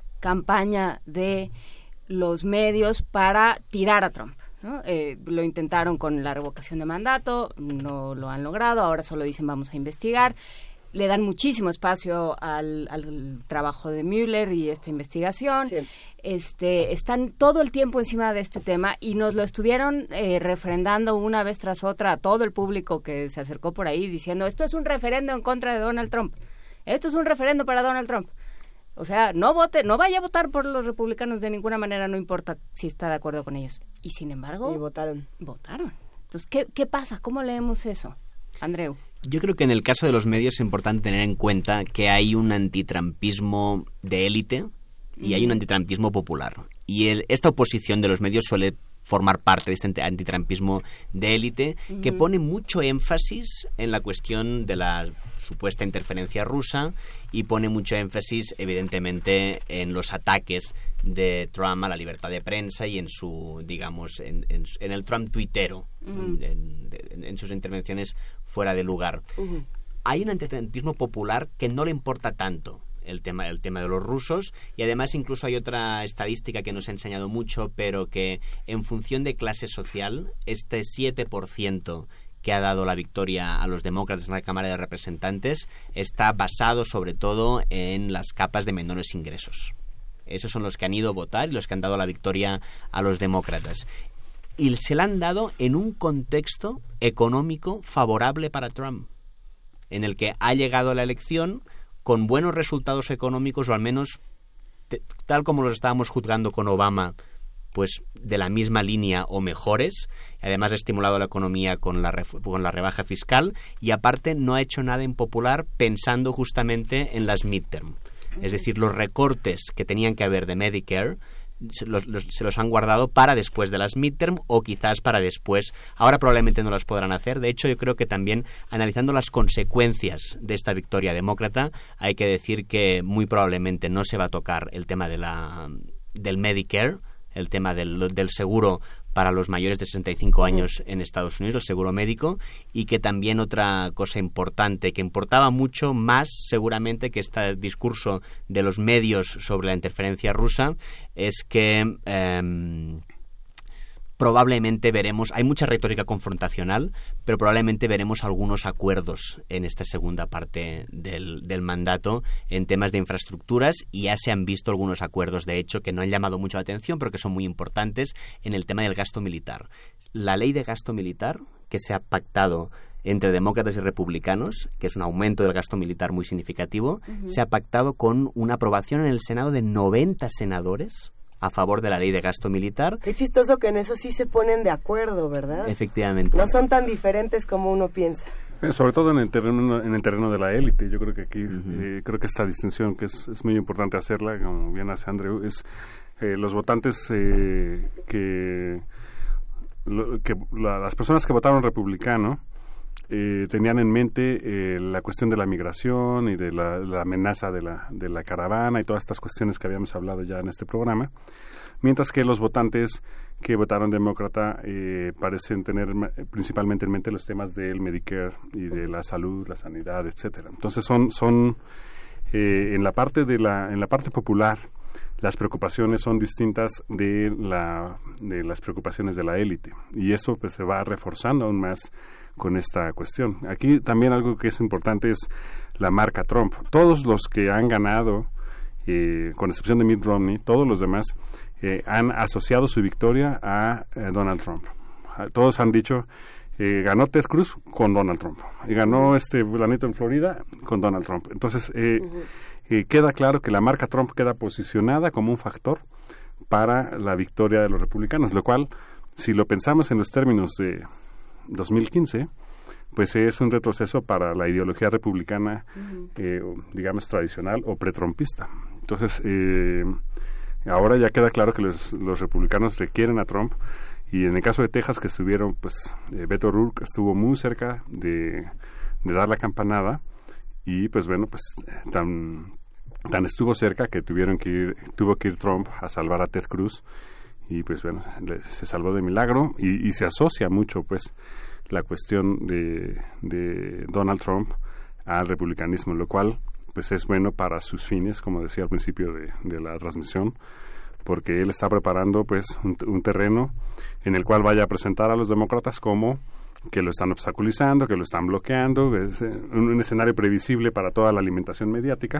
campaña de los medios para tirar a Trump, ¿no? Eh, lo intentaron con la revocación de mandato, no lo han logrado, ahora solo dicen vamos a investigar, le dan muchísimo espacio al, al trabajo de Mueller y esta investigación, sí. este, están todo el tiempo encima de este tema y nos lo estuvieron eh, refrendando una vez tras otra a todo el público que se acercó por ahí diciendo esto es un referendo en contra de Donald Trump, esto es un referendo para Donald Trump. O sea, no vote, no vaya a votar por los republicanos de ninguna manera, no importa si está de acuerdo con ellos. Y sin embargo... Y votaron. Votaron. Entonces, ¿qué, qué pasa? ¿Cómo leemos eso? Andreu. Yo creo que en el caso de los medios es importante tener en cuenta que hay un antitrampismo de élite y hay un antitrampismo popular. Y el, esta oposición de los medios suele formar parte de este antitrampismo de élite uh-huh. que pone mucho énfasis en la cuestión de la supuesta interferencia rusa y pone mucho énfasis evidentemente en los ataques de Trump a la libertad de prensa y en su, digamos, en, en, en el Trump tuitero, uh-huh. en, en, en sus intervenciones fuera de lugar. Uh-huh. Hay un antitrampismo popular que no le importa tanto el tema, el tema de los rusos y además incluso hay otra estadística que nos ha enseñado mucho, pero que en función de clase social, este siete por ciento que ha dado la victoria a los demócratas en la Cámara de Representantes está basado sobre todo en las capas de menores ingresos. Esos son los que han ido a votar y los que han dado la victoria a los demócratas. Y se la han dado en un contexto económico favorable para Trump, en el que ha llegado a la elección con buenos resultados económicos, o al menos te, tal como los estábamos juzgando con Obama, pues de la misma línea o mejores. Además ha estimulado la economía con la, ref- con la rebaja fiscal y aparte no ha hecho nada impopular pensando justamente en las midterm. Es decir, los recortes que tenían que haber de Medicare se los, los, se los han guardado para después de las midterm o quizás para después. Ahora probablemente no las podrán hacer. De hecho, yo creo que también analizando las consecuencias de esta victoria demócrata, hay que decir que muy probablemente no se va a tocar el tema de la, del Medicare, el tema del, del seguro para los mayores de sesenta y cinco años en Estados Unidos, el seguro médico, y que también otra cosa importante, que importaba mucho más seguramente que este discurso de los medios sobre la interferencia rusa, es que eh, probablemente veremos, hay mucha retórica confrontacional, pero probablemente veremos algunos acuerdos en esta segunda parte del, del mandato en temas de infraestructuras y ya se han visto algunos acuerdos, de hecho, que no han llamado mucho la atención, pero que son muy importantes en el tema del gasto militar. La ley de gasto militar que se ha pactado entre demócratas y republicanos, que es un aumento del gasto militar muy significativo, uh-huh. se ha pactado con una aprobación en el Senado de noventa senadores a favor de la ley de gasto militar. Qué chistoso que en eso sí se ponen de acuerdo, ¿verdad? Efectivamente. No son tan diferentes como uno piensa. Eh, sobre todo en el terreno en el terreno de la élite. Yo creo que aquí uh-huh. eh, creo que esta distinción que es, es muy importante hacerla, como bien hace Andreu, es eh, los votantes eh, que, lo, que la, las personas que votaron republicano Eh, tenían en mente eh, la cuestión de la migración y de la, la amenaza de la, de la caravana y todas estas cuestiones que habíamos hablado ya en este programa, mientras que los votantes que votaron demócrata eh, parecen tener principalmente en mente los temas del Medicare y de la salud, la sanidad, etcétera. Entonces son son eh, en la parte de la en la parte popular las preocupaciones son distintas de, la, de las preocupaciones de la élite. Y eso pues se va reforzando aún más con esta cuestión. Aquí también algo que es importante es la marca Trump. Todos los que han ganado, eh, con excepción de Mitt Romney, todos los demás eh, han asociado su victoria a eh, Donald Trump. Todos han dicho, eh, ganó Ted Cruz con Donald Trump, y ganó este fulanito en Florida con Donald Trump. Entonces, eh, uh-huh. eh, queda claro que la marca Trump queda posicionada como un factor para la victoria de los republicanos, lo cual, si lo pensamos en los términos de dos mil quince, pues es un retroceso para la ideología republicana, uh-huh. eh, digamos, tradicional o pretrumpista. Entonces, eh, ahora ya queda claro que los, los republicanos requieren a Trump. Y en el caso de Texas, que estuvieron, pues, eh, Beto O'Rourke estuvo muy cerca de, de dar la campanada, y pues bueno, pues tan, tan estuvo cerca que tuvieron que ir, tuvo que ir Trump a salvar a Ted Cruz, y pues bueno, le, se salvó de milagro, y, y se asocia mucho, pues, la cuestión de, de Donald Trump al republicanismo, lo cual, pues, es bueno para sus fines, como decía al principio de, de la transmisión, porque él está preparando, pues, un, un terreno en el cual vaya a presentar a los demócratas como que lo están obstaculizando, que lo están bloqueando, es un, un escenario previsible para toda la alimentación mediática,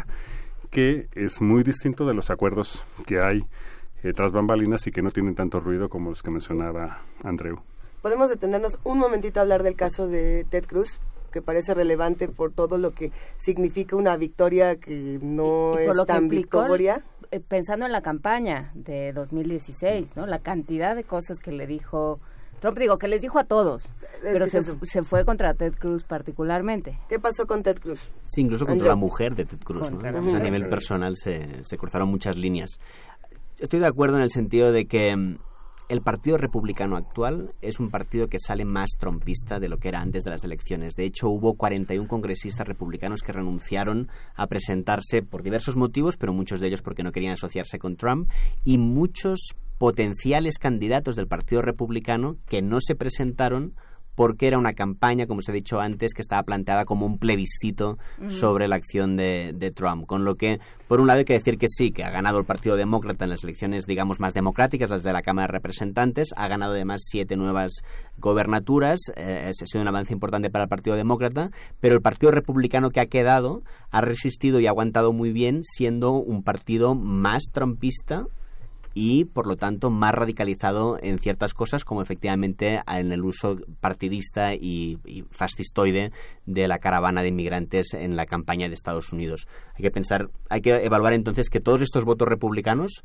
que es muy distinto de los acuerdos que hay eh, tras bambalinas y que no tienen tanto ruido como los que mencionaba Andreu. ¿Podemos detenernos un momentito a hablar del caso de Ted Cruz, que parece relevante por todo lo que significa una victoria que no es tan victoria? Pensando en la campaña de dos mil dieciséis, ¿no? La cantidad de cosas que le dijo Trump, digo, que les dijo a todos, es pero se, se fue contra Ted Cruz particularmente. ¿Qué pasó con Ted Cruz? Sí, incluso contra Andreu. La mujer de Ted Cruz, ¿no? O sea, a nivel personal se, se cruzaron muchas líneas. Estoy de acuerdo en el sentido de que el Partido Republicano actual es un partido que sale más trumpista de lo que era antes de las elecciones. De hecho, hubo cuarenta y uno congresistas republicanos que renunciaron a presentarse por diversos motivos, pero muchos de ellos porque no querían asociarse con Trump, y muchos potenciales candidatos del Partido Republicano que no se presentaron porque era una campaña, como os he dicho antes, que estaba planteada como un plebiscito uh-huh. sobre la acción de, de Trump. Con lo que, por un lado, hay que decir que sí, que ha ganado el Partido Demócrata en las elecciones, digamos, más democráticas, las de la Cámara de Representantes, ha ganado además siete nuevas gobernaturas, eh, ha sido un avance importante para el Partido Demócrata, pero el Partido Republicano que ha quedado ha resistido y ha aguantado muy bien, siendo un partido más trumpista y, por lo tanto, más radicalizado en ciertas cosas, como efectivamente en el uso partidista y, y fascistoide de la caravana de inmigrantes en la campaña de Estados Unidos. Hay que pensar, hay que evaluar entonces que todos estos votos republicanos,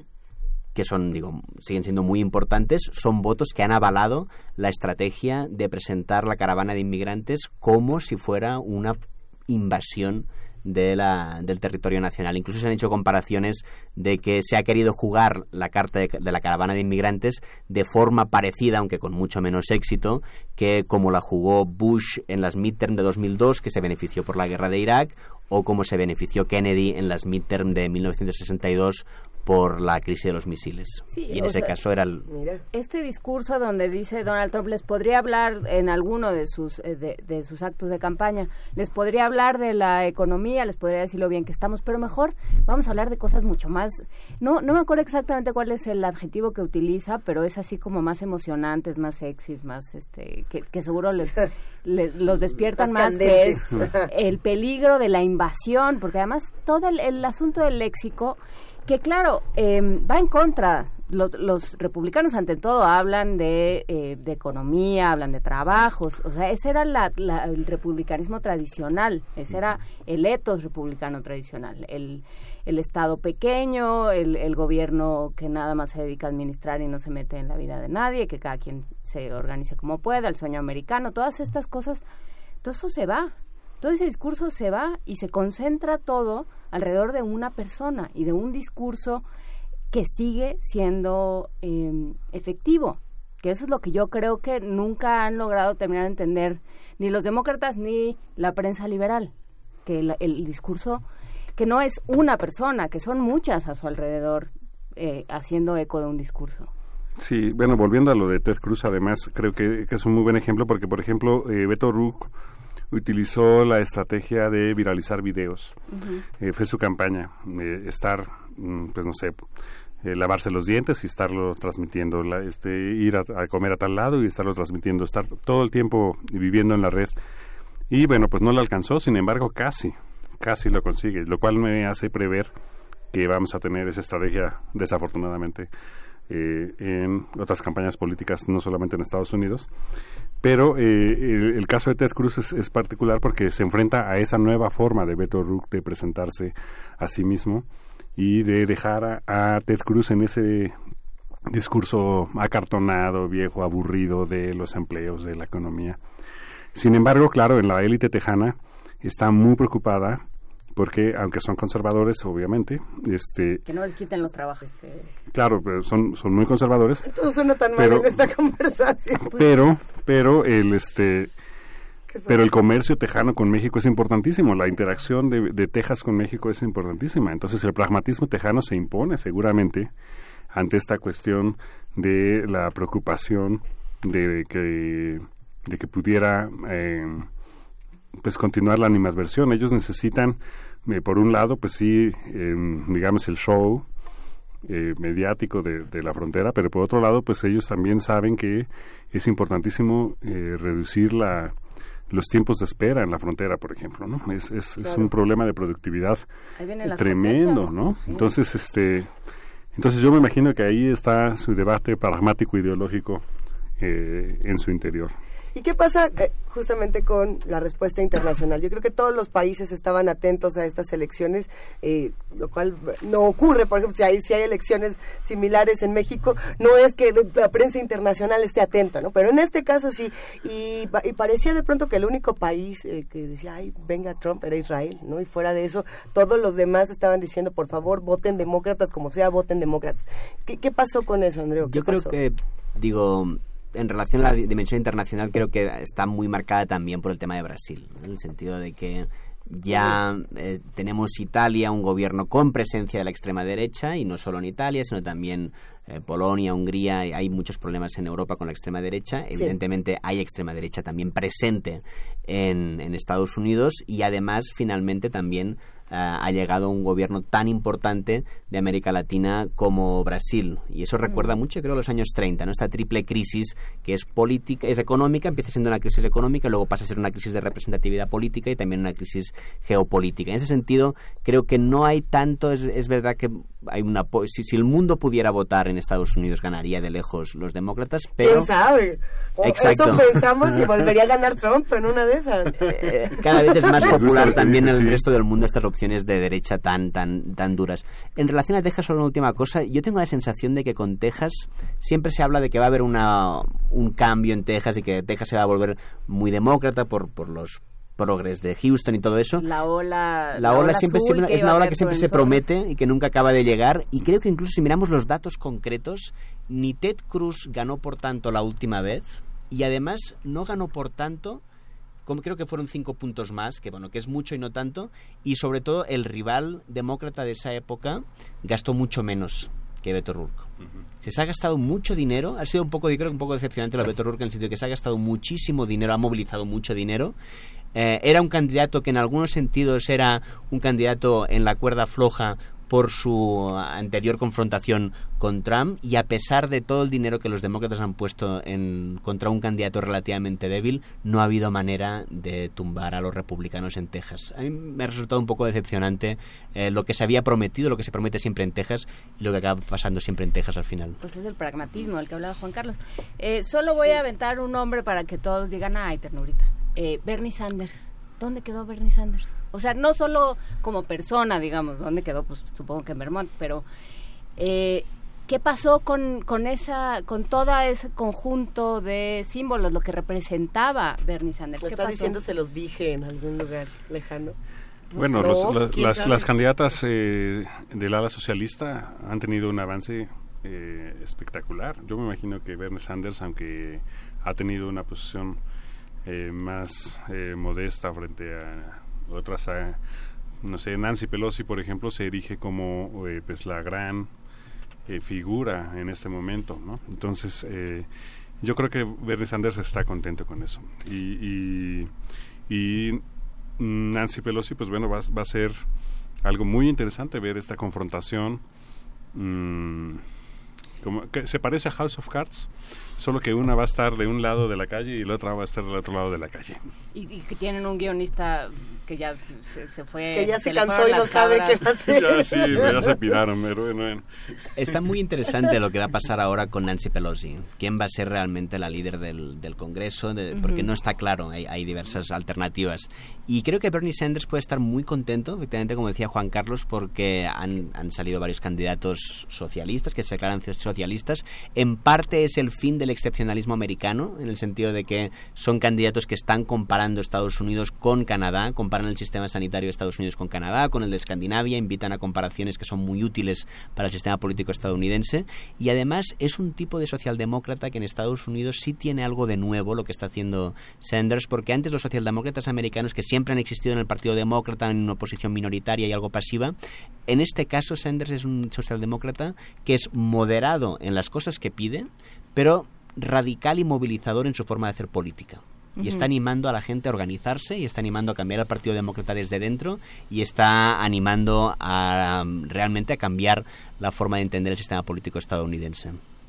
que son, digo, siguen siendo muy importantes, son votos que han avalado la estrategia de presentar la caravana de inmigrantes como si fuera una invasión de la, del territorio nacional. Incluso se han hecho comparaciones de que se ha querido jugar la carta de, de la caravana de inmigrantes de forma parecida, aunque con mucho menos éxito, que como la jugó Bush en las midterm de dos mil dos, que se benefició por la guerra de Irak, o como se benefició Kennedy en las midterm de mil novecientos sesenta y dos por la crisis de los misiles. Sí, y en ese sea, caso era el... Este discurso donde dice Donald Trump, les podría hablar en alguno de sus de, de sus actos de campaña, les podría hablar de la economía, les podría decir lo bien que estamos, pero mejor vamos a hablar de cosas mucho más... No no me acuerdo exactamente cuál es el adjetivo que utiliza, pero es así como más emocionantes, más sexys, más este que, que seguro les, les los despiertan más, que es el peligro de la invasión, porque además todo el, el asunto del léxico, que claro, eh, va en contra. Los, los republicanos ante todo hablan de, eh, de economía, hablan de trabajos, o sea, ese era la, la, el republicanismo tradicional, ese era el ethos republicano tradicional, el, el Estado pequeño, el, el gobierno que nada más se dedica a administrar y no se mete en la vida de nadie, que cada quien se organice como pueda, el sueño americano, todas estas cosas, todo eso se va. Todo ese discurso se va y se concentra todo alrededor de una persona y de un discurso que sigue siendo eh, efectivo, que eso es lo que yo creo que nunca han logrado terminar de entender ni los demócratas ni la prensa liberal, que el, el discurso, que no es una persona, que son muchas a su alrededor eh, haciendo eco de un discurso. Sí, bueno, volviendo a lo de Ted Cruz, además creo que, que es un muy buen ejemplo porque, por ejemplo, eh, Beto O'Rourke utilizó la estrategia de viralizar videos. Uh-huh. Eh, fue su campaña, eh, estar pues no sé, eh, lavarse los dientes y estarlo transmitiendo, la, este, ir a, a comer a tal lado y estarlo transmitiendo, estar todo el tiempo viviendo en la red. Y bueno, pues no lo alcanzó, sin embargo, casi, casi lo consigue, lo cual me hace prever que vamos a tener esa estrategia, desafortunadamente, eh, en otras campañas políticas, no solamente en Estados Unidos. Pero eh, el, el caso de Ted Cruz es, es particular porque se enfrenta a esa nueva forma de Beto O'Rourke de presentarse a sí mismo y de dejar a, a Ted Cruz en ese discurso acartonado, viejo, aburrido de los empleos, de la economía. Sin embargo, claro, en la élite tejana está muy preocupada porque, aunque son conservadores, obviamente, este... Que no les quiten los trabajos. Que... Claro, pero son, son muy conservadores. Todo suena tan pero, mal en esta conversación. Pero, pero el, este... Pero el comercio tejano con México es importantísimo, la interacción de, de Texas con México es importantísima. Entonces, el pragmatismo tejano se impone seguramente ante esta cuestión de la preocupación de que, de que pudiera... Eh, pues continuar la animadversión. Ellos necesitan, eh, por un lado, pues sí, eh, digamos, el show eh, mediático de, de la frontera, pero por otro lado, pues ellos también saben que es importantísimo eh, reducir la, los tiempos de espera en la frontera, por ejemplo, ¿no? Es, es, claro. es un problema de productividad tremendo, ¿no? Sí. Entonces, este, entonces yo me imagino que ahí está su debate pragmático ideológico eh, en su interior. ¿Y qué pasa eh, justamente con la respuesta internacional? Yo creo que todos los países estaban atentos a estas elecciones, eh, lo cual no ocurre. Por ejemplo, si hay, si hay elecciones similares en México, no es que la prensa internacional esté atenta, ¿no? Pero en este caso sí, y, y parecía de pronto que el único país eh, que decía, ay, venga Trump, era Israel, ¿no? Y fuera de eso, todos los demás estaban diciendo, por favor, voten demócratas, como sea, voten demócratas. ¿Qué, qué pasó con eso, Andreu? Yo creo pasó? que, digo... En relación a la dimensión internacional, creo que está muy marcada también por el tema de Brasil, ¿no? En el sentido de que ya eh, tenemos Italia, un gobierno con presencia de la extrema derecha, y no solo en Italia, sino también eh, Polonia, Hungría. Hay muchos problemas en Europa con la extrema derecha. Sí. Evidentemente hay extrema derecha también presente en, en Estados Unidos, y además, finalmente, también ha llegado un gobierno tan importante de América Latina como Brasil, y eso recuerda mucho, creo, a los años treinta, ¿no? Esta triple crisis que es política, es económica, empieza siendo una crisis económica, luego pasa a ser una crisis de representatividad política y también una crisis geopolítica. En ese sentido, creo que no hay tanto, es, es verdad que hay una si, si el mundo pudiera votar en Estados Unidos, ganaría de lejos los demócratas, pero... ¿Quién sabe? O Exacto. Eso pensamos, y volvería a ganar Trump en una de esas. Eh, cada vez es más popular también en el resto del mundo estas opciones de derecha tan tan tan duras. En relación a Texas, solo una última cosa, yo tengo la sensación de que con Texas siempre se habla de que va a haber una un cambio en Texas y que Texas se va a volver muy demócrata por por los progres de Houston y todo eso. La ola, la la ola, ola siempre, siempre es una ola que siempre se sol. promete y que nunca acaba de llegar, y creo que incluso si miramos los datos concretos, ni Ted Cruz ganó por tanto la última vez, y además no ganó por tanto, como creo que fueron cinco puntos más, que bueno, que es mucho y no tanto, y sobre todo el rival demócrata de esa época gastó mucho menos que Beto O'Rourke. Uh-huh. Se ha gastado mucho dinero, ha sido un poco, yo creo, un poco decepcionante lo de Beto O'Rourke en el sentido que se ha gastado muchísimo dinero, ha movilizado mucho dinero. Eh, era un candidato que en algunos sentidos era un candidato en la cuerda floja por su anterior confrontación con Trump, y a pesar de todo el dinero que los demócratas han puesto en contra un candidato relativamente débil, no ha habido manera de tumbar a los republicanos en Texas. A mí me ha resultado un poco decepcionante eh, lo que se había prometido, lo que se promete siempre en Texas, y lo que acaba pasando siempre en Texas al final. Pues es el pragmatismo del que hablaba Juan Carlos. Eh, solo voy sí. a aventar un nombre para que todos digan, ay, ternurita. Eh, Bernie Sanders. ¿Dónde quedó Bernie Sanders? O sea, no solo como persona, digamos, ¿dónde quedó? Pues supongo que en Vermont, pero eh, ¿qué pasó con, con esa, con todo ese conjunto de símbolos, lo que representaba Bernie Sanders? ¿Me ¿Qué está pasó? diciendo se los dije en algún lugar lejano? Bueno, no, los, las, las, sabe? las candidatas eh, del ala socialista han tenido un avance eh, espectacular. Yo me imagino que Bernie Sanders, aunque ha tenido una posición eh, más eh, modesta frente a otras, a, no sé, Nancy Pelosi, por ejemplo, se erige como eh, pues la gran eh, figura en este momento, ¿no? Entonces, eh, yo creo que Bernie Sanders está contento con eso. Y, y, y Nancy Pelosi, pues bueno, va, va a ser algo muy interesante ver esta confrontación. Mmm, como que se parece a House of Cards, solo que una va a estar de un lado de la calle y la otra va a estar del otro lado de la calle. Y, y que tienen un guionista que ya se, se fue... Que ya se, se cansó y no sabe qué hacer. Ya, sí, ya se piraron, pero bueno. Está muy interesante lo que va a pasar ahora con Nancy Pelosi. ¿Quién va a ser realmente la líder del, del Congreso? De, porque uh-huh. no está claro, hay, hay diversas alternativas. Y creo que Bernie Sanders puede estar muy contento, efectivamente, como decía Juan Carlos, porque han, han salido varios candidatos socialistas que se declaran socialistas. En parte es el fin del excepcionalismo americano, en el sentido de que son candidatos que están comparando Estados Unidos con Canadá, comparan el sistema sanitario de Estados Unidos con Canadá, con el de Escandinavia, invitan a comparaciones que son muy útiles para el sistema político estadounidense, y además es un tipo de socialdemócrata que en Estados Unidos sí tiene algo de nuevo lo que está haciendo Sanders, porque antes los socialdemócratas americanos, que siempre han existido en el Partido Demócrata en una posición minoritaria y algo pasiva, en este caso Sanders es un socialdemócrata que es moderado en las cosas que pide, pero radical y movilizador en su forma de hacer política. Y está animando a la gente a organizarse, y está animando a cambiar al Partido Demócrata desde dentro, y está animando a um, realmente a cambiar la forma de entender el sistema político estadounidense.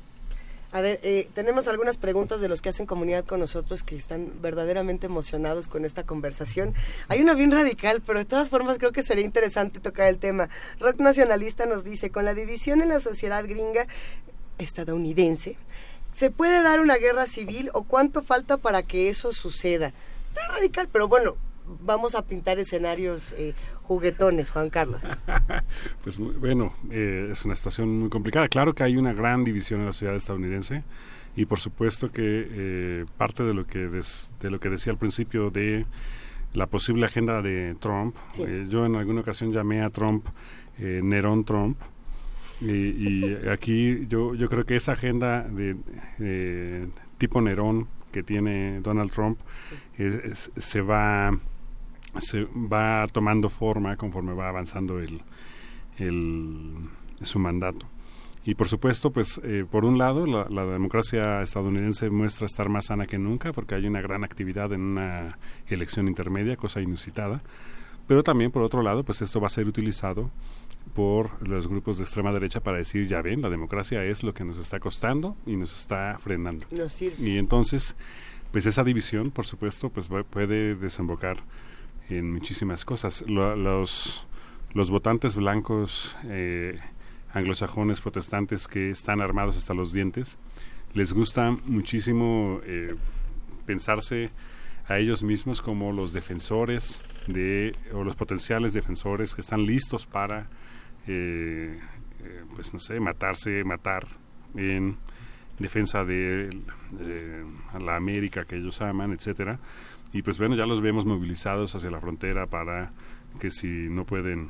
A ver, eh, tenemos algunas preguntas de los que hacen comunidad con nosotros que están verdaderamente emocionados con esta conversación. Hay una bien radical, pero de todas formas creo que sería interesante tocar el tema. Rock Nacionalista nos dice, con la división en la sociedad gringa estadounidense, ¿se puede dar una guerra civil o cuánto falta para que eso suceda? Está radical, pero bueno, vamos a pintar escenarios eh, juguetones, Juan Carlos. Pues bueno, eh, es una situación muy complicada. Claro que hay una gran división en la sociedad estadounidense, y por supuesto que eh, parte de lo que des, de lo que decía al principio de la posible agenda de Trump, sí. eh, yo en alguna ocasión llamé a Trump eh, Nerón Trump. Y, y aquí yo yo creo que esa agenda de eh, tipo Nerón que tiene Donald Trump eh, es, se va se va tomando forma conforme va avanzando el, el su mandato. Y por supuesto, pues eh, por un lado la, la democracia estadounidense muestra estar más sana que nunca, porque hay una gran actividad en una elección intermedia, cosa inusitada. Pero también, por otro lado, pues esto va a ser utilizado por los grupos de extrema derecha para decir, ya ven, la democracia es lo que nos está costando y nos está frenando. No sirve. Y entonces, pues esa división, por supuesto, pues puede desembocar en muchísimas cosas. Lo, los, los votantes blancos eh, anglosajones protestantes que están armados hasta los dientes, les gusta muchísimo eh, pensarse a ellos mismos como los defensores de o los potenciales defensores que están listos para eh, eh, pues no sé, matarse, matar en defensa de, de la América que ellos aman, etcétera. Y pues bueno, ya los vemos movilizados hacia la frontera para que si no pueden,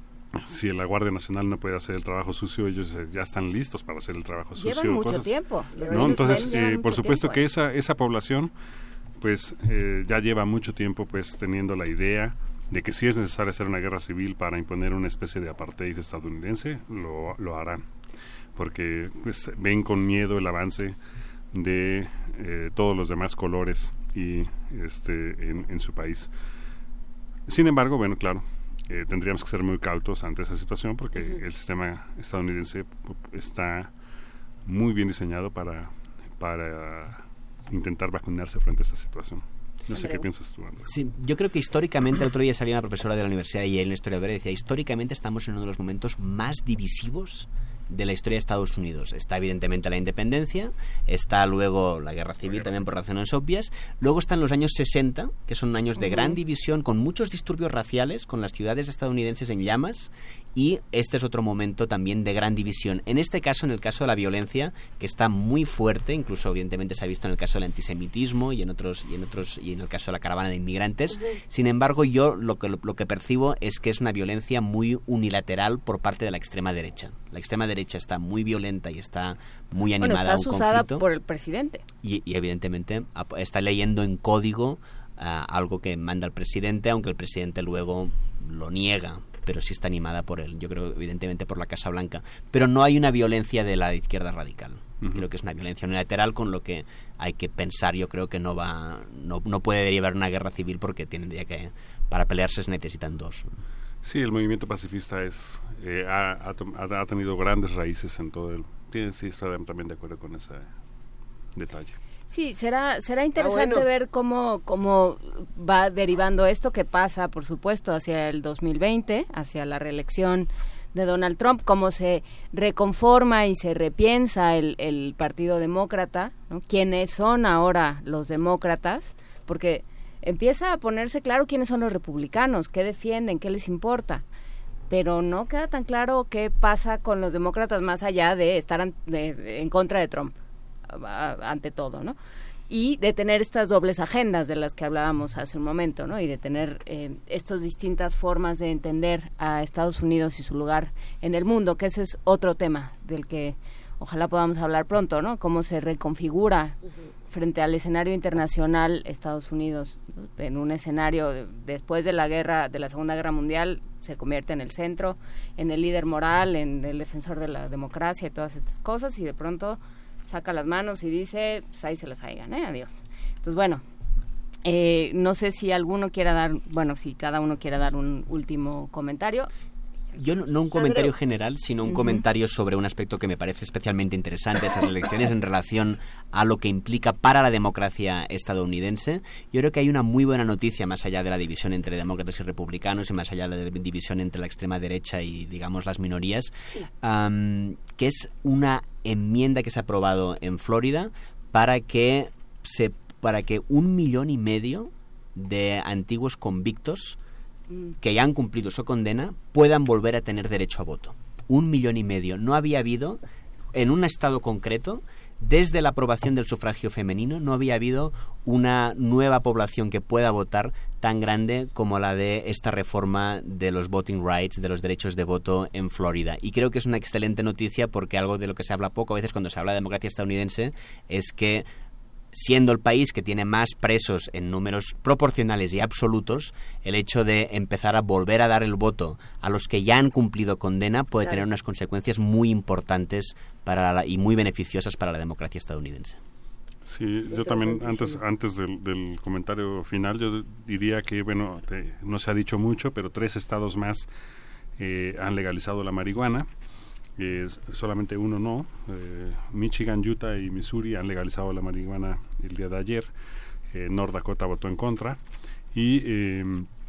si la Guardia Nacional no puede hacer el trabajo sucio, ellos ya están listos para hacer el trabajo llevan sucio. Mucho cosas. tiempo. ¿No? Entonces, eh, por supuesto tiempo, que eh. esa esa población pues eh, ya lleva mucho tiempo pues teniendo la idea de que si es necesario hacer una guerra civil para imponer una especie de apartheid estadounidense, lo, lo harán, porque pues ven con miedo el avance de eh, todos los demás colores y este en, en su país. Sin embargo, bueno, claro, eh, tendríamos que ser muy cautos ante esa situación, porque uh-huh. el sistema estadounidense está muy bien diseñado para para intentar vacunarse frente a esta situación. No sé qué piensas tú, Andrés. Sí, yo creo que históricamente, el otro día salía una profesora de la Universidad de Yale, una historiadora, y decía, históricamente estamos en uno de los momentos más divisivos de la historia de Estados Unidos. Está evidentemente la independencia, está luego la guerra civil también por razones obvias, luego están los años sesenta, que son años de uh-huh. gran división, con muchos disturbios raciales, con las ciudades estadounidenses en llamas, y este es otro momento también de gran división. En este caso, en el caso de la violencia, que está muy fuerte, incluso evidentemente se ha visto en el caso del antisemitismo y en otros y en otros y en el caso de la caravana de inmigrantes. Uh-huh. Sin embargo, yo lo que lo, lo que percibo es que es una violencia muy unilateral por parte de la extrema derecha. La extrema derecha está muy violenta y está muy animada bueno, está a un asusada conflicto. Por el presidente. Y, y evidentemente está leyendo en código uh, algo que manda el presidente, aunque el presidente luego lo niega, pero sí está animada por él, yo creo evidentemente por la Casa Blanca. Pero no hay una violencia de la izquierda radical. Uh-huh. Creo que es una violencia unilateral, con lo que hay que pensar, yo creo que no va no, no puede derivar una guerra civil, porque tendría que, para pelearse se necesitan dos. Sí, el movimiento pacifista es eh, ha, ha, ha tenido grandes raíces en todo el... Sí, sí, estoy también de acuerdo con ese detalle. Sí, será será interesante ah, bueno. ver cómo cómo va derivando esto, que pasa, por supuesto, hacia el dos mil veinte, hacia la reelección de Donald Trump, cómo se reconforma y se repiensa el, el Partido Demócrata, ¿no? ¿Quiénes son ahora los demócratas? Porque empieza a ponerse claro quiénes son los republicanos, qué defienden, qué les importa, pero no queda tan claro qué pasa con los demócratas más allá de estar an, de, de, en contra de Trump, a, ante todo, ¿no? Y de tener estas dobles agendas de las que hablábamos hace un momento, ¿no? Y de tener eh, estas distintas formas de entender a Estados Unidos y su lugar en el mundo, que ese es otro tema del que ojalá podamos hablar pronto, ¿no? Cómo se reconfigura uh-huh. frente al escenario internacional Estados Unidos, ¿no? En un escenario de, después de la guerra, de la Segunda Guerra Mundial, se convierte en el centro, en el líder moral, en el defensor de la democracia y todas estas cosas, y de pronto saca las manos y dice, pues ahí se las hagan, ¿eh? Adiós. Entonces, bueno, eh, no sé si alguno quiera dar, bueno, si cada uno quiera dar un último comentario. Yo no, no un comentario general, sino un uh-huh. comentario sobre un aspecto que me parece especialmente interesante, esas elecciones en relación a lo que implica para la democracia estadounidense. Yo creo que hay una muy buena noticia, más allá de la división entre demócratas y republicanos y más allá de la división entre la extrema derecha y, digamos, las minorías, sí. um, que es una enmienda que se ha aprobado en Florida para que se para que un millón y medio de antiguos convictos que ya han cumplido su condena puedan volver a tener derecho a voto. Un millón y medio. No había habido, en un estado concreto, desde la aprobación del sufragio femenino, no había habido una nueva población que pueda votar tan grande como la de esta reforma de los voting rights, de los derechos de voto en Florida. Y creo que es una excelente noticia porque algo de lo que se habla poco a veces cuando se habla de democracia estadounidense es que, siendo el país que tiene más presos en números proporcionales y absolutos, el hecho de empezar a volver a dar el voto a los que ya han cumplido condena puede claro. tener unas consecuencias muy importantes para la, y muy beneficiosas para la democracia estadounidense. Sí, yo también, antes antes del, del comentario final, yo diría que, bueno, te, no se ha dicho mucho, pero tres estados más eh, han legalizado la marihuana. Eh, solamente uno no. eh, Michigan, Utah y Missouri han legalizado la marihuana el día de ayer. eh, North Dakota votó en contra y eh,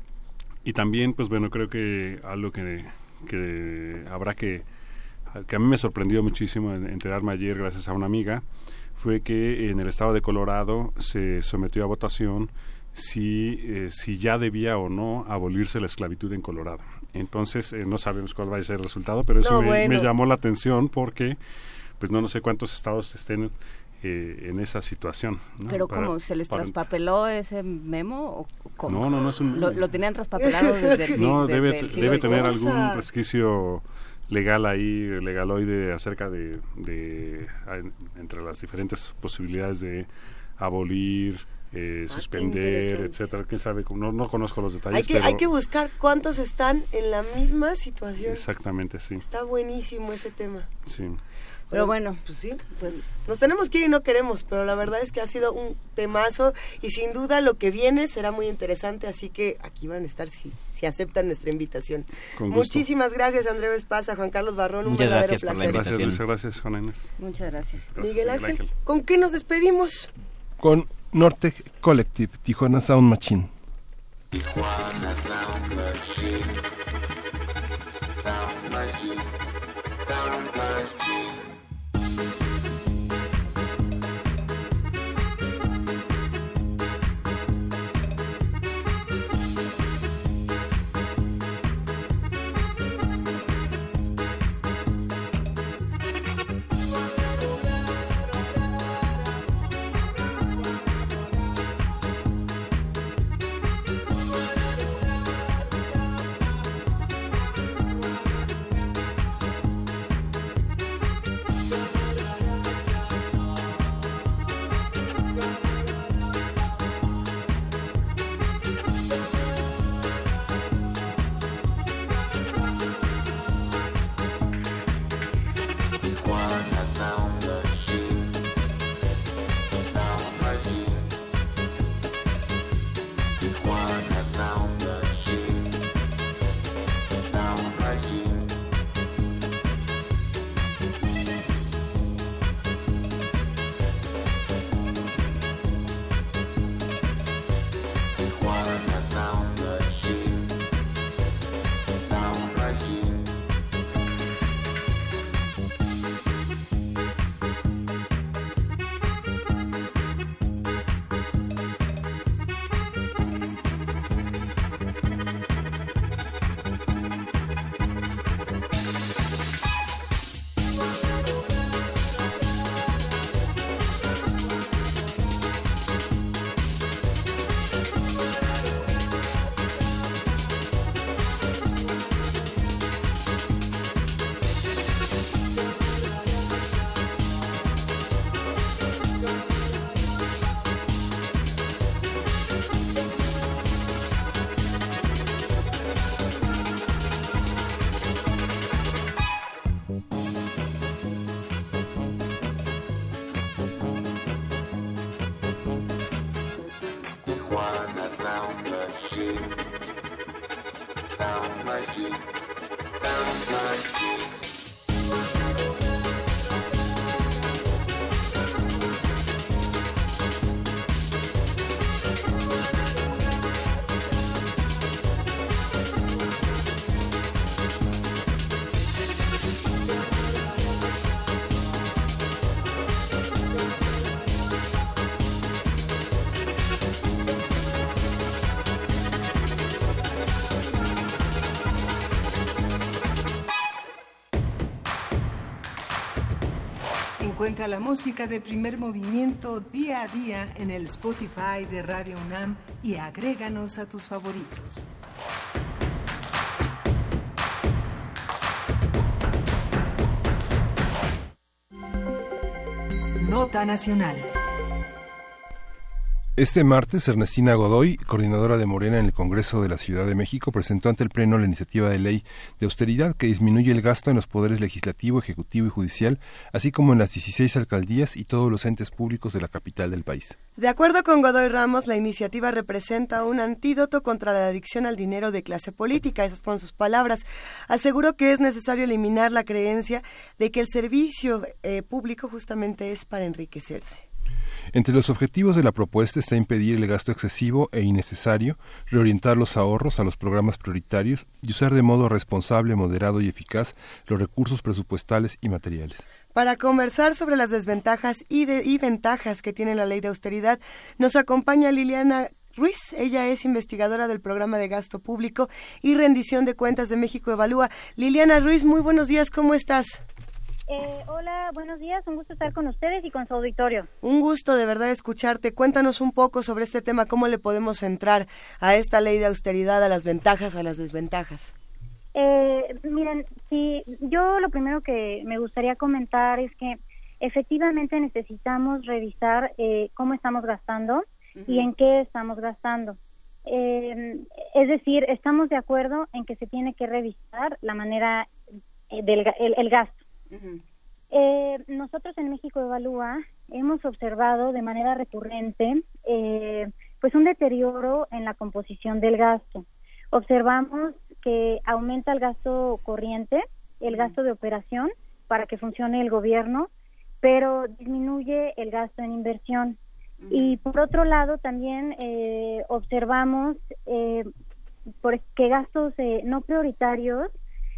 y también, pues bueno, creo que algo que, que habrá que que a mí me sorprendió muchísimo enterarme ayer gracias a una amiga fue que en el estado de Colorado se sometió a votación si eh, si ya debía o no abolirse la esclavitud en Colorado. Entonces, eh, no sabemos cuál va a ser el resultado, pero eso no, me, bueno. me llamó la atención porque, pues no, no sé cuántos estados estén eh, en esa situación, ¿no? Pero para, ¿cómo? ¿Se les para... traspapeló ese memo? ¿O cómo? No, no, no es un... ¿Lo, lo tenían traspapelado desde el No, desde debe, el debe tener algún resquicio legal ahí, legaloide acerca de, de entre las diferentes posibilidades de abolir, Eh, ah, suspender, etcétera, quién sabe, no, no conozco los detalles. Hay que, pero hay que buscar cuántos están en la misma situación. Exactamente, sí. Está buenísimo ese tema. Sí. Pero bueno, pues sí, pues nos tenemos que ir y no queremos, pero la verdad es que ha sido un temazo y sin duda lo que viene será muy interesante, así que aquí van a estar si, si aceptan nuestra invitación. Con Muchísimas gusto. Gracias, Andrés Esparza, Juan Carlos Barrón, un muchas verdadero gracias placer. Gracias, Luisa, gracias, Juana Inés. Muchas gracias. gracias Miguel Ángel, Ángel, ¿con qué nos despedimos? Con Nortec Collective, Tijuana Sound Machine. Tijuana Sound Machine. Sound Machine. Sound Machine. Encuentra la música de Primer Movimiento día a día en el Spotify de Radio UNAM y agréganos a tus favoritos. Nota Nacional. Este martes, Ernestina Godoy, coordinadora de Morena en el Congreso de la Ciudad de México, presentó ante el Pleno la iniciativa de ley de austeridad que disminuye el gasto en los poderes legislativo, ejecutivo y judicial, así como en las dieciséis alcaldías y todos los entes públicos de la capital del país. De acuerdo con Godoy Ramos, la iniciativa representa un antídoto contra la adicción al dinero de clase política. Esas fueron sus palabras. Aseguró que es necesario eliminar la creencia de que el servicio eh, público justamente es para enriquecerse. Entre los objetivos de la propuesta está impedir el gasto excesivo e innecesario, reorientar los ahorros a los programas prioritarios y usar de modo responsable, moderado y eficaz los recursos presupuestales y materiales. Para conversar sobre las desventajas y, de, y ventajas que tiene la ley de austeridad, nos acompaña Liliana Ruiz. Ella es investigadora del Programa de Gasto Público y Rendición de Cuentas de México Evalúa. Liliana Ruiz, muy buenos días, ¿cómo estás? Eh, hola, buenos días, un gusto estar con ustedes y con su auditorio. Un gusto de verdad escucharte. Cuéntanos un poco sobre este tema, cómo le podemos entrar a esta ley de austeridad, a las ventajas, a las desventajas. Eh, miren, sí, yo lo primero que me gustaría comentar es que efectivamente necesitamos revisar eh, cómo estamos gastando uh-huh. y en qué estamos gastando. Eh, es decir, estamos de acuerdo en que se tiene que revisar la manera eh, del el, el gasto. Uh-huh. Eh, nosotros en México Evalúa hemos observado de manera recurrente eh, pues un deterioro en la composición del gasto. Observamos que aumenta el gasto corriente, el gasto de operación para que funcione el gobierno, pero disminuye el gasto en inversión. Uh-huh. Y por otro lado también eh, observamos eh, por que gastos eh, no prioritarios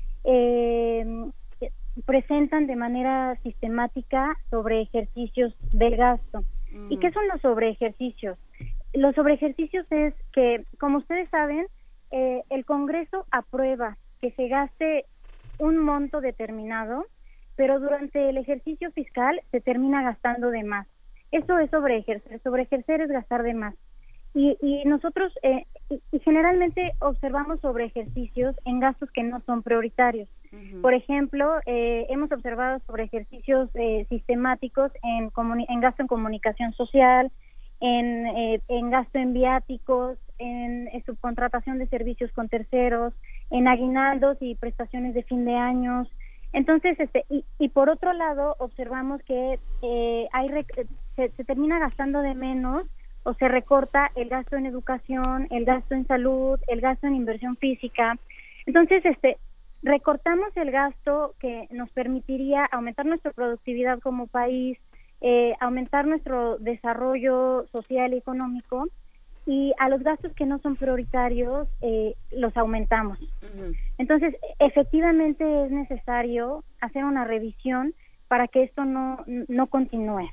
eh, presentan de manera sistemática sobre ejercicios del gasto. Mm. ¿Y qué son los sobre ejercicios? Los sobre ejercicios es que, como ustedes saben, eh, el Congreso aprueba que se gaste un monto determinado, pero durante el ejercicio fiscal se termina gastando de más. Eso es sobre ejercer. Sobre ejercer es gastar de más. Y, y nosotros eh, y, y generalmente observamos sobre ejercicios en gastos que no son prioritarios. Uh-huh. Por ejemplo, eh, hemos observado sobre ejercicios eh, sistemáticos en, comuni- en gasto en comunicación social, en, eh, en gasto en viáticos, en, en subcontratación de servicios con terceros, en aguinaldos y prestaciones de fin de años. Entonces, este y, y por otro lado, observamos que eh, hay rec- se, se termina gastando de menos o se recorta el gasto en educación, el gasto en salud, el gasto en inversión física. Entonces, este, recortamos el gasto que nos permitiría aumentar nuestra productividad como país, eh, aumentar nuestro desarrollo social y económico, y a los gastos que no son prioritarios eh, los aumentamos. Uh-huh. Entonces, efectivamente es necesario hacer una revisión para que esto no, no continúe.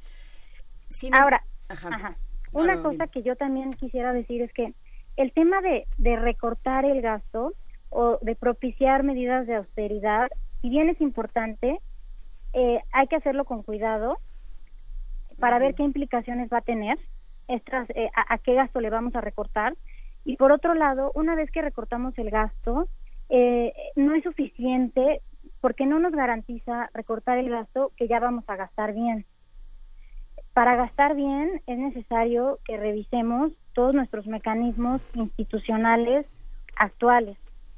Sí, Ahora, ajá. Ajá. Una no, no, cosa no. que yo también quisiera decir es que el tema de, de recortar el gasto o de propiciar medidas de austeridad, si bien es importante, eh, hay que hacerlo con cuidado para uh-huh. ver qué implicaciones va a tener, estas, eh, a, a qué gasto le vamos a recortar. Y por otro lado, una vez que recortamos el gasto, eh, no es suficiente porque no nos garantiza recortar el gasto que ya vamos a gastar bien. Para gastar bien es necesario que revisemos todos nuestros mecanismos institucionales actuales,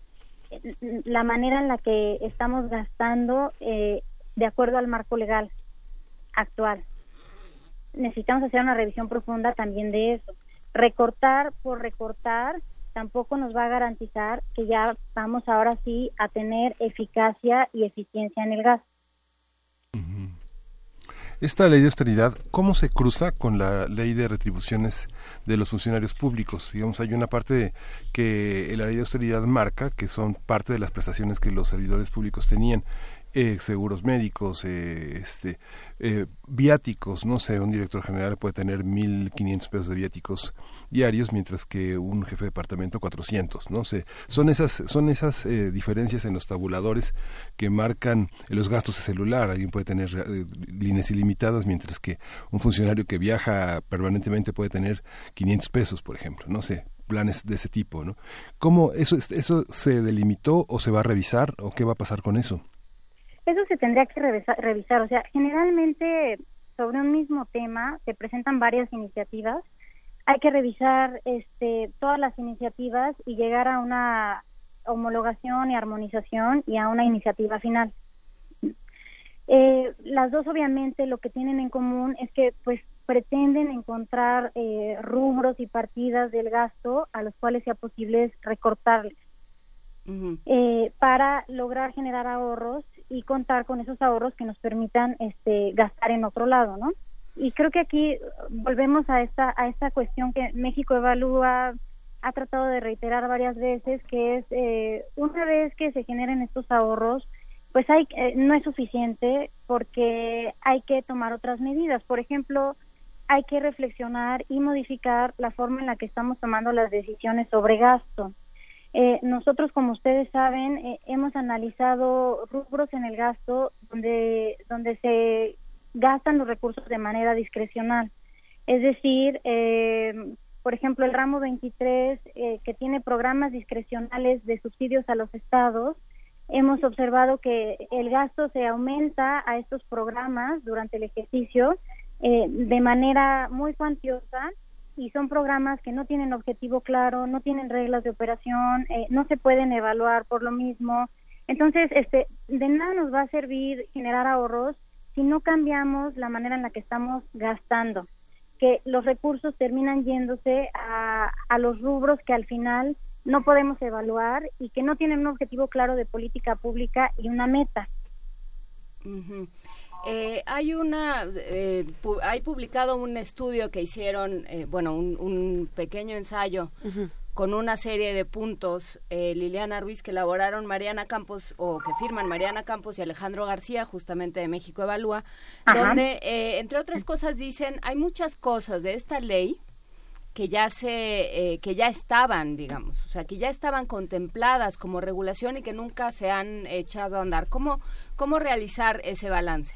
la manera en la que estamos gastando eh, de acuerdo al marco legal actual. Necesitamos hacer una revisión profunda también de eso. Recortar por recortar tampoco nos va a garantizar que ya vamos ahora sí a tener eficacia y eficiencia en el gasto. Esta ley de austeridad, ¿cómo se cruza con la ley de retribuciones de los funcionarios públicos? Digamos, hay una parte que la ley de austeridad marca, que son parte de las prestaciones que los servidores públicos tenían, eh, seguros médicos, eh, este, eh, viáticos, no sé, un director general puede tener mil quinientos pesos de viáticos diarios, mientras que un jefe de departamento cuatrocientos, no sé, son esas, son esas eh, diferencias en los tabuladores que marcan los gastos de celular. Alguien puede tener eh, líneas ilimitadas, mientras que un funcionario que viaja permanentemente puede tener quinientos pesos, por ejemplo, no sé, planes de ese tipo, ¿no? ¿Cómo eso, eso se delimitó o se va a revisar o qué va a pasar con eso? Eso se tendría que revisar, revisar, o sea, generalmente sobre un mismo tema se presentan varias iniciativas, hay que revisar este, todas las iniciativas y llegar a una homologación y armonización y a una iniciativa final. Eh, las dos obviamente lo que tienen en común es que pues pretenden encontrar eh, rubros y partidas del gasto a los cuales sea posible recortarles. Uh-huh. eh, para lograr generar ahorros y contar con esos ahorros que nos permitan este gastar en otro lado, ¿no? Y creo que aquí volvemos a esta a esta cuestión que México Evalúa ha tratado de reiterar varias veces, que es eh, una vez que se generen estos ahorros, pues hay eh, no es suficiente, porque hay que tomar otras medidas. Por ejemplo, hay que reflexionar y modificar la forma en la que estamos tomando las decisiones sobre gasto. Eh, nosotros, como ustedes saben, eh, hemos analizado rubros en el gasto donde donde se gastan los recursos de manera discrecional. Es decir, eh, por ejemplo, el ramo veintitrés, eh, que tiene programas discrecionales de subsidios a los estados, hemos observado que el gasto se aumenta a estos programas durante el ejercicio eh, de manera muy cuantiosa, y son programas que no tienen objetivo claro, no tienen reglas de operación, eh, no se pueden evaluar por lo mismo. Entonces, este, de nada nos va a servir generar ahorros si no cambiamos la manera en la que estamos gastando, que los recursos terminan yéndose a, a los rubros que al final no podemos evaluar y que no tienen un objetivo claro de política pública y una meta. Uh-huh. Eh, hay una, eh, pu- hay publicado un estudio que hicieron, eh, bueno, un, un pequeño ensayo uh-huh. con una serie de puntos, eh, Liliana Ruiz, que elaboraron Mariana Campos, o que firman Mariana Campos y Alejandro García, justamente de México Evalúa, Ajá. donde, eh, entre otras cosas, dicen, hay muchas cosas de esta ley que ya se, eh, que ya estaban, digamos, o sea, que ya estaban contempladas como regulación y que nunca se han echado a andar. ¿Cómo, cómo realizar ese balance?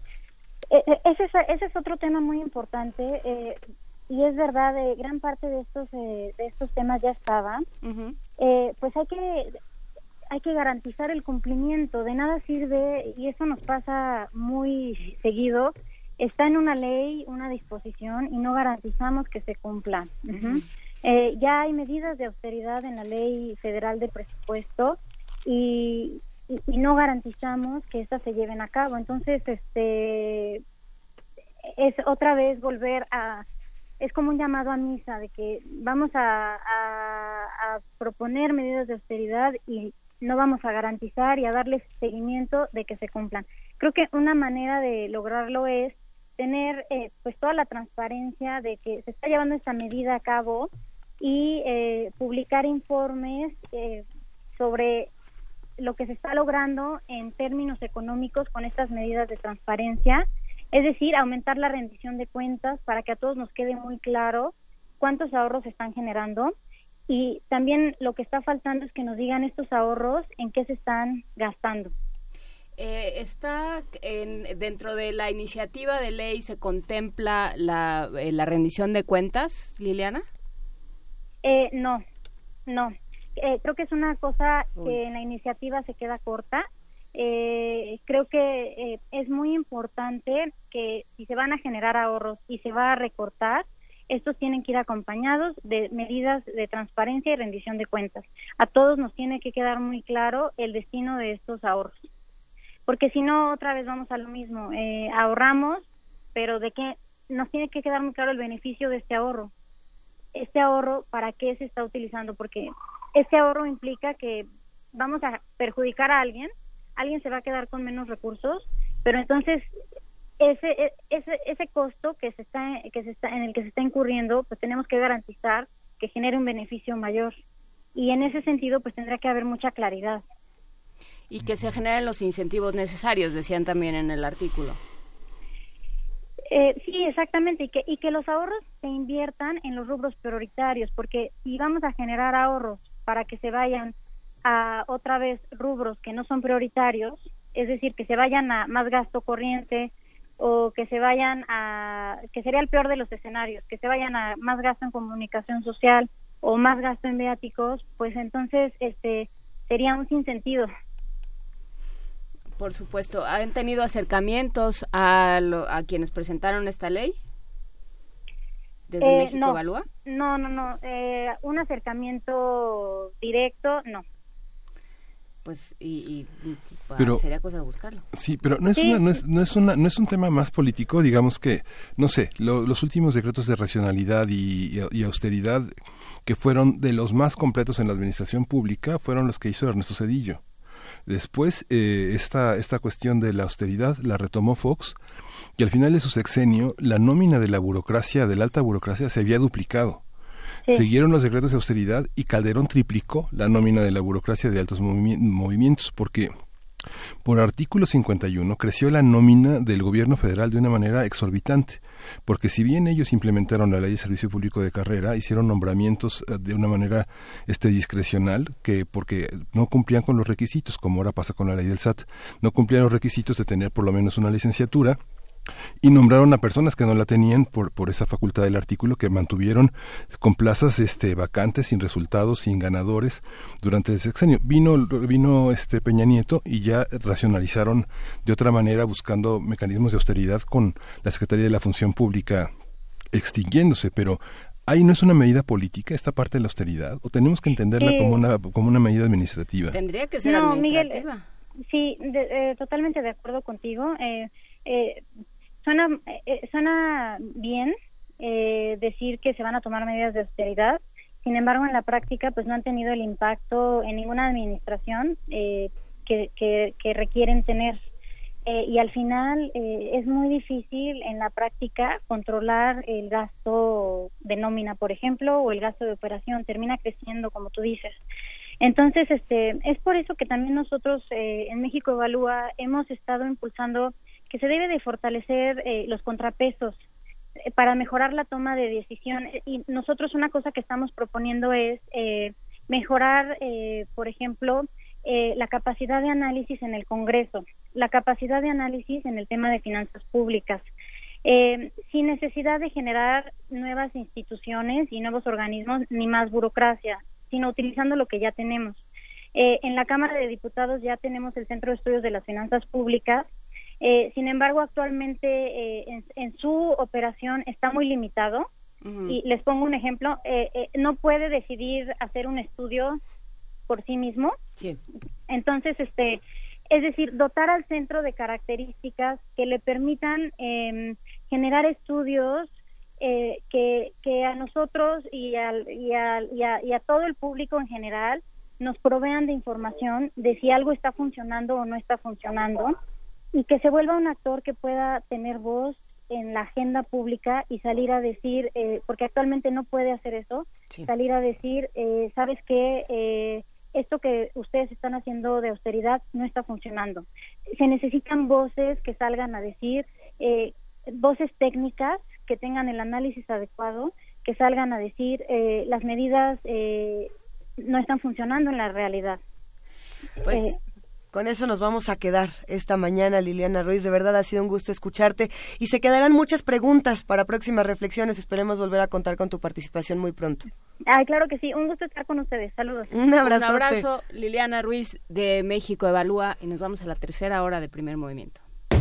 Eh, ese, es, ese es otro tema muy importante, eh, y es verdad, eh, gran parte de estos eh, de estos temas ya estaban. Uh-huh. Eh, pues hay que hay que garantizar el cumplimiento. De nada sirve, y eso nos pasa muy seguido, está en una ley, una disposición, y no garantizamos que se cumpla. Uh-huh. Eh, ya hay medidas de austeridad en la Ley Federal de Presupuesto y, y, y no garantizamos que estas se lleven a cabo. Entonces, este es otra vez volver a... Es como un llamado a misa de que vamos a, a, a proponer medidas de austeridad y no vamos a garantizar y a darles seguimiento de que se cumplan. Creo que una manera de lograrlo es tener eh, pues toda la transparencia de que se está llevando esta medida a cabo y eh, publicar informes eh, sobre lo que se está logrando en términos económicos con estas medidas de transparencia, es decir, aumentar la rendición de cuentas para que a todos nos quede muy claro cuántos ahorros se están generando, y también lo que está faltando es que nos digan estos ahorros en qué se están gastando. Eh, está en, dentro de la iniciativa de ley, ¿se contempla la, eh, la rendición de cuentas, Liliana? Eh, no, no. Eh, creo que es una cosa Uy. que en la iniciativa se queda corta. Eh, creo que eh, es muy importante que si se van a generar ahorros y se va a recortar, estos tienen que ir acompañados de medidas de transparencia y rendición de cuentas. A todos nos tiene que quedar muy claro el destino de estos ahorros. Porque si no, otra vez vamos a lo mismo, eh, ahorramos, pero de qué nos tiene que quedar muy claro el beneficio de este ahorro. este ahorro, ¿para qué se está utilizando? Porque este ahorro implica que vamos a perjudicar a alguien, alguien se va a quedar con menos recursos, pero entonces ese ese ese costo que se está que se está en el que se está incurriendo, pues tenemos que garantizar que genere un beneficio mayor. Y en ese sentido, pues tendrá que haber mucha claridad. Y que se generen los incentivos necesarios, decían también en el artículo. Eh, sí, exactamente, y que, y que los ahorros se inviertan en los rubros prioritarios, porque si vamos a generar ahorros para que se vayan a otra vez rubros que no son prioritarios, es decir, que se vayan a más gasto corriente o que se vayan a, que sería el peor de los escenarios, que se vayan a más gasto en comunicación social o más gasto en viáticos, pues entonces este sería un sinsentido. Por supuesto. ¿Han tenido acercamientos a, lo, a quienes presentaron esta ley? ¿Desde eh, México no, Evalúa? No, no, no. Eh, un acercamiento directo, no. Pues, y, y pero, sería cosa de buscarlo. Sí, pero no es, sí. Una, no, es, no, es una, no es un tema más político, digamos que, no sé, lo, los últimos decretos de racionalidad y, y, y austeridad que fueron de los más completos en la administración pública fueron los que hizo Ernesto Zedillo. Después, eh, esta, esta cuestión de la austeridad la retomó Fox, y al final de su sexenio, la nómina de la burocracia, de la alta burocracia, se había duplicado. Sí. Siguieron los decretos de austeridad y Calderón triplicó la nómina de la burocracia de altos movi- movimientos, porque por artículo cincuenta y uno creció la nómina del gobierno federal de una manera exorbitante, porque si bien ellos implementaron la ley de servicio público de carrera, hicieron nombramientos de una manera este discrecional, que porque no cumplían con los requisitos, como ahora pasa con la ley del S A T, no cumplían los requisitos de tener por lo menos una licenciatura, y nombraron a personas que no la tenían por por esa facultad del artículo, que mantuvieron con plazas este vacantes, sin resultados, sin ganadores durante el sexenio. Vino vino este Peña Nieto y ya racionalizaron de otra manera, buscando mecanismos de austeridad, con la Secretaría de la Función Pública extinguiéndose, pero ahí no es una medida política esta parte de la austeridad, o tenemos que entenderla eh, como una como una medida administrativa. Tendría que ser no, administrativa. Miguel, sí, de, eh, totalmente de acuerdo contigo. Eh, eh, Suena, eh, suena bien eh, decir que se van a tomar medidas de austeridad, sin embargo en la práctica pues no han tenido el impacto en ninguna administración eh, que, que, que requieren tener. Eh, y al final eh, es muy difícil en la práctica controlar el gasto de nómina, por ejemplo, o el gasto de operación, termina creciendo, como tú dices. Entonces, este, es por eso que también nosotros eh, en México Evalúa hemos estado impulsando que se debe de fortalecer eh, los contrapesos eh, para mejorar la toma de decisión. Y nosotros una cosa que estamos proponiendo es eh, mejorar, eh, por ejemplo, eh, la capacidad de análisis en el Congreso, la capacidad de análisis en el tema de finanzas públicas, eh, sin necesidad de generar nuevas instituciones y nuevos organismos ni más burocracia, sino utilizando lo que ya tenemos. Eh, en la Cámara de Diputados ya tenemos el Centro de Estudios de las Finanzas Públicas. Eh, sin embargo, actualmente eh, en, en su operación está muy limitado. Uh-huh. Y les pongo un ejemplo, eh, eh, no puede decidir hacer un estudio por sí mismo. Sí. Entonces, este, es decir, dotar al centro de características que le permitan eh, generar estudios eh, que, que a nosotros y, al, y, a, y, a, y a todo el público en general nos provean de información de si algo está funcionando o no está funcionando, y que se vuelva un actor que pueda tener voz en la agenda pública y salir a decir, eh, porque actualmente no puede hacer eso, sí. salir a decir, eh, ¿sabes qué? Eh, esto que ustedes están haciendo de austeridad no está funcionando. Se necesitan voces que salgan a decir, eh, voces técnicas que tengan el análisis adecuado, que salgan a decir, eh, las medidas eh, no están funcionando en la realidad. Pues... Eh, Con eso nos vamos a quedar esta mañana, Liliana Ruiz. De verdad ha sido un gusto escucharte y se quedarán muchas preguntas para próximas reflexiones. Esperemos volver a contar con tu participación muy pronto. Ay, claro que sí. Un gusto estar con ustedes. Saludos. Un abrazo. Un abrazo, Liliana Ruiz de México Evalúa, y nos vamos a la tercera hora de Primer Movimiento.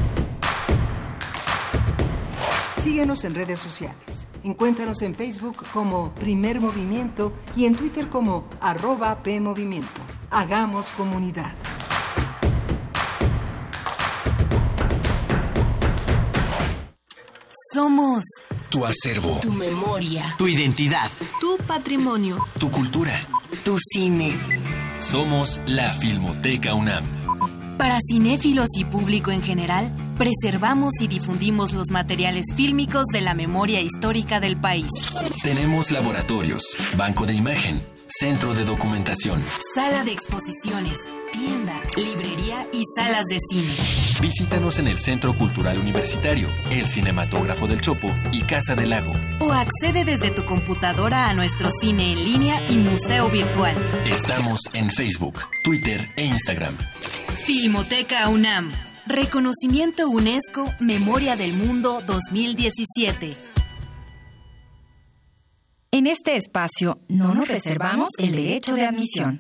Síguenos en redes sociales. Encuéntranos en Facebook como Primer Movimiento y en Twitter como arroba PMovimiento. Hagamos comunidad. Somos Tu acervo. Tu memoria. Tu identidad. Tu patrimonio. Tu cultura. Tu cine. Somos la Filmoteca UNAM. Para cinéfilos y público en general, preservamos y difundimos los materiales fílmicos de la memoria histórica del país. Tenemos laboratorios, banco de imagen, centro de documentación, sala de exposiciones, tienda, librería y salas de cine. Visítanos en el Centro Cultural Universitario, el Cinematógrafo del Chopo y Casa del Lago. O accede desde tu computadora a nuestro cine en línea y museo virtual. Estamos en Facebook, Twitter e Instagram. Filmoteca UNAM. Reconocimiento UNESCO Memoria del Mundo dos mil diecisiete. En este espacio no nos reservamos el derecho de admisión.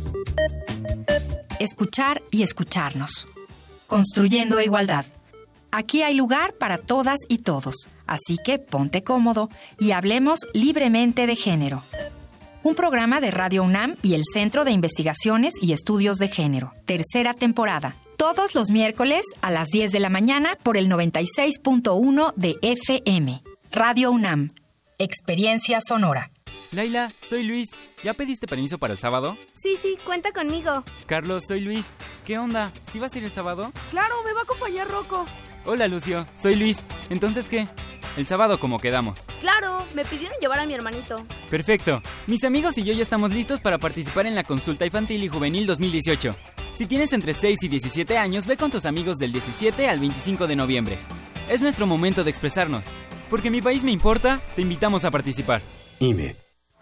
Escuchar y escucharnos. Construyendo igualdad. Aquí hay lugar para todas y todos, así que ponte cómodo y hablemos libremente de género. Un programa de Radio UNAM y el Centro de Investigaciones y Estudios de Género. Tercera temporada. Todos los miércoles a las diez de la mañana por el noventa y seis punto uno de F M. Radio UNAM. Experiencia sonora. Laila, soy Luis. ¿Ya pediste permiso para el sábado? Sí, sí, cuenta conmigo. Carlos, soy Luis. ¿Qué onda? ¿Sí vas a ir el sábado? Claro, me va a acompañar Rocco. Hola, Lucio. Soy Luis. ¿Entonces qué? El sábado como quedamos. Claro, me pidieron llevar a mi hermanito. Perfecto. Mis amigos y yo ya estamos listos para participar en la consulta infantil y juvenil dos mil dieciocho. Si tienes entre seis y diecisiete años, ve con tus amigos del diecisiete al veinticinco de noviembre. Es nuestro momento de expresarnos. Porque mi país me importa, te invitamos a participar. I M E.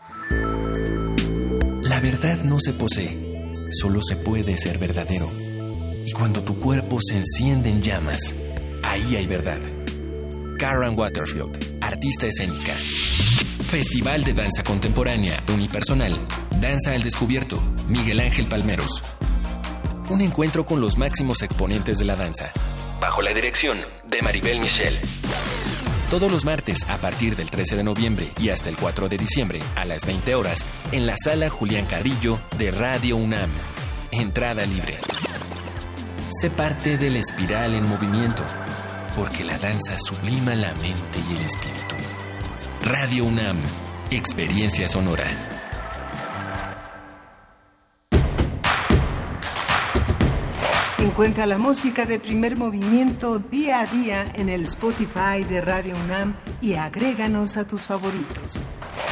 La verdad no se posee, solo se puede ser verdadero. Y cuando tu cuerpo se enciende en llamas, ahí hay verdad. Karen Waterfield, artista escénica. Festival de Danza Contemporánea Unipersonal, Danza al Descubierto, Miguel Ángel Palmeros. Un encuentro con los máximos exponentes de la danza, bajo la dirección de Maribel Michel. Todos los martes a partir del trece de noviembre y hasta el cuatro de diciembre a las veinte horas en la sala Julián Carrillo de Radio UNAM. Entrada libre. Sé parte de la espiral en movimiento, porque la danza sublima la mente y el espíritu. Radio UNAM, experiencia sonora. Encuentra la música de Primer Movimiento día a día en el Spotify de Radio UNAM y agréganos a tus favoritos.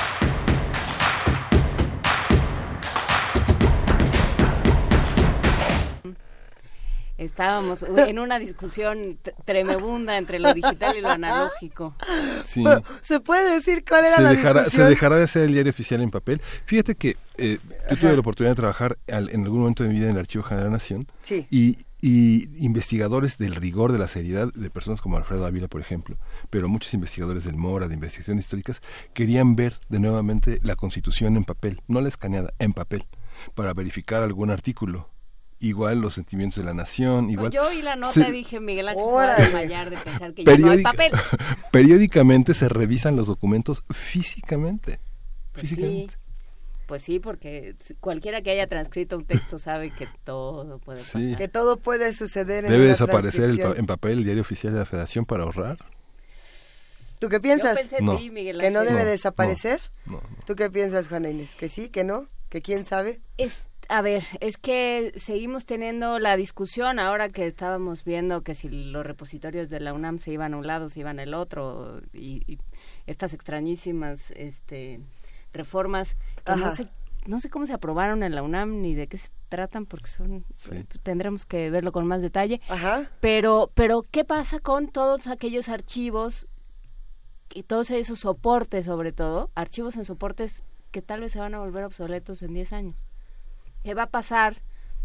Estábamos en una discusión tremebunda entre lo digital y lo analógico. Sí. Pero, ¿se puede decir cuál era se la dejará, discusión? Se dejará de hacer el diario oficial en papel. Fíjate que eh, yo tuve la oportunidad de trabajar al, en algún momento de mi vida en el Archivo General de la Nación. Sí. Y, y investigadores del rigor, de la seriedad, de personas como Alfredo Ávila, por ejemplo, pero muchos investigadores del MORA, de investigaciones históricas, querían ver de nuevamente la Constitución en papel, no la escaneada, en papel, para verificar algún artículo. Igual los sentimientos de la nación, igual... No, yo oí la nota se, y dije, Miguel Ángel se va a desmayar de pensar que periódica, ya no hay papel. Periódicamente se revisan los documentos físicamente. Pues físicamente. Sí, pues sí, porque cualquiera que haya transcrito un texto sabe que todo puede pasar. Sí. Que todo puede suceder en Debe una desaparecer el pa- transcripción. en papel el diario oficial de la Federación para ahorrar. ¿Tú qué piensas? Yo pensé en No. ti, Miguel ¿Que no Ángel. debe No, desaparecer? No, no. ¿Tú qué piensas, Juana Inés? ¿Que sí, que no? ¿Que quién sabe? Es, a ver, es que seguimos teniendo la discusión ahora que estábamos viendo que si los repositorios de la UNAM se iban a un lado, se iban al otro, y, y estas extrañísimas este, reformas que no sé, no sé cómo se aprobaron en la UNAM ni de qué se tratan porque son Sí. tendremos que verlo con más detalle. Ajá. Pero, pero ¿qué pasa con todos aquellos archivos y todos esos soportes, sobre todo, archivos en soportes que tal vez se van a volver obsoletos en diez años? ¿Qué va a pasar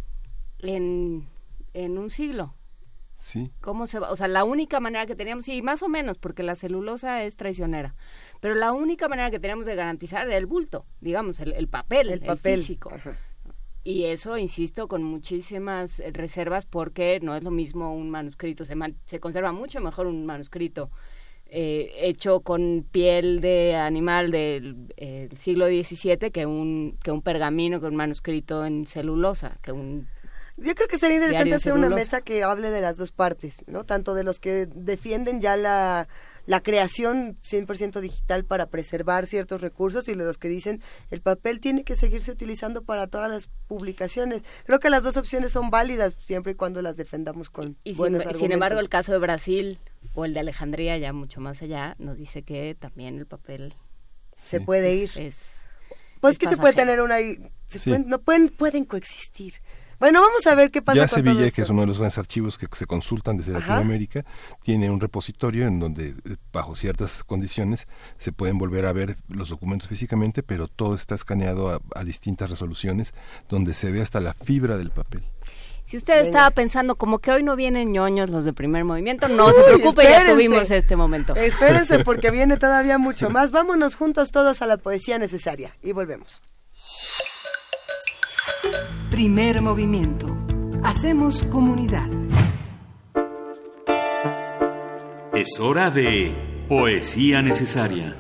en, en un siglo? Sí. ¿Cómo se va? O sea, la única manera que teníamos, sí, más o menos, porque la celulosa es traicionera, pero la única manera que teníamos de garantizar era el bulto, digamos, el, el papel, El el, papel. físico. Ajá. Y eso, insisto, con muchísimas eh, reservas, porque no es lo mismo un manuscrito, se, man, se conserva mucho mejor un manuscrito eh, hecho con piel de animal del eh, siglo diecisiete que un, que un pergamino, que un manuscrito en celulosa, que un... Yo creo que sería interesante diario en hacer una celulosa. mesa que hable de las dos partes, ¿no? Tanto de los que defienden ya la, la creación cien por ciento digital para preservar ciertos recursos y los que dicen el papel tiene que seguirse utilizando para todas las publicaciones. Creo que las dos opciones son válidas siempre y cuando las defendamos con y buenos sin, argumentos. Sin embargo, el caso de Brasil o el de Alejandría, ya mucho más allá, nos dice que también el papel se sí. puede ir. Es, pues es que pasajero. se puede tener una... Se sí. pueden, no pueden, pueden coexistir. Bueno, vamos a ver qué pasa ya con todo Sevilla, esto. que es uno de los grandes archivos que se consultan desde Ajá. Latinoamérica, tiene un repositorio en donde, bajo ciertas condiciones, se pueden volver a ver los documentos físicamente, pero todo está escaneado a, a distintas resoluciones, donde se ve hasta la fibra del papel. Si usted Venga. estaba pensando como que hoy no vienen ñoños los de Primer Movimiento, no Uy, se preocupe, espérense. Ya tuvimos este momento. Espérense porque viene todavía mucho más. Vámonos juntos todos a la poesía necesaria y volvemos. Primer movimiento. Hacemos comunidad. Es hora de poesía necesaria.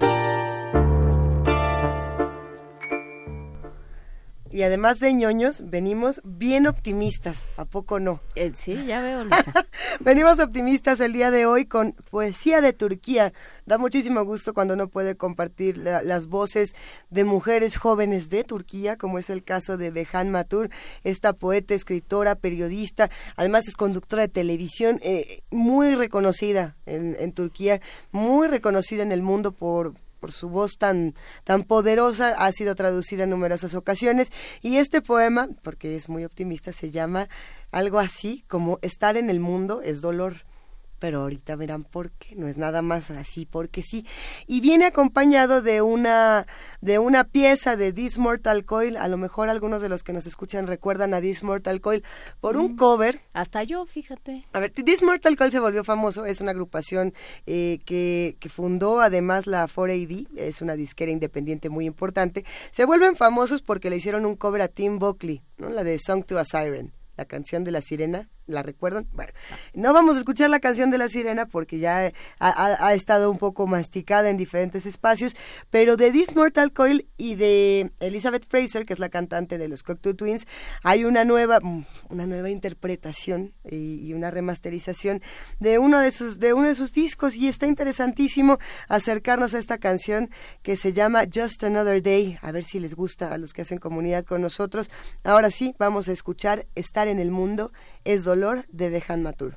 Y además de ñoños, venimos bien optimistas, ¿a poco no? Eh, sí, ya veo, Luisa. Venimos optimistas el día de hoy con poesía de Turquía. Da muchísimo gusto cuando uno puede compartir la, las voces de mujeres jóvenes de Turquía, como es el caso de Behan Matur, esta poeta, escritora, periodista, además es conductora de televisión, eh, muy reconocida en, en Turquía, muy reconocida en el mundo por... por su voz tan tan poderosa, ha sido traducida en numerosas ocasiones, y este poema, porque es muy optimista, se llama algo así como Estar en el mundo es dolor, pero ahorita verán por qué, no es nada más así porque sí, y viene acompañado de una de una pieza de This Mortal Coil. A lo mejor algunos de los que nos escuchan recuerdan a This Mortal Coil por un mm, cover. Hasta yo, fíjate. A ver, This Mortal Coil se volvió famoso, es una agrupación eh, que, que fundó además la cuatro A D, es una disquera independiente muy importante. Se vuelven famosos porque le hicieron un cover a Tim Buckley, ¿no? La de Song to a Siren, la canción de la sirena. ¿La recuerdan? Bueno, no vamos a escuchar la canción de la sirena porque ya ha, ha, ha estado un poco masticada en diferentes espacios, pero de This Mortal Coil y de Elizabeth Fraser, que es la cantante de los Cocteau Twins, hay una nueva una nueva interpretación y, y una remasterización de uno de sus de uno de sus discos, y está interesantísimo acercarnos a esta canción que se llama Just Another Day, a ver si les gusta a los que hacen comunidad con nosotros. Ahora sí, vamos a escuchar Estar en el mundo es dolor, de Behan Matur.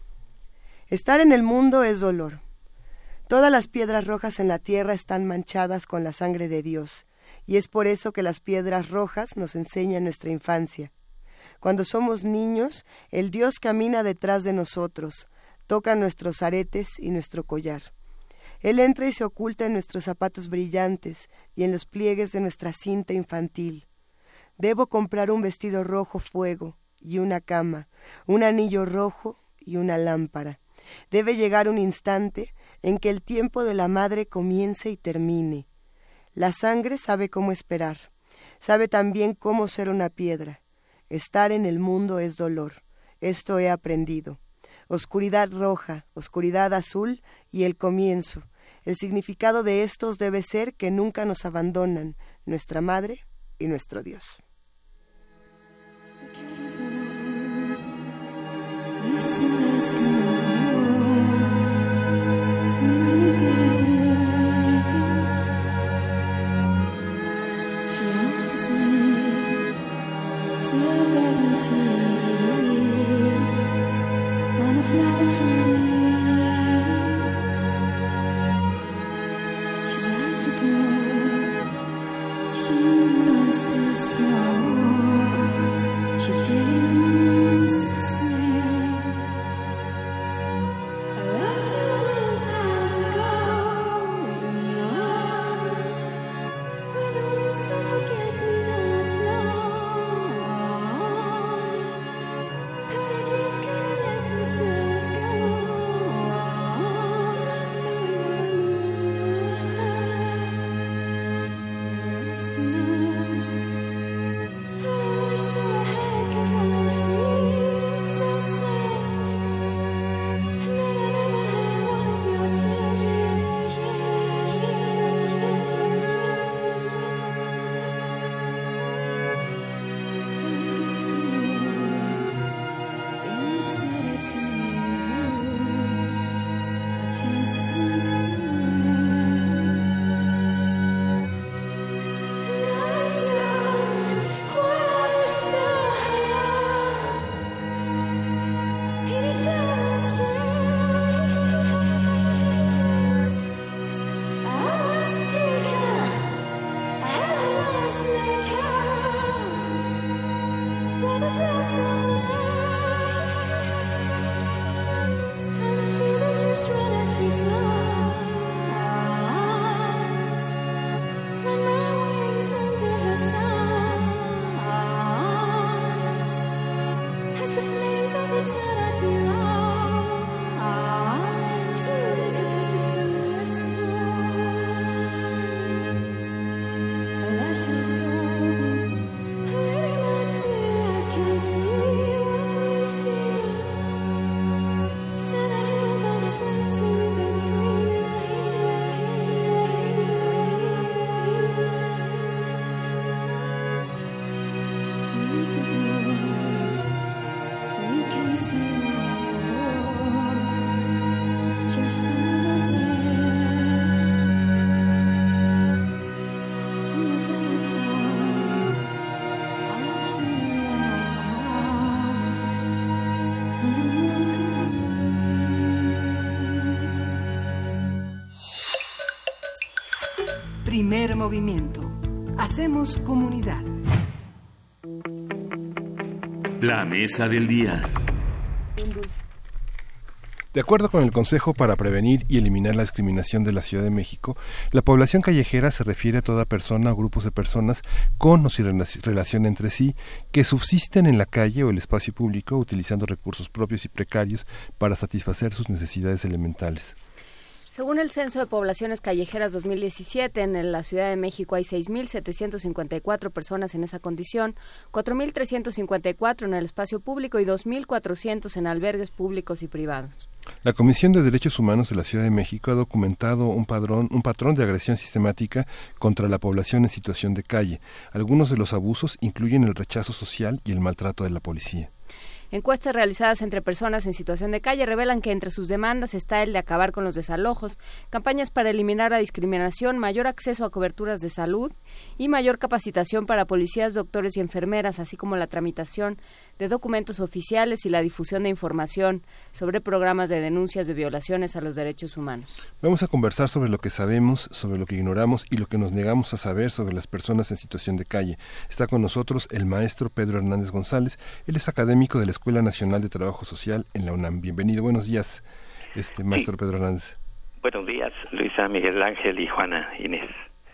Estar en el mundo es dolor. Todas las piedras rojas en la tierra están manchadas con la sangre de Dios, y es por eso que las piedras rojas nos enseñan nuestra infancia. Cuando somos niños, el Dios camina detrás de nosotros, toca nuestros aretes y nuestro collar. Él entra y se oculta en nuestros zapatos brillantes y en los pliegues de nuestra cinta infantil. Debo comprar un vestido rojo fuego y una cama, un anillo rojo y una lámpara. Debe llegar un instante en que el tiempo de la madre comience y termine. La sangre sabe cómo esperar, sabe también cómo ser una piedra. Estar en el mundo es dolor, esto he aprendido. Oscuridad roja, oscuridad azul y el comienzo. El significado de estos debe ser que nunca nos abandonan, nuestra madre y nuestro Dios. Primer movimiento. Hacemos comunidad. La mesa del día. De acuerdo con el Consejo para Prevenir y Eliminar la Discriminación de la Ciudad de México, la población callejera se refiere a toda persona o grupos de personas con o sin relación entre sí que subsisten en la calle o el espacio público utilizando recursos propios y precarios para satisfacer sus necesidades elementales. Según el Censo de Poblaciones Callejeras dos mil diecisiete, en la Ciudad de México hay seis mil setecientos cincuenta y cuatro personas en esa condición, cuatro mil trescientos cincuenta y cuatro en el espacio público y dos mil cuatrocientos en albergues públicos y privados. La Comisión de Derechos Humanos de la Ciudad de México ha documentado un padrón, un patrón de agresión sistemática contra la población en situación de calle. Algunos de los abusos incluyen el rechazo social y el maltrato de la policía. Encuestas realizadas entre personas en situación de calle revelan que entre sus demandas está el de acabar con los desalojos, campañas para eliminar la discriminación, mayor acceso a coberturas de salud y mayor capacitación para policías, doctores y enfermeras, así como la tramitación de documentos oficiales y la difusión de información sobre programas de denuncias de violaciones a los derechos humanos. Vamos a conversar sobre lo que sabemos, sobre lo que ignoramos y lo que nos negamos a saber sobre las personas en situación de calle. Está con nosotros el maestro Pedro Hernández González. Él es académico de la Escuela Nacional de Trabajo Social en la UNAM. Bienvenido, buenos días, este maestro sí. Pedro Hernández. Buenos días, Luisa, Miguel Ángel y Juana Inés.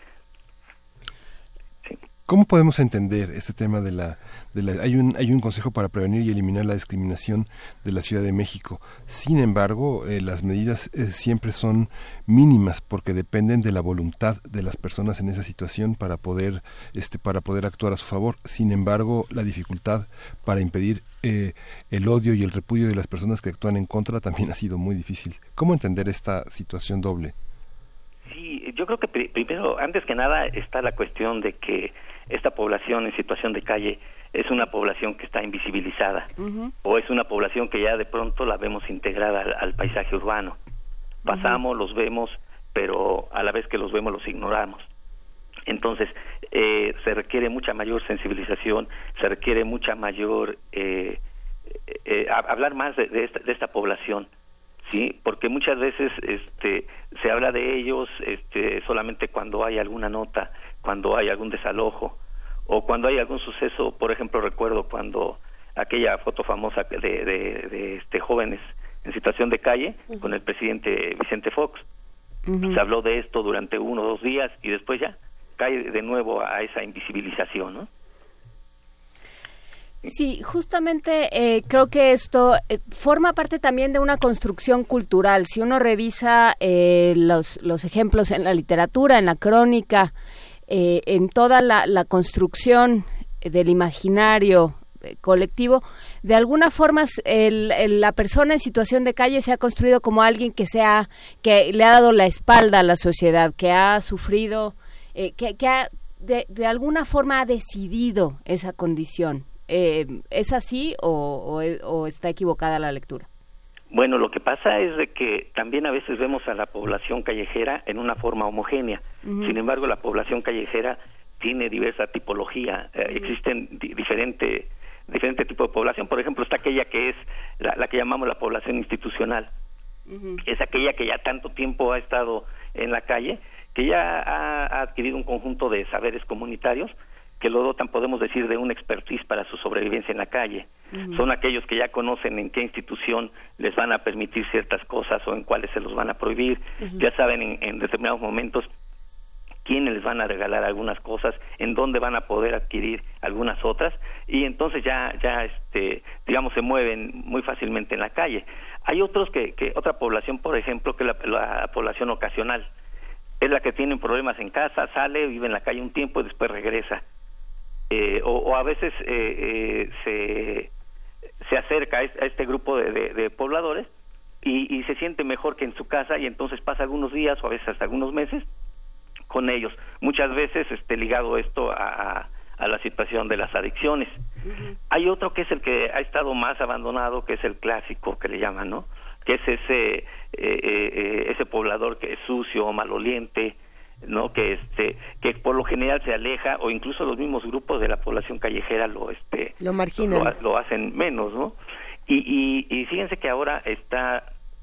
Sí. ¿Cómo podemos entender este tema de la, de la hay un hay un consejo para prevenir y eliminar la discriminación de la Ciudad de México? Sin embargo, eh, las medidas eh, siempre son mínimas porque dependen de la voluntad de las personas en esa situación para poder este para poder actuar a su favor. Sin embargo, la dificultad para impedir eh, el odio y el repudio de las personas que actúan en contra también ha sido muy difícil. ¿Cómo entender esta situación doble? Sí, yo creo que pr- primero, antes que nada, está la cuestión de que esta población en situación de calle es una población que está invisibilizada, uh-huh. o es una población que ya de pronto la vemos integrada al, al paisaje urbano. Pasamos, uh-huh. los vemos, pero a la vez que los vemos los ignoramos. Entonces, eh, se requiere mucha mayor sensibilización, se requiere mucha mayor, eh, eh, hablar más de, de, esta, de esta población, ¿sí? Porque muchas veces este, se habla de ellos este, solamente cuando hay alguna nota, cuando hay algún desalojo, o cuando hay algún suceso. Por ejemplo, recuerdo cuando aquella foto famosa de, de, de este, jóvenes en situación de calle, uh-huh. con el presidente Vicente Fox. Uh-huh. Se habló de esto durante uno o dos días y después ya cae de nuevo a esa invisibilización, ¿no? Sí, justamente eh, creo que esto eh, forma parte también de una construcción cultural. Si uno revisa eh, los, los ejemplos en la literatura, en la crónica, eh, en toda la, la construcción del imaginario colectivo, de alguna forma el, el, la persona en situación de calle se ha construido como alguien que sea, que le ha dado la espalda a la sociedad, que ha sufrido, eh, que, que ha, de, de alguna forma ha decidido esa condición. Eh, ¿Es así o, o, o está equivocada la lectura? Bueno, lo que pasa es de que también a veces vemos a la población callejera en una forma homogénea. Uh-huh. Sin embargo, la población callejera tiene diversa tipología. Uh-huh. Eh, existen di- diferente diferente tipo de población. Por ejemplo, está aquella que es la, la que llamamos la población institucional. Uh-huh. Es aquella que ya tanto tiempo ha estado en la calle, que ya ha, ha adquirido un conjunto de saberes comunitarios que lo dotan, podemos decir, de un expertise para su sobrevivencia en la calle. Uh-huh. Son aquellos que ya conocen en qué institución les van a permitir ciertas cosas o en cuáles se los van a prohibir. Uh-huh. Ya saben en, en determinados momentos quiénes les van a regalar algunas cosas, en dónde van a poder adquirir algunas otras, y entonces ya, ya este, digamos, se mueven muy fácilmente en la calle. Hay otros que, que otra población, por ejemplo, que la, la población ocasional, es la que tiene problemas en casa, sale, vive en la calle un tiempo y después regresa. Eh, o, o a veces eh, eh, se, se acerca a este, a este grupo de, de, de pobladores y, y se siente mejor que en su casa, y entonces pasa algunos días o a veces hasta algunos meses con ellos. Muchas veces este, ligado esto a, a la situación de las adicciones. Uh-huh. Hay otro que es el que ha estado más abandonado, que es el clásico, que le llaman, ¿no? Que es ese eh, eh, ese poblador que es sucio o maloliente, ¿no? Que este que por lo general se aleja, o incluso los mismos grupos de la población callejera lo este lo marginan, lo, lo hacen menos, ¿no? Y, y, y fíjense que ahora está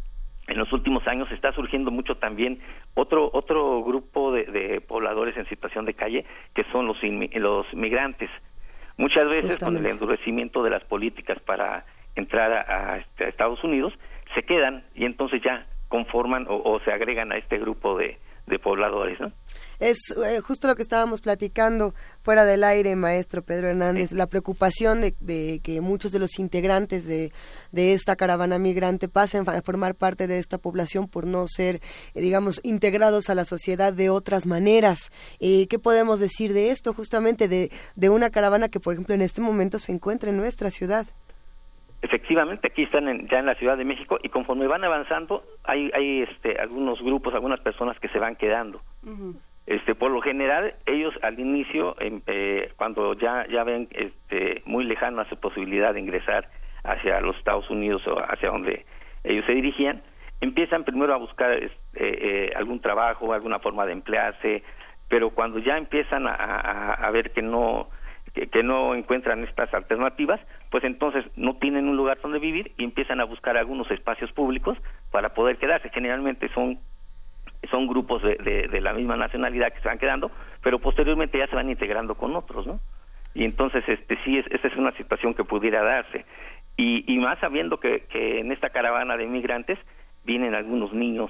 en los últimos años está surgiendo mucho también otro otro grupo de, de pobladores en situación de calle, que son los inmi- los migrantes. Muchas veces Justamente. Con el endurecimiento de las políticas para entrar a, a, a Estados Unidos, se quedan y entonces ya conforman o, o se agregan a este grupo de, de pobladores, ¿no? Es eh, justo lo que estábamos platicando fuera del aire, maestro Pedro Hernández, sí. La preocupación de, de que muchos de los integrantes de, de esta caravana migrante pasen a formar parte de esta población por no ser, eh, digamos, integrados a la sociedad de otras maneras. Eh, ¿Qué podemos decir de esto, justamente, de, de una caravana que, por ejemplo, en este momento se encuentra en nuestra ciudad? Efectivamente, aquí están en, ya en la Ciudad de México, y conforme van avanzando, hay, hay este, algunos grupos, algunas personas que se van quedando. Uh-huh. Este, por lo general, ellos al inicio, eh, cuando ya ya ven este, muy lejana su posibilidad de ingresar hacia los Estados Unidos o hacia donde ellos se dirigían, empiezan primero a buscar este, eh, algún trabajo, alguna forma de emplearse, pero cuando ya empiezan a, a, a ver que no que, que no encuentran estas alternativas, pues entonces no tienen un lugar donde vivir y empiezan a buscar algunos espacios públicos para poder quedarse. Generalmente son son grupos de, de, de la misma nacionalidad que se van quedando, pero posteriormente ya se van integrando con otros, ¿no? Y entonces este sí es esta es una situación que pudiera darse, y, y más sabiendo que, que en esta caravana de migrantes vienen algunos niños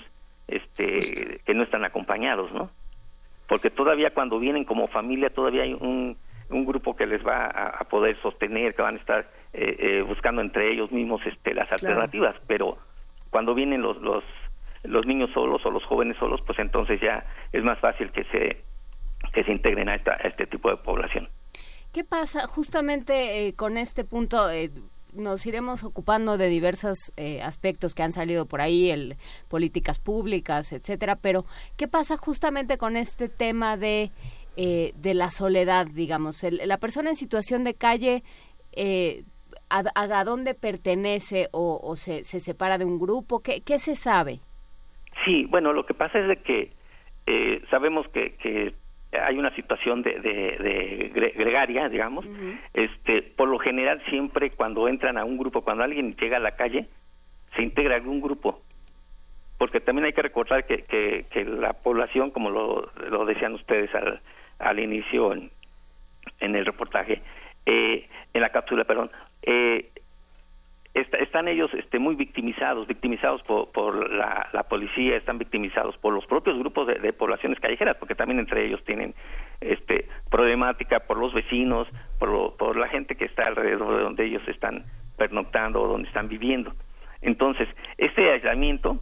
este que no están acompañados, ¿no? Porque todavía cuando vienen como familia todavía hay un un grupo que les va a, a poder sostener, que van a estar eh, eh, buscando entre ellos mismos este las alternativas, claro. Pero cuando vienen los los los niños solos o los jóvenes solos, pues entonces ya es más fácil que se que se integren a, esta, a este tipo de población. ¿Qué pasa justamente eh, con este punto? Eh, nos iremos ocupando de diversos eh, aspectos que han salido por ahí, el políticas públicas, etcétera, pero ¿qué pasa justamente con este tema de eh, de la soledad, digamos? El, la persona en situación de calle, eh, ¿a, a dónde pertenece o, o se, se separa de un grupo? ¿Qué, qué se sabe? Sí, bueno, lo que pasa es de que eh, sabemos que, que hay una situación de, de, de gregaria, digamos. Uh-huh. Este, por lo general siempre cuando entran a un grupo, cuando alguien llega a la calle, se integra a algún grupo, porque también hay que recordar que, que, que la población, como lo, lo decían ustedes al, al inicio en, en el reportaje, eh, en la cápsula, perdón, eh, Está, están ellos este, muy victimizados, victimizados por, por la, la policía, están victimizados por los propios grupos de, de poblaciones callejeras, porque también entre ellos tienen este, problemática por los vecinos, por, lo, por la gente que está alrededor de donde ellos están pernoctando o donde están viviendo. Entonces, este aislamiento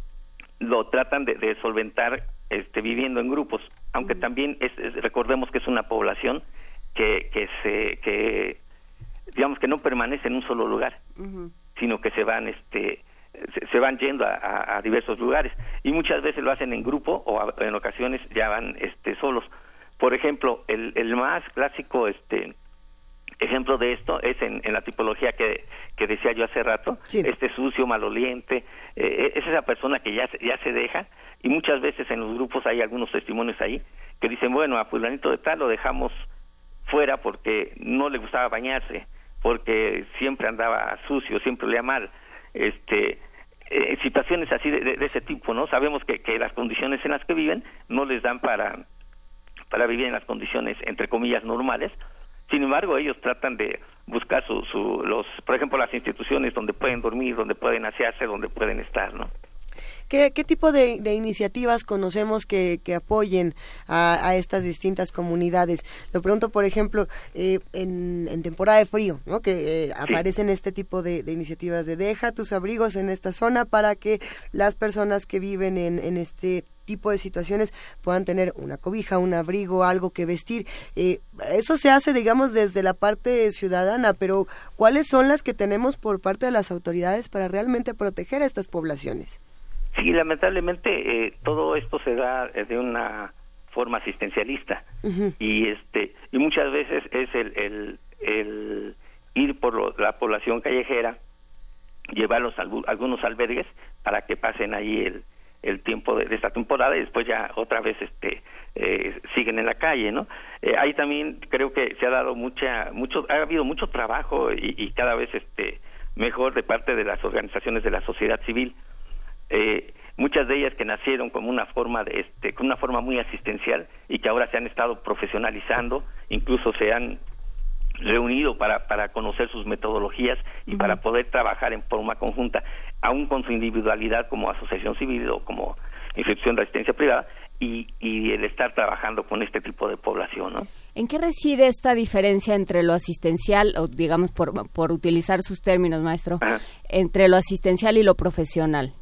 lo tratan de, de solventar este, viviendo en grupos, aunque uh-huh. también es, es, recordemos que es una población que, que se... que digamos que no permanece en un solo lugar, uh-huh. sino que se van este se, se van yendo a, a, a diversos lugares, y muchas veces lo hacen en grupo o a, en ocasiones ya van este solos. Por ejemplo, el, el más clásico este ejemplo de esto es en, en la tipología que, que decía yo hace rato, sí. Este sucio, maloliente, eh, es esa persona que ya, ya se deja, y muchas veces en los grupos hay algunos testimonios ahí que dicen, bueno, a fulanito de tal lo dejamos fuera porque no le gustaba bañarse, porque siempre andaba sucio, siempre olía mal, este, eh, situaciones así de, de, de ese tipo, ¿no? Sabemos que, que las condiciones en las que viven no les dan para, para vivir en las condiciones, entre comillas, normales. Sin embargo, ellos tratan de buscar su, su, los, por ejemplo, las instituciones donde pueden dormir, donde pueden asearse, donde pueden estar, ¿no? ¿Qué, qué tipo de, de iniciativas conocemos que, que apoyen a, a estas distintas comunidades? Lo pregunto, por ejemplo, eh, en, en temporada de frío, ¿no? Que eh, aparecen sí. este tipo de, de iniciativas de deja tus abrigos en esta zona para que las personas que viven en, en este tipo de situaciones puedan tener una cobija, un abrigo, algo que vestir. Eh, eso se hace, digamos, desde la parte ciudadana, pero ¿cuáles son las que tenemos por parte de las autoridades para realmente proteger a estas poblaciones? Sí, lamentablemente eh, todo esto se da de una forma asistencialista, uh-huh. y este y muchas veces es el, el, el ir por lo, la población callejera, llevarlos a algunos albergues para que pasen ahí el, el tiempo de, de esta temporada, y después ya otra vez este eh, siguen en la calle, ¿no? Eh, ahí también creo que se ha dado mucha mucho ha habido mucho trabajo y, y cada vez este mejor de parte de las organizaciones de la sociedad civil, eh, muchas de ellas que nacieron como una forma de este, con una forma muy asistencial y que ahora se han estado profesionalizando, incluso se han reunido para para conocer sus metodologías y uh-huh. para poder trabajar en forma conjunta, aún con su individualidad como asociación civil o como institución de asistencia privada, y, y el estar trabajando con este tipo de población, ¿no? ¿En qué reside esta diferencia entre lo asistencial, o digamos por, por utilizar sus términos, maestro, Ajá. entre lo asistencial y lo profesional?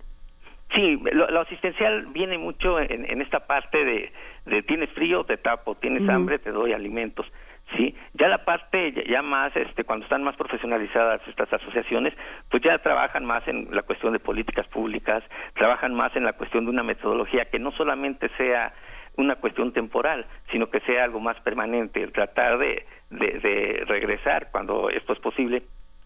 Sí, lo, lo asistencial viene mucho en, en esta parte de, de tienes frío, te tapo, tienes uh-huh. hambre, te doy alimentos. Sí, ya la parte ya, ya más, este, cuando están más profesionalizadas estas asociaciones, pues ya trabajan más en la cuestión de políticas públicas, trabajan más en la cuestión de una metodología que no solamente sea una cuestión temporal, sino que sea algo más permanente, el tratar de, de, de regresar, cuando esto es posible,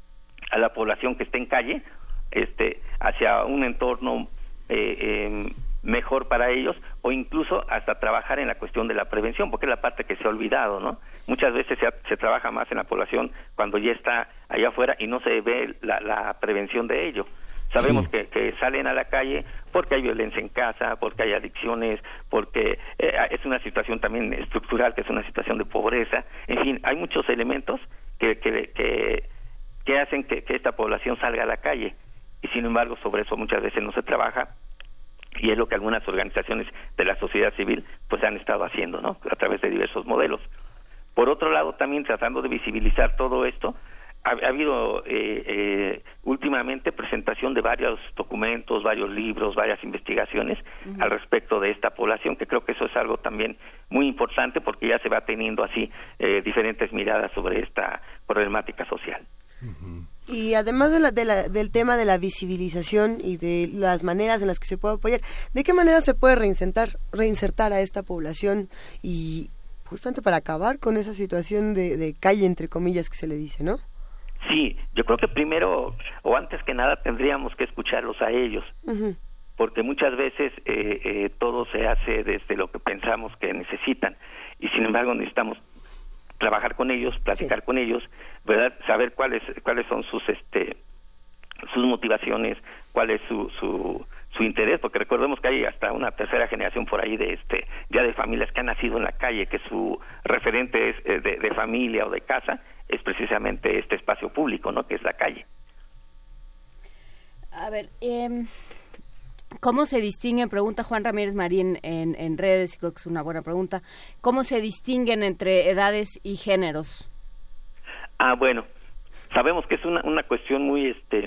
a la población que está en calle, este, hacia un entorno eh, eh, mejor para ellos, o incluso hasta trabajar en la cuestión de la prevención, porque es la parte que se ha olvidado, ¿no? Muchas veces se, ha, se trabaja más en la población cuando ya está allá afuera y no se ve la, la prevención de ello. Sabemos sí. que, que salen a la calle porque hay violencia en casa, porque hay adicciones, porque eh, es una situación también estructural, que es una situación de pobreza. En fin, hay muchos elementos que, que, que, que hacen que, que esta población salga a la calle, y sin embargo sobre eso muchas veces no se trabaja, y es lo que algunas organizaciones de la sociedad civil pues han estado haciendo, ¿no? A través de diversos modelos. Por otro lado, también tratando de visibilizar todo esto, ha, ha habido eh, eh, últimamente presentación de varios documentos, varios libros, varias investigaciones uh-huh. al respecto de esta población, que creo que eso es algo también muy importante, porque ya se va teniendo así eh, diferentes miradas sobre esta problemática social. Uh-huh. Y además de la, de la, del tema de la visibilización y de las maneras en las que se puede apoyar, ¿de qué manera se puede reinsertar, reinsertar a esta población y justamente para acabar con esa situación de, de calle, entre comillas, que se le dice, ¿no? Sí, yo creo que primero, o antes que nada, tendríamos que escucharlos a ellos, uh-huh. porque muchas veces eh, eh, todo se hace desde lo que pensamos que necesitan, y sin embargo necesitamos trabajar con ellos, platicar sí. con ellos, ¿verdad? Saber cuáles cuáles son sus este sus motivaciones, cuál es su su su interés, porque recordemos que hay hasta una tercera generación por ahí de este ya de familias que han nacido en la calle, que su referente es eh, de, de familia o de casa es precisamente este espacio público, ¿no? Que es la calle. A ver, eh, ¿cómo se distinguen? Pregunta Juan Ramírez Marín en, en redes, y creo que es una buena pregunta. ¿Cómo se distinguen entre edades y géneros? Ah, bueno, sabemos que es una, una cuestión muy, este,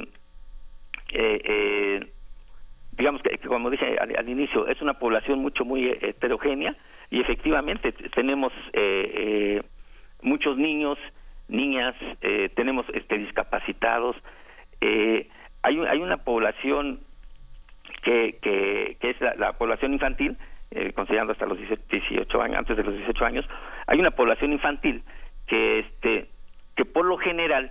eh, eh, digamos que, que como dije al, al inicio, es una población mucho, muy heterogénea, y efectivamente tenemos eh, eh, muchos niños, niñas, eh, tenemos este discapacitados, eh, hay, hay una población que, que, que es la, la población infantil, eh, considerando hasta los dieciocho años, antes de los dieciocho años, hay una población infantil que este que por lo general,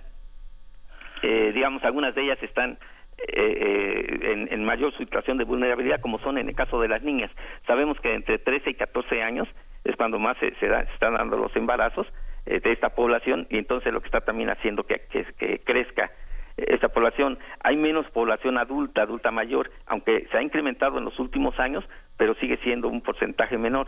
eh, digamos, algunas de ellas están eh, eh, en, en mayor situación de vulnerabilidad, como son en el caso de las niñas. Sabemos que entre trece y catorce años es cuando más se, se, da, se están dando los embarazos eh, de esta población, y entonces lo que está también haciendo que, que, que crezca esta población. Hay menos población adulta, adulta mayor, aunque se ha incrementado en los últimos años, pero sigue siendo un porcentaje menor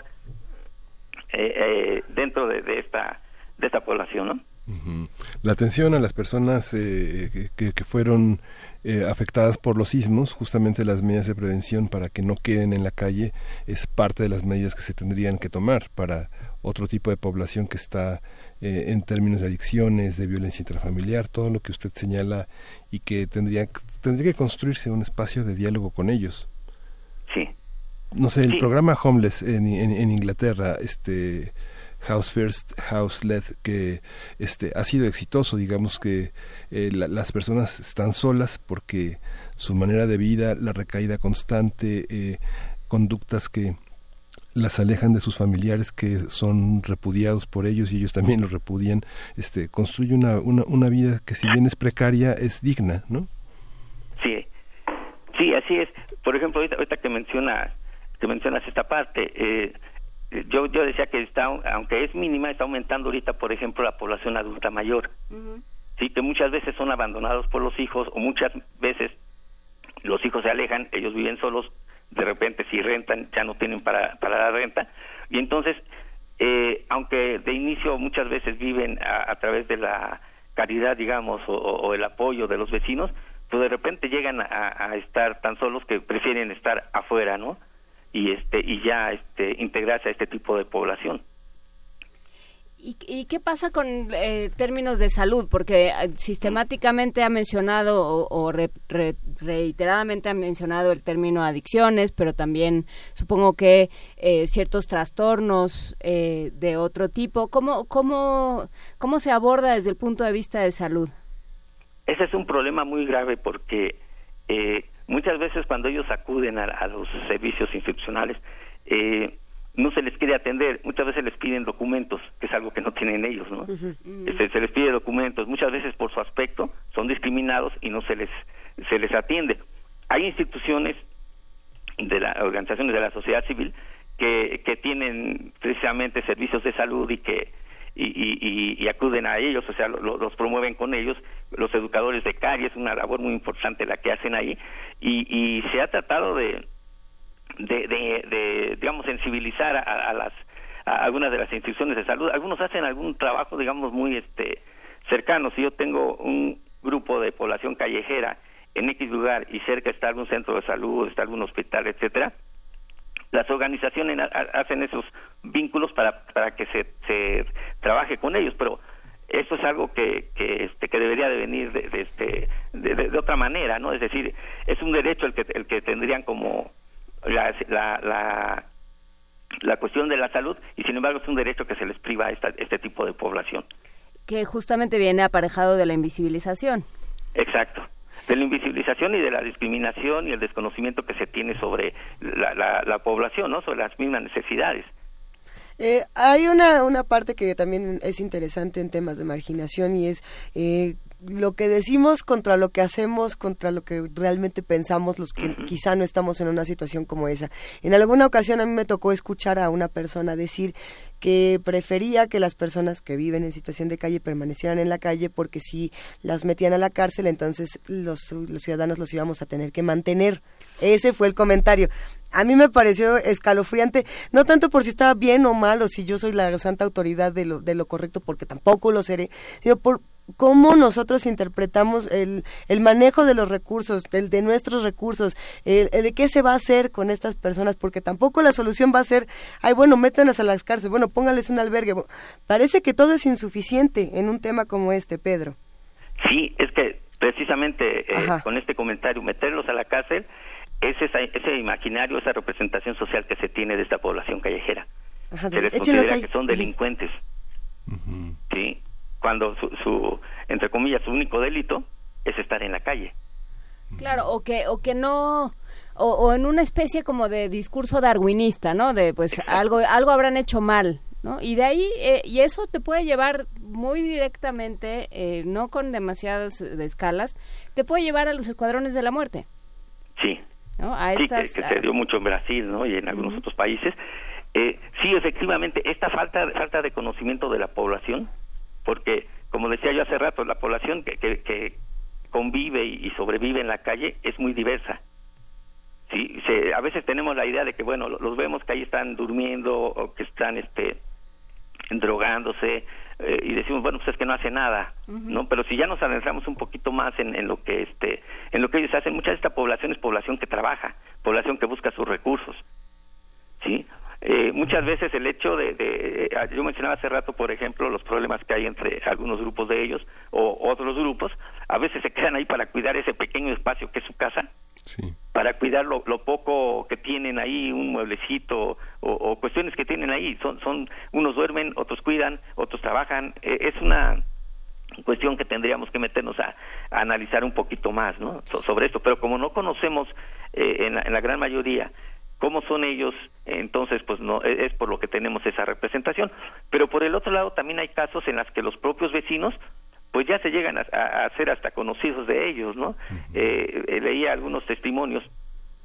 eh, eh, dentro de, de esta de esta población, ¿no? Uh-huh. La atención a las personas eh, que, que fueron eh, afectadas por los sismos, justamente las medidas de prevención para que no queden en la calle, es parte de las medidas que se tendrían que tomar para otro tipo de población que está eh, en términos de adicciones, de violencia intrafamiliar, todo lo que usted señala, y que tendría, tendría que construirse un espacio de diálogo con ellos. Sí. No sé, el sí. programa Homeless en, en, en Inglaterra, este... House First, House Led, que este ha sido exitoso. Digamos que eh, la, las personas están solas porque su manera de vida, la recaída constante, eh, conductas que las alejan de sus familiares, que son repudiados por ellos y ellos también los repudian, este construye una, una, una vida que, si bien es precaria, es digna, ¿no? Sí, sí, así es. Por ejemplo, ahorita, ahorita que mencionas, que mencionas esta parte, eh, Yo yo decía que está, aunque es mínima, está aumentando ahorita, por ejemplo, la población adulta mayor. Uh-huh. Sí, que muchas veces son abandonados por los hijos, o muchas veces los hijos se alejan, ellos viven solos, de repente si rentan ya no tienen para, para la renta, y entonces, eh, aunque de inicio muchas veces viven a, a través de la caridad, digamos, o, o el apoyo de los vecinos, pues de repente llegan a, a estar tan solos que prefieren estar afuera, ¿no? Y este y ya este integrarse a este tipo de población. ¿Y, y qué pasa con eh, términos de salud? Porque eh, sistemáticamente ha mencionado o, o re, re, reiteradamente ha mencionado el término adicciones, pero también supongo que eh, ciertos trastornos eh, de otro tipo. ¿Cómo, cómo, ¿Cómo se aborda desde el punto de vista de salud? Ese es un problema muy grave porque eh, muchas veces cuando ellos acuden a, a los servicios institucionales, eh, no se les quiere atender, muchas veces les piden documentos, que es algo que no tienen ellos, ¿no? Uh-huh. Se, se les pide documentos, muchas veces por su aspecto son discriminados y no se les se les atiende. Hay instituciones de las organizaciones de la sociedad civil que, que tienen precisamente servicios de salud y que y, y, y acuden a ellos, o sea, lo, los promueven con ellos, los educadores de calle, es una labor muy importante la que hacen ahí, y, y se ha tratado de De, de, de, digamos, sensibilizar a, a las a algunas de las instituciones de salud. Algunos hacen algún trabajo, digamos, muy este cercano. Si yo tengo un grupo de población callejera en X lugar y cerca está algún centro de salud, está algún hospital, etcétera, las organizaciones ha, hacen esos vínculos para para que se, se trabaje con ellos, pero eso es algo que que este que debería de venir de, de este de, de, de otra manera, ¿no? Es decir, es un derecho el que el que tendrían como La, la, la, la cuestión de la salud, y sin embargo es un derecho que se les priva a esta, este tipo de población. Que justamente viene aparejado de la invisibilización. Exacto, de la invisibilización y de la discriminación y el desconocimiento que se tiene sobre la, la, la población, ¿no? Sobre las mismas necesidades. Eh, hay una, una parte que también es interesante en temas de marginación y es eh, lo que decimos contra lo que hacemos, contra lo que realmente pensamos los que uh-huh. quizá no estamos en una situación como esa. En alguna ocasión a mí me tocó escuchar a una persona decir que prefería que las personas que viven en situación de calle permanecieran en la calle porque si las metían a la cárcel entonces los, los ciudadanos los íbamos a tener que mantener. Ese fue el comentario. A mí me pareció escalofriante, no tanto por si estaba bien o mal o si yo soy la santa autoridad de lo, de lo correcto, porque tampoco lo seré, sino por cómo nosotros interpretamos el, el manejo de los recursos, del, de nuestros recursos, el, el de qué se va a hacer con estas personas, porque tampoco la solución va a ser, ay, bueno, métanlas a las cárceles, bueno, póngales un albergue. Parece que todo es insuficiente en un tema como este, Pedro. Sí, es que precisamente eh, con este comentario, meterlos a la cárcel, es esa, ese imaginario, esa representación social que se tiene de esta población callejera. Ajá, se les considera ahí. Que son delincuentes. Uh-huh. Sí, cuando su, su, entre comillas, su único delito es estar en la calle. Claro, o que o que no o, o en una especie como de discurso darwinista, ¿no? De pues Exacto. algo algo habrán hecho mal, ¿no? Y de ahí eh, y eso te puede llevar muy directamente, eh, no con demasiadas de escalas, te puede llevar a los escuadrones de la muerte. Sí. ¿No? A estas, sí, que, que se dio mucho en Brasil, ¿no? Y en algunos uh-huh. otros países. Eh, sí, efectivamente, esta falta falta de conocimiento de la población, porque, como decía yo hace rato, la población que, que, que convive y sobrevive en la calle es muy diversa. Sí, se, a veces tenemos la idea de que, bueno, los vemos que ahí están durmiendo o que están este drogándose, eh, y decimos, bueno, pues es que no hace nada, uh-huh. ¿no? Pero si ya nos adentramos un poquito más en, en lo que este en lo que ellos hacen, mucha de esta población es población que trabaja, población que busca sus recursos, ¿sí? Eh, muchas veces el hecho de, de, yo mencionaba hace rato, por ejemplo, los problemas que hay entre algunos grupos de ellos o otros grupos, a veces se quedan ahí para cuidar ese pequeño espacio que es su casa, sí. para cuidar lo, lo poco que tienen ahí, un mueblecito o, o cuestiones que tienen ahí, son, son unos duermen, otros cuidan, otros trabajan, eh, es una cuestión que tendríamos que meternos a, a analizar un poquito más, ¿no? So, sobre esto, pero como no conocemos eh, en, la, en la gran mayoría cómo son ellos, entonces pues no es por lo que tenemos esa representación. Pero por el otro lado también hay casos en los que los propios vecinos pues ya se llegan a, a, a ser hasta conocidos de ellos, ¿no? Uh-huh. Eh, eh, leía algunos testimonios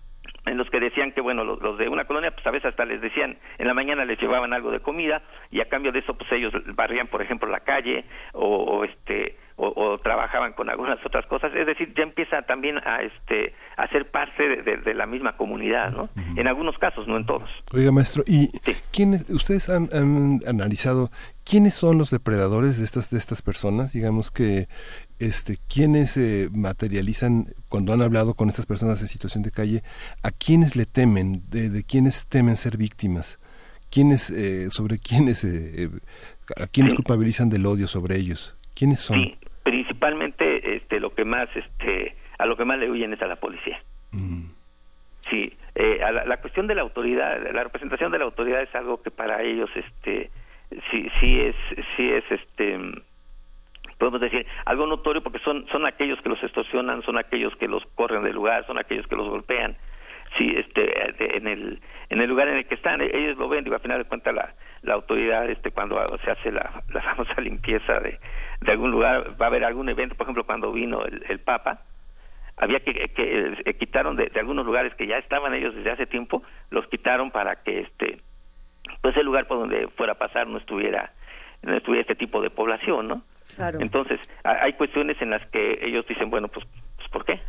en los que decían que, bueno, los, los de una colonia, pues a veces hasta les decían, en la mañana les llevaban algo de comida y a cambio de eso, pues ellos barrían, por ejemplo, la calle o, o este o, o trabajaban con algunas otras cosas. Es decir, ya empieza también a este a ser parte de, de, de la misma comunidad, ¿no? Uh-huh. En algunos casos, no en todos. Oiga, maestro, ¿y sí. quiénes, ustedes han, han analizado quiénes son los depredadores de estas de estas personas? Digamos que Este, ¿quiénes eh, materializan, cuando han hablado con estas personas en situación de calle, a quiénes le temen, de, de quiénes temen ser víctimas? ¿Quiénes, eh, sobre quiénes, eh, eh, a quiénes sí. culpabilizan del odio sobre ellos? ¿Quiénes son? Sí, principalmente este, lo que más, este, a lo que más le huyen es a la policía. Mm. Sí, eh, a la, la cuestión de la autoridad, la representación de la autoridad es algo que para ellos, este, sí, sí es, sí es, este, podemos decir, algo notorio, porque son son aquellos que los extorsionan, son aquellos que los corren del lugar, son aquellos que los golpean, sí, este, en el en el lugar en el que están, ellos lo ven, digo, al final de cuentas la, la autoridad, este, cuando se hace la, la famosa limpieza de, de algún lugar, va a haber algún evento, por ejemplo, cuando vino el, el Papa, había que, que eh, quitaron de, de algunos lugares que ya estaban ellos desde hace tiempo, los quitaron para que, este, pues el lugar por donde fuera a pasar no estuviera, no estuviera este tipo de población, ¿no? Claro. Entonces, hay cuestiones en las que ellos dicen, bueno, pues, pues ¿por qué?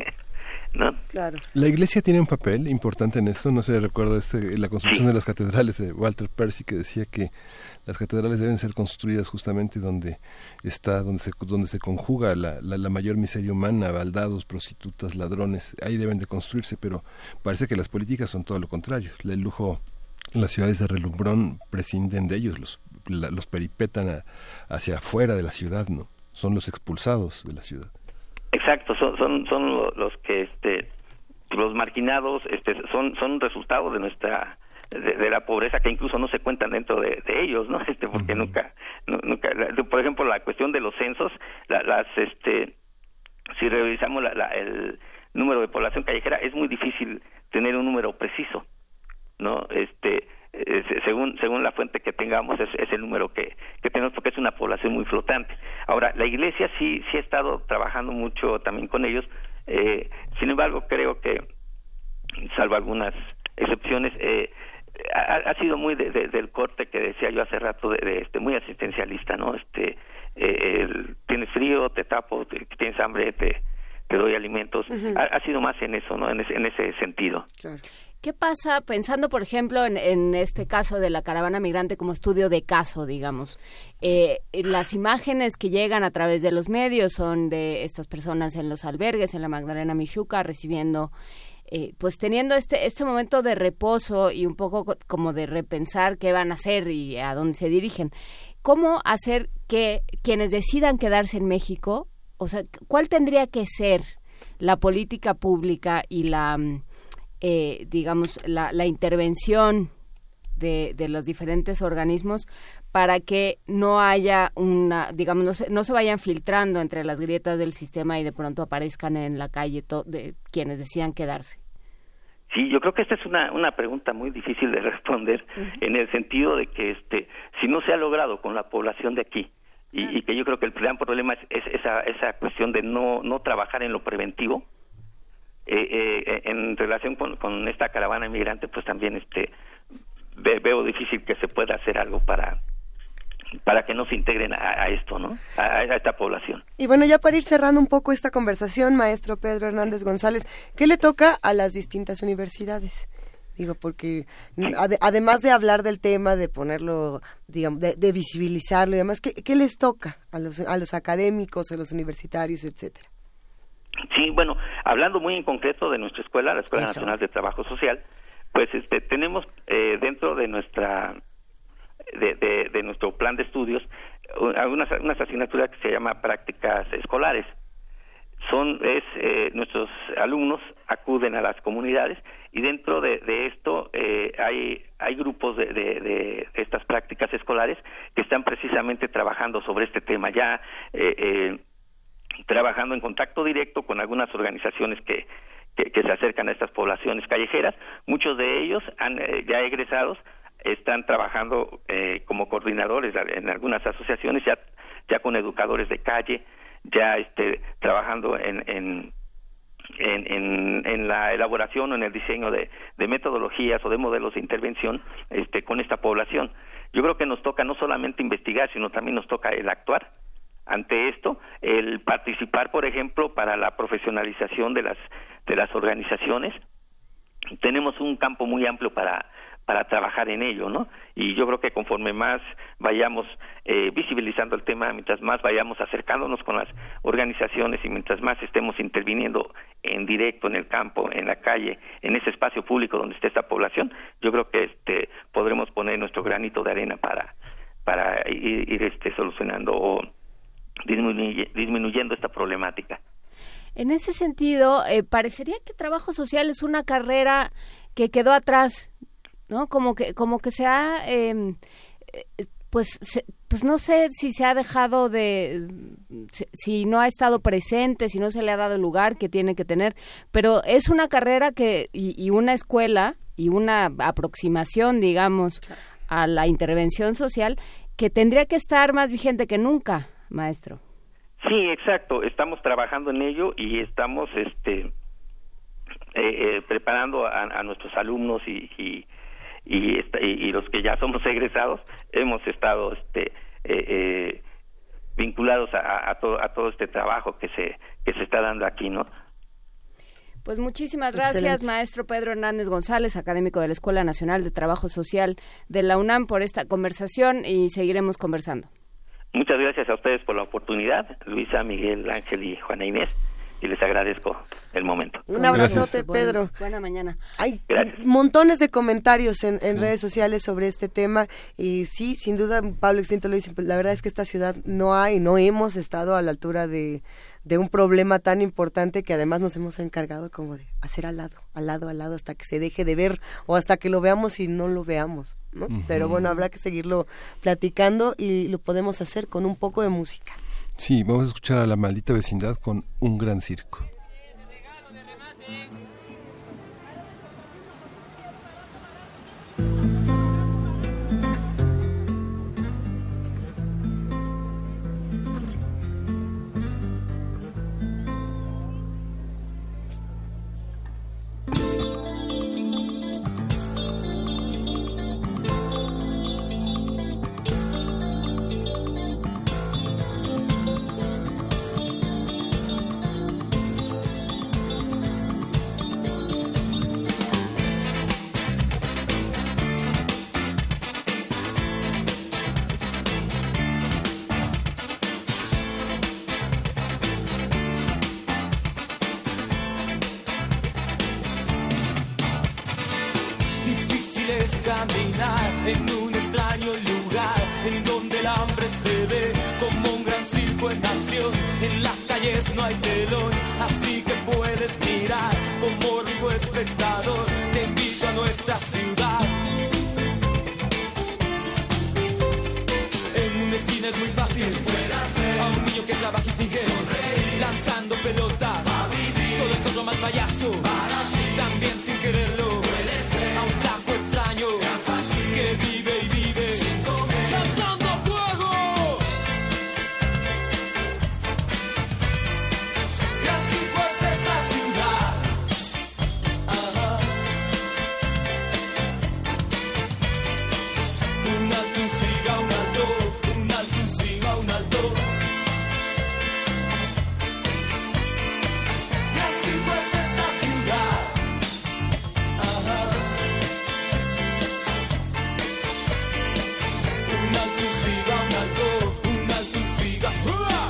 ¿No? Claro. La Iglesia tiene un papel importante en esto. No sé, recuerdo este, la construcción sí. de las catedrales de Walter Percy, que decía que las catedrales deben ser construidas justamente donde está, donde se, donde se conjuga la, la, la mayor miseria humana, baldados, prostitutas, ladrones. Ahí deben de construirse, pero parece que las políticas son todo lo contrario. El lujo, las ciudades de relumbrón prescinden de ellos, los La, los peripetan a, hacia afuera de la ciudad, ¿no? Son los expulsados de la ciudad. Exacto, son son son los que este los marginados este son son resultado de nuestra de, de la pobreza, que incluso no se cuentan dentro de, de ellos, ¿no? Este porque uh-huh. nunca no, nunca por ejemplo, la cuestión de los censos, la, las este si revisamos la, la, el número de población callejera, es muy difícil tener un número preciso, ¿no? Este Eh, según según la fuente que tengamos es, es el número que, que tenemos, porque es una población muy flotante. Ahora, la Iglesia sí sí ha estado trabajando mucho también con ellos, eh, sin embargo creo que, salvo algunas excepciones, eh, ha, ha sido muy de, de, del corte que decía yo hace rato, de, de este muy asistencialista, ¿no? Este eh, el, tienes frío, te tapo, te, tienes hambre, te te doy alimentos. Uh-huh. ha, ha sido más en eso, ¿no? En ese, en ese sentido. Claro. ¿Qué pasa, pensando, por ejemplo, en, en este caso de la caravana migrante como estudio de caso, digamos? Eh, las imágenes que llegan a través de los medios son de estas personas en los albergues, en la Magdalena Mixhuca, recibiendo, eh, pues teniendo este, este momento de reposo y un poco como de repensar qué van a hacer y a dónde se dirigen. ¿Cómo hacer que quienes decidan quedarse en México, o sea, cuál tendría que ser la política pública y la... Eh, digamos, la, la intervención de, de los diferentes organismos para que no haya una, digamos, no se, no se vayan filtrando entre las grietas del sistema y de pronto aparezcan en la calle to, de quienes decidan quedarse? Sí, yo creo que esta es una, una pregunta muy difícil de responder, uh-huh. en el sentido de que este si no se ha logrado con la población de aquí, y, uh-huh. y que yo creo que el gran problema es, es esa, esa cuestión de no, no trabajar en lo preventivo. Eh, eh, en relación con, con esta caravana inmigrante, pues también este ve, veo difícil que se pueda hacer algo para para que no se integren a, a esto, ¿no? A, a esta población. Y bueno, ya para ir cerrando un poco esta conversación, maestro Pedro Hernández González, ¿qué le toca a las distintas universidades? Digo, porque ade, además de hablar del tema, de ponerlo, digamos, de, de visibilizarlo y demás, ¿qué, qué les toca a los a los académicos, a los universitarios, etcétera? Sí, bueno, hablando muy en concreto de nuestra escuela, la Escuela Eso. Nacional de Trabajo Social, pues este tenemos eh, dentro de nuestra de, de, de nuestro plan de estudios algunas unas asignaturas que se llama prácticas escolares. Son es eh, nuestros alumnos acuden a las comunidades y dentro de, de esto eh, hay hay grupos de, de, de estas prácticas escolares que están precisamente trabajando sobre este tema ya. Eh, eh, trabajando en contacto directo con algunas organizaciones que, que, que se acercan a estas poblaciones callejeras. Muchos de ellos han eh, ya egresados, están trabajando eh, como coordinadores en algunas asociaciones, ya ya con educadores de calle, ya este trabajando en, en en, en, en la elaboración o en el diseño de, de metodologías o de modelos de intervención este, con esta población. Yo creo que nos toca no solamente investigar, sino también nos toca el actuar ante esto, el participar, por ejemplo, para la profesionalización de las de las organizaciones. Tenemos un campo muy amplio para para trabajar en ello, ¿no? Y yo creo que conforme más vayamos eh, visibilizando el tema, mientras más vayamos acercándonos con las organizaciones y mientras más estemos interviniendo en directo en el campo, en la calle, en ese espacio público donde esté esta población, yo creo que este podremos poner nuestro granito de arena para para ir, ir este solucionando o disminuye, disminuyendo esta problemática. En ese sentido, eh, parecería que trabajo social es una carrera que quedó atrás, ¿no? Como que como que se ha, eh, pues, se, pues no sé si se ha dejado de, si no ha estado presente, si no se le ha dado el lugar que tiene que tener, pero es una carrera que y, y una escuela y una aproximación, digamos, a la intervención social que tendría que estar más vigente que nunca, maestro. Sí, exacto. Estamos trabajando en ello y estamos, este, eh, eh, preparando a, a nuestros alumnos y y, y, esta, y y los que ya somos egresados hemos estado, este, eh, eh, vinculados a, a todo a todo este trabajo que se que se está dando aquí, ¿no? Pues muchísimas gracias, Excelente. maestro Pedro Hernández González, académico de la Escuela Nacional de Trabajo Social de la UNAM, por esta conversación y seguiremos conversando. Muchas gracias a ustedes por la oportunidad, Luisa, Miguel, Ángel y Juana Inés, y les agradezco el momento. Un abrazote, Pedro. Buen, buena mañana. Hay Gracias. montones de comentarios en, en sí. redes sociales sobre este tema y sí, sin duda, Pablo Extinto lo dice, la verdad es que esta ciudad no hay, no hemos estado a la altura de, de un problema tan importante que además nos hemos encargado como de hacer al lado, al lado, al lado, hasta que se deje de ver o hasta que lo veamos y no lo veamos, ¿no? Uh-huh. Pero bueno, habrá que seguirlo platicando y lo podemos hacer con un poco de música. Sí, vamos a escuchar a La Maldita Vecindad con Un Gran Circo. Caminar en un extraño lugar en donde el hambre se ve como un gran circo en acción. En las calles no hay telón, así que puedes mirar como rico espectador. Te invito a nuestra ciudad. En una esquina es muy fácil puedas ver a un niño que trabaja y finge sonreír, lanzando pelotas a vivir. Solo es otro mal payaso para ti. También sin quererlo puedes ver a un flaco extraño que vive y vive sin comer, lanzando fuego. Y así pues esta ciudad. Ajá. Un alto, un siga, un alto, un alto, un siga, un alto. Y así pues esta ciudad. Ajá. Un alto, un siga, un alto, un alto, un siga. ¡Hua!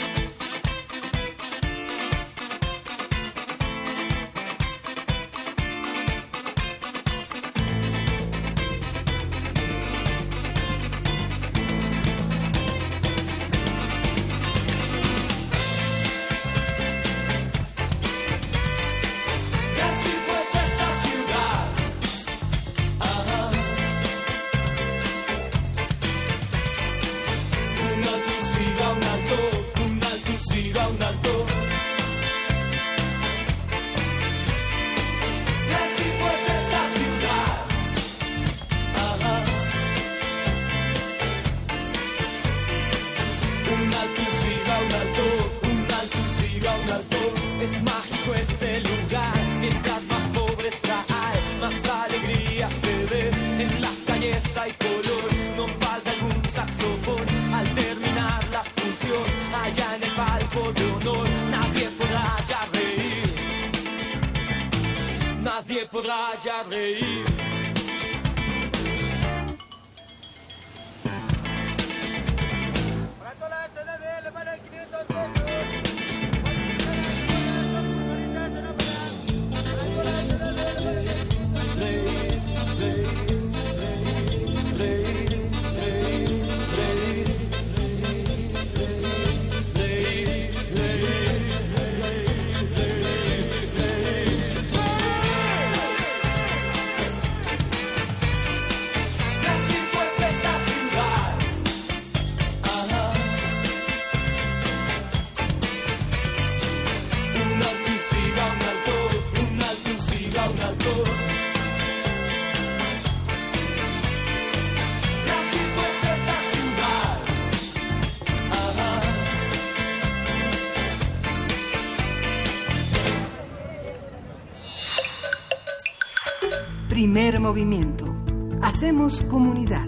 Y así pues esta ciudad. Ajá. Un alto, un siga, un alto, un alto, un siga, un alto. Y así pues esta ciudad. Ajá. Un alto, un siga, un alto, un alto, un siga, un alto. Es mágico este dolor. No falta algún saxofón al terminar la función. Allá en el palco de honor nadie podrá ya reír. Nadie podrá ya reír. Primer movimiento. Hacemos comunidad.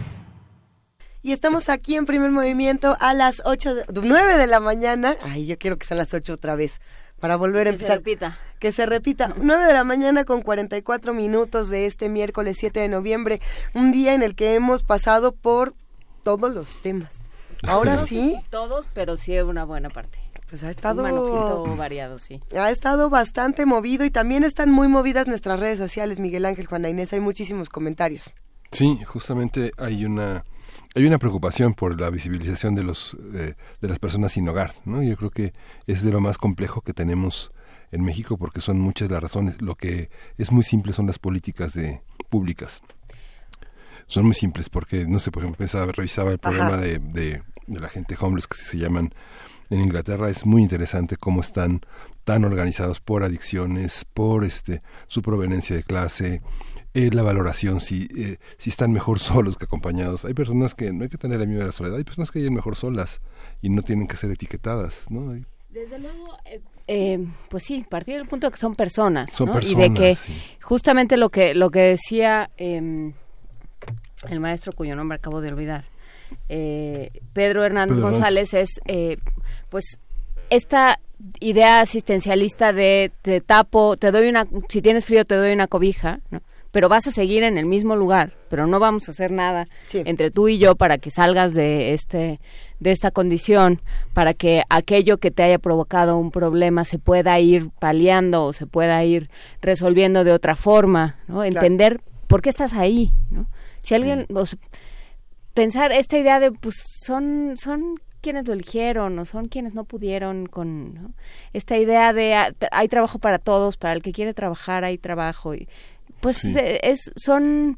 Y estamos aquí en Primer Movimiento a las ocho, de, nueve de la mañana. Ay, yo quiero que sean las ocho otra vez para volver a que empezar. Que se repita. Que se repita. nueve de la mañana con cuarenta y cuatro minutos de este miércoles siete de noviembre. Un día en el que hemos pasado por todos los temas. Ahora no sí. sé si todos, pero sí una buena parte. Pues ha estado... Un manojito variado, sí. Ha estado bastante movido y también están muy movidas nuestras redes sociales, Miguel Ángel, Juana Inés, hay muchísimos comentarios. Sí, justamente hay una hay una preocupación por la visibilización de los eh, de las personas sin hogar, ¿no? Yo creo que es de lo más complejo que tenemos en México porque son muchas las razones. Lo que es muy simple son las políticas de públicas. Son muy simples porque, no sé, por ejemplo, pensaba, revisaba el programa de, de, de la gente homeless que se llaman en Inglaterra. Es muy interesante cómo están tan organizados por adicciones, por este su proveniencia de clase, eh, la valoración, si eh, si están mejor solos que acompañados. Hay personas que no hay que tener miedo de la soledad, hay personas que viven mejor solas y no tienen que ser etiquetadas, ¿no? Hay... Desde luego, eh, eh, pues sí, partir del punto de que son personas, son ¿no? personas, y de que sí. justamente lo que lo que decía eh, el maestro cuyo nombre acabo de olvidar, eh, Pedro Hernández Pedro González, es eh, pues esta idea asistencialista de te tapo, te doy una, si tienes frío te doy una cobija, ¿no? Pero vas a seguir en el mismo lugar, pero no vamos a hacer nada sí. entre tú y yo para que salgas de este de esta condición, para que aquello que te haya provocado un problema se pueda ir paliando o se pueda ir resolviendo de otra forma, ¿no? Entender claro. por qué estás ahí, ¿no? Si alguien mm. o sea, pensar esta idea de pues son son quienes lo eligieron o son quienes no pudieron con, ¿no? Esta idea de hay trabajo para todos, para el que quiere trabajar hay trabajo y pues sí. es son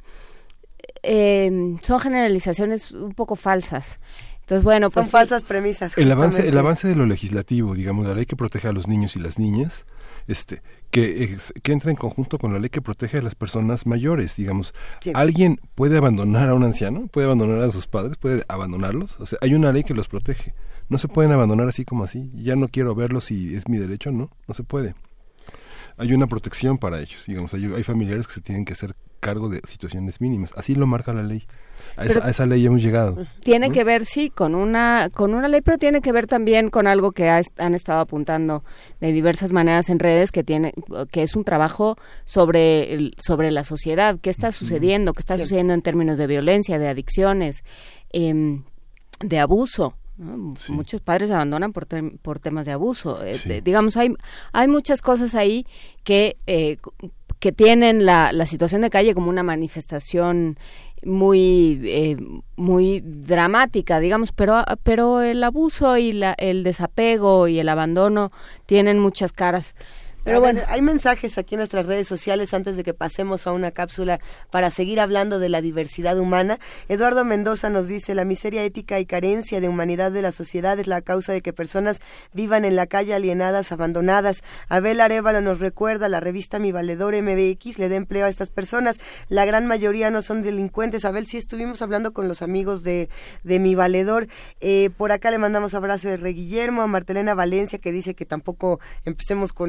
eh, son generalizaciones un poco falsas. Entonces, bueno, pues son falsas premisas. El avance el avance de lo legislativo, digamos, la ley que protege a los niños y las niñas, este que que entra en conjunto con la ley que protege a las personas mayores, digamos. Sí. ¿Alguien puede abandonar a un anciano? ¿Puede abandonar a sus padres? ¿Puede abandonarlos? O sea, hay una ley que los protege. No se pueden abandonar así como así. Ya no quiero verlos y es mi derecho, ¿no? No se puede. Hay una protección para ellos, digamos, hay, hay familiares que se tienen que hacer cargo de situaciones mínimas, así lo marca la ley. A, esa, a esa ley hemos llegado. Tiene ¿no? que ver, sí, con una con una ley, pero tiene que ver también con algo que ha, han estado apuntando de diversas maneras en redes, que tiene que es un trabajo sobre el, sobre la sociedad, qué está sucediendo, qué está sí. sucediendo en términos de violencia, de adicciones, eh, de abuso. ¿no? Sí. Muchos padres abandonan por te- por temas de abuso. Sí. Eh, digamos, hay hay muchas cosas ahí que eh, que tienen la, la situación de calle como una manifestación muy eh, muy dramática, digamos, pero pero el abuso y la, el desapego y el abandono tienen muchas caras. Pero bueno, hay mensajes aquí en nuestras redes sociales antes de que pasemos a una cápsula para seguir hablando de la diversidad humana. Eduardo Mendoza nos dice, la miseria ética y carencia de humanidad de la sociedad es la causa de que personas vivan en la calle alienadas, abandonadas. Abel Arévalo nos recuerda, la revista Mi Valedor M B X le da empleo a estas personas. La gran mayoría no son delincuentes. Abel, sí estuvimos hablando con los amigos de, de Mi Valedor. Eh, por acá le mandamos abrazo de Re Guillermo, a Martelena Valencia, que dice que tampoco empecemos con ya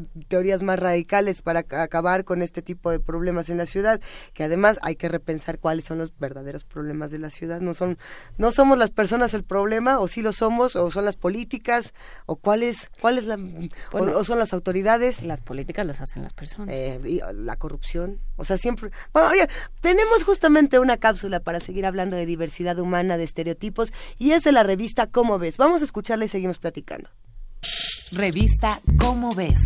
teorías más radicales para ac- acabar con este tipo de problemas en la ciudad, que además hay que repensar cuáles son los verdaderos problemas de la ciudad. No son, no somos las personas el problema, o sí lo somos, o son las políticas, o cuál es, cuál es la, Bueno, o, o son las autoridades. Las políticas las hacen las personas. Eh, y la corrupción, o sea, siempre... Bueno, oye, tenemos justamente una cápsula para seguir hablando de diversidad humana, de estereotipos, y es de la revista ¿Cómo ves? Vamos a escucharla y seguimos platicando. Revista ¿Cómo ves?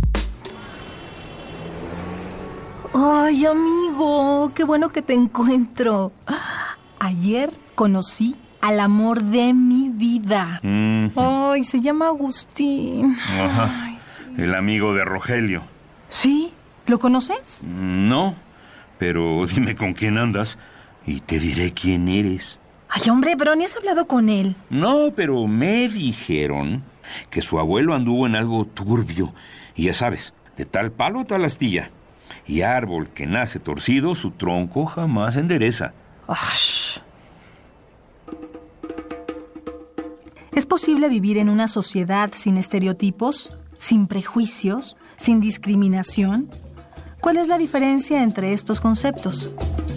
Ay, amigo, qué bueno que te encuentro. Ayer conocí al amor de mi vida. Mm. Ay, se llama Agustín. Ajá. El amigo de Rogelio. ¿Sí? ¿Lo conoces? No, pero dime con quién andas y te diré quién eres. Ay, hombre, pero ni has hablado con él. No, pero me dijeron que su abuelo anduvo en algo turbio. Y ya sabes, de tal palo a tal astilla. Y árbol que nace torcido, su tronco jamás endereza. Ay. ¿Es posible vivir en una sociedad sin estereotipos, sin prejuicios, sin discriminación? ¿Cuál es la diferencia entre estos conceptos?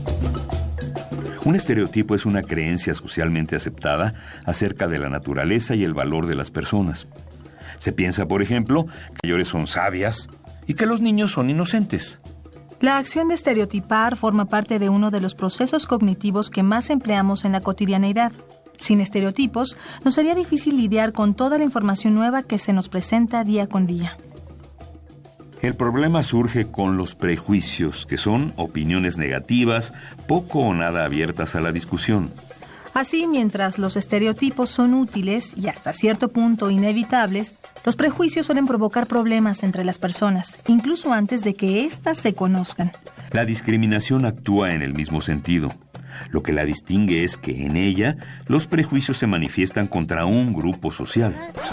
Un estereotipo es una creencia socialmente aceptada acerca de la naturaleza y el valor de las personas. Se piensa, por ejemplo, que mayores son sabias y que los niños son inocentes. La acción de estereotipar forma parte de uno de los procesos cognitivos que más empleamos en la cotidianeidad. Sin estereotipos, nos sería difícil lidiar con toda la información nueva que se nos presenta día con día. El problema surge con los prejuicios, que son opiniones negativas, poco o nada abiertas a la discusión. Así, mientras los estereotipos son útiles y hasta cierto punto inevitables, los prejuicios suelen provocar problemas entre las personas, incluso antes de que éstas se conozcan. La discriminación actúa en el mismo sentido. Lo que la distingue es que en ella los prejuicios se manifiestan contra un grupo social.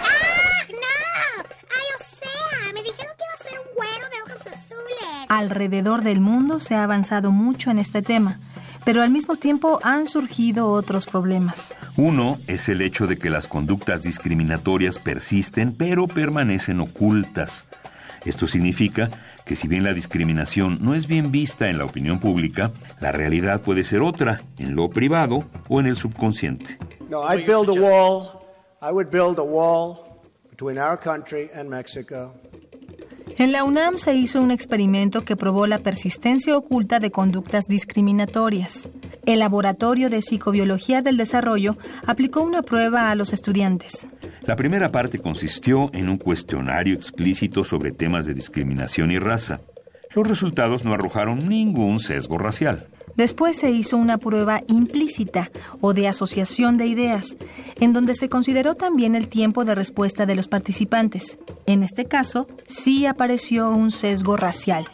Alrededor del mundo se ha avanzado mucho en este tema, pero al mismo tiempo han surgido otros problemas. Uno es el hecho de que las conductas discriminatorias persisten, pero permanecen ocultas. Esto significa que si bien la discriminación no es bien vista en la opinión pública, la realidad puede ser otra, en lo privado o en el subconsciente. No, I'd build a wall. I would build a wall between our country and Mexico. En la UNAM se hizo un experimento que probó la persistencia oculta de conductas discriminatorias. El Laboratorio de Psicobiología del Desarrollo aplicó una prueba a los estudiantes. La primera parte consistió en un cuestionario explícito sobre temas de discriminación y raza. Los resultados no arrojaron ningún sesgo racial. Después se hizo una prueba implícita o de asociación de ideas, en donde se consideró también el tiempo de respuesta de los participantes. En este caso, sí apareció un sesgo racial.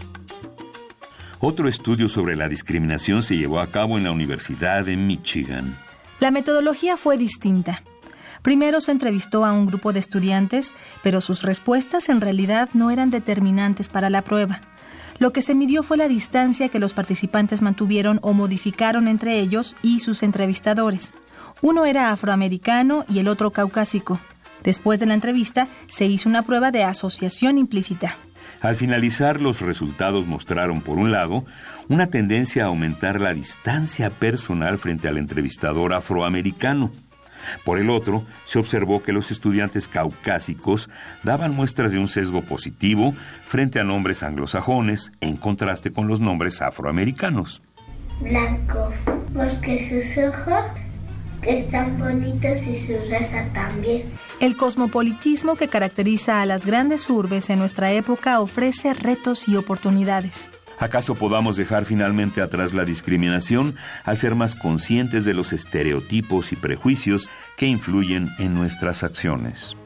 Otro estudio sobre la discriminación se llevó a cabo en la Universidad de Michigan. La metodología fue distinta. Primero se entrevistó a un grupo de estudiantes, pero sus respuestas en realidad no eran determinantes para la prueba. Lo que se midió fue la distancia que los participantes mantuvieron o modificaron entre ellos y sus entrevistadores. Uno era afroamericano y el otro caucásico. Después de la entrevista, se hizo una prueba de asociación implícita. Al finalizar, los resultados mostraron, por un lado, una tendencia a aumentar la distancia personal frente al entrevistador afroamericano. Por el otro, se observó que los estudiantes caucásicos daban muestras de un sesgo positivo frente a nombres anglosajones, en contraste con los nombres afroamericanos. Blanco, porque sus ojos están bonitos y su raza también. El cosmopolitismo que caracteriza a las grandes urbes en nuestra época ofrece retos y oportunidades. ¿Acaso podamos dejar finalmente atrás la discriminación al ser más conscientes de los estereotipos y prejuicios que influyen en nuestras acciones?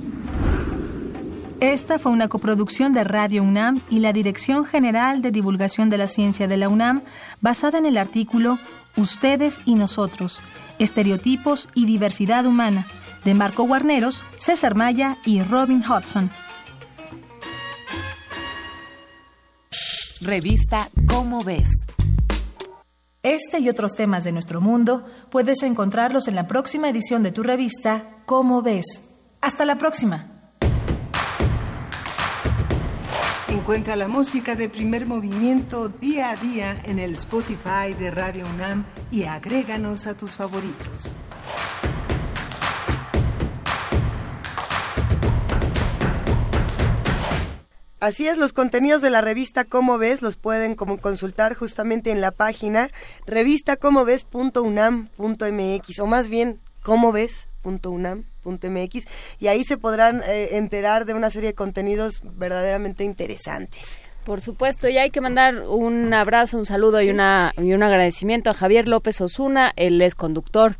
Esta fue una coproducción de Radio UNAM y la Dirección General de Divulgación de la Ciencia de la UNAM, basada en el artículo Ustedes y Nosotros, Estereotipos y Diversidad Humana, de Marco Guarneros, César Maya y Robin Hudson. Revista ¿Cómo ves? Este y otros temas de nuestro mundo puedes encontrarlos en la próxima edición de tu revista ¿Cómo ves? ¡Hasta la próxima! Encuentra la música de Primer Movimiento día a día en el Spotify de Radio UNAM y agréganos a tus favoritos. Así es, los contenidos de la revista Cómo Ves los pueden como consultar justamente en la página revista como ves punto unam punto m x, o más bien como ves punto unam punto m x, y ahí se podrán eh, enterar de una serie de contenidos verdaderamente interesantes. Por supuesto, y hay que mandar un abrazo, un saludo y una y un agradecimiento a Javier López Osuna, él es conductor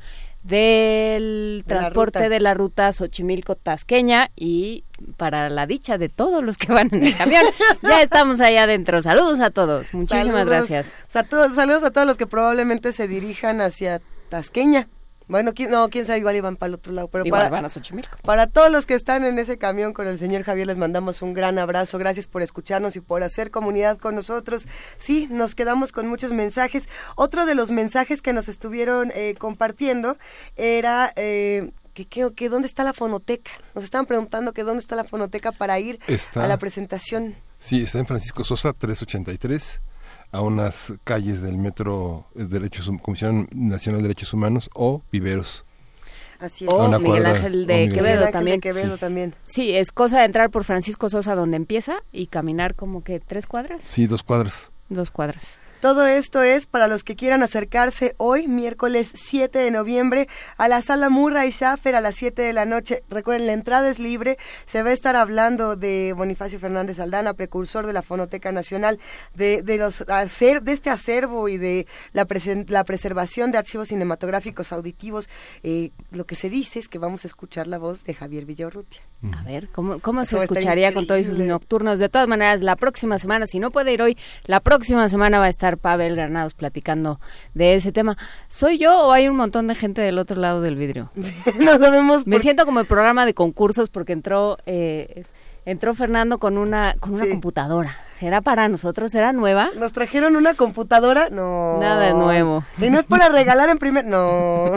del De la transporte ruta. de la ruta Xochimilco-Tasqueña, y para la dicha de todos los que van en el camión, ya estamos ahí adentro. Saludos a todos, muchísimas Saludos, gracias. A todos, saludos a todos los que probablemente se dirijan hacia Tasqueña. Bueno, quién, no, quién sabe, igual iban para el otro lado. Pero Igual para, van a Xochimilco. Para todos los que están en ese camión con el señor Javier, les mandamos un gran abrazo. Gracias por escucharnos y por hacer comunidad con nosotros. Sí, nos quedamos con muchos mensajes. Otro de los mensajes que nos estuvieron eh, compartiendo era... Eh, que, que, que dónde está la fonoteca. Nos estaban preguntando que dónde está la fonoteca para ir Está- a la presentación. Sí, está en Francisco Sosa trescientos ochenta y tres, a unas calles del Metro eh, Derechos Hum- Comisión Nacional de Derechos Humanos o Viveros. Así A O una Miguel cuadra- Ángel o de Miguel Quevedo Miguel Ángel también. de Quevedo Sí. también. Sí, es cosa de entrar por Francisco Sosa donde empieza y caminar como que tres cuadras, Sí, dos cuadras. dos cuadras. Todo esto es para los que quieran acercarse hoy, miércoles siete de noviembre, a la Sala Murray Schaffer a las siete de la noche. Recuerden, la entrada es libre. Se va a estar hablando de Bonifacio Fernández Aldana, precursor de la Fonoteca Nacional, de, de, los, acer, de este acervo y de la, presen, la preservación de archivos cinematográficos auditivos. Eh, lo que se dice es que vamos a escuchar la voz de Javier Villaurrutia. A ver, ¿cómo, cómo Eso se va a estar escucharía con todos sus increíble. nocturnos? De todas maneras, la próxima semana, si no puede ir hoy, la próxima semana va a estar Pavel Granados platicando de ese tema. ¿Soy yo o hay un montón de gente del otro lado del vidrio? No sabemos. Me siento como el programa de concursos porque entró eh, entró Fernando con una con una Sí. computadora. ¿Será para nosotros? ¿Será nueva? ¿Nos trajeron una computadora? No. Nada de nuevo. Y no es para regalar en primer... No.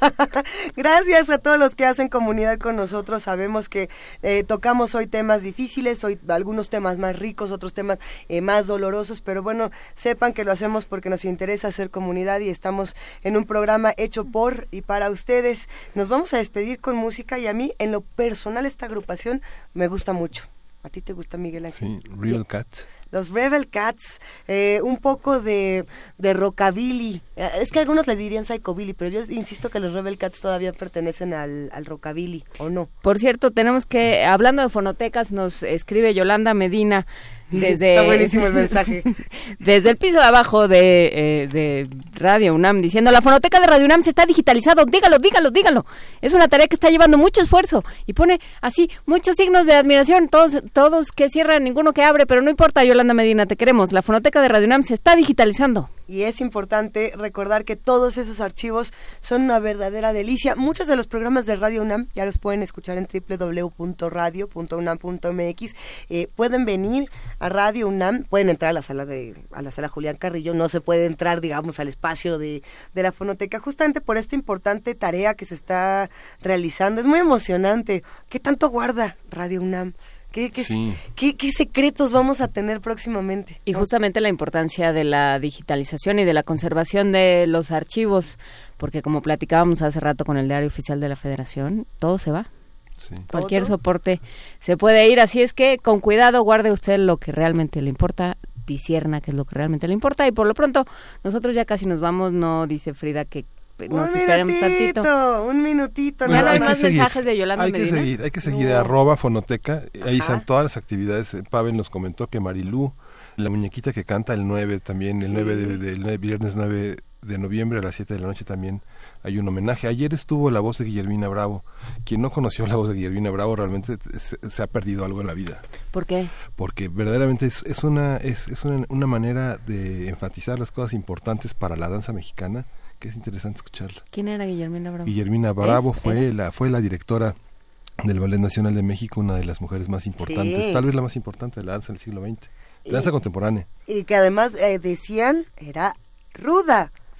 Gracias a todos los que hacen comunidad con nosotros. Sabemos que eh, tocamos hoy temas difíciles, hoy algunos temas más ricos, otros temas eh, más dolorosos, pero bueno, sepan que lo hacemos porque nos interesa hacer comunidad y estamos en un programa hecho por y para ustedes. Nos vamos a despedir con música y a mí, en lo personal, esta agrupación me gusta mucho. ¿A ti te gusta, Miguel Ángel? Sí, Real Cat. Los Rebel Cats, eh, un poco de, de rockabilly. Eh, Es que algunos le dirían psychobilly, pero yo insisto que los Rebel Cats todavía pertenecen al, al rockabilly, ¿o no? Por cierto, tenemos que, hablando de fonotecas, nos escribe Yolanda Medina desde... Está buenísimo el mensaje. Desde el piso de abajo de, eh, de Radio UNAM, diciendo, la fonoteca de Radio UNAM se está digitalizando, dígalo, dígalo, dígalo. Es una tarea que está llevando mucho esfuerzo. Y pone así, muchos signos de admiración, todos todos que cierran, ninguno que abre, pero no importa, Yolanda Medina, te queremos. La fonoteca de Radio UNAM se está digitalizando. Y es importante recordar que todos esos archivos son una verdadera delicia. Muchos de los programas de Radio UNAM ya los pueden escuchar en doble u doble u doble u punto radio punto unam punto m x. Eh, pueden venir a Radio UNAM, pueden entrar a la sala de a la sala Julián Carrillo, no se puede entrar, digamos, al espacio de, de la fonoteca, justamente por esta importante tarea que se está realizando. Es muy emocionante. ¿Qué tanto guarda Radio UNAM? ¿Qué, qué, Sí. qué, qué secretos vamos a tener próximamente? Y justamente la importancia de la digitalización y de la conservación de los archivos, porque como platicábamos hace rato con el Diario Oficial de la Federación, todo se va. Sí. Cualquier ¿Todo? soporte se puede ir, así es que con cuidado guarde usted lo que realmente le importa, discierna qué es lo que realmente le importa, y por lo pronto nosotros ya casi nos vamos, no dice Frida que nos un esperemos minutito, tantito. un minutito. Ya no hay que más seguir, mensajes de Yolanda hay Medina. que seguir, hay que seguir No. arroba fonoteca, ahí Ajá. están todas las actividades. Pavel nos comentó que Marilú, la muñequita que canta el nueve también, el Sí. nueve de, de- el nueve viernes nueve de noviembre a las siete de la noche también hay un homenaje. Ayer estuvo la voz de Guillermina Bravo. Quien no conoció la voz de Guillermina Bravo realmente se, se ha perdido algo en la vida, ¿Por qué? porque verdaderamente es, es una es, es una, una manera de enfatizar las cosas importantes para la danza mexicana, que es interesante escucharla. ¿Quién era Guillermina Bravo? Guillermina Bravo ¿Es? fue ¿Era? la fue la directora del Ballet Nacional de México, una de las mujeres más importantes, Sí. tal vez la más importante de la danza del siglo veinte, de danza Y- contemporánea. Y que además eh, decían era ruda.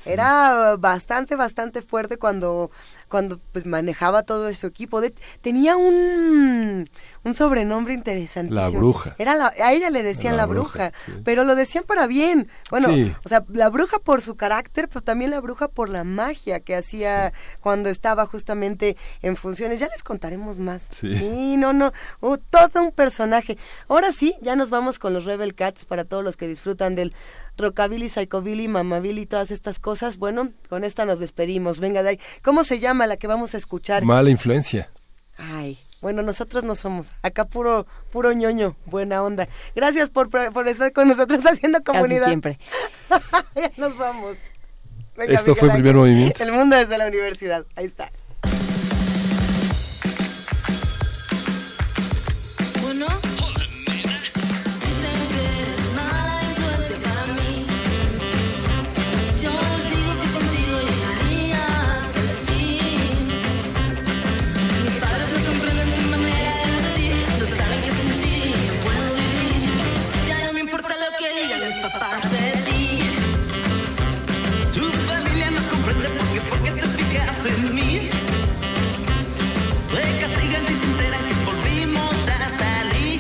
Era bastante, bastante fuerte cuando, cuando pues manejaba todo su equipo. De, tenía un, un sobrenombre interesantísimo. La bruja. Era la, a ella le decían la, la bruja, bruja sí. Pero lo decían para bien. Bueno, sí. O sea, la bruja por su carácter, pero también la bruja por la magia que hacía sí. Cuando estaba justamente en funciones. Ya les contaremos más. Sí, sí no, no, uh, todo un personaje. Ahora sí, ya nos vamos con los Rebel Cats para todos los que disfrutan del rockabilly, psychobilly, mamabilly y todas estas cosas. Bueno, con esta nos despedimos. Venga, de ahí. ¿Cómo se llama la que vamos a escuchar? Mala influencia. Ay, bueno, nosotros no somos. Acá puro puro ñoño, buena onda. Gracias por, por estar con nosotros haciendo comunidad. Casi siempre. Ya nos vamos. Venga, Esto Miguel fue Ángel. Primer Movimiento. El mundo desde la universidad. Ahí está. Uno. En mí, te castigan si se enteran que volvimos a salir.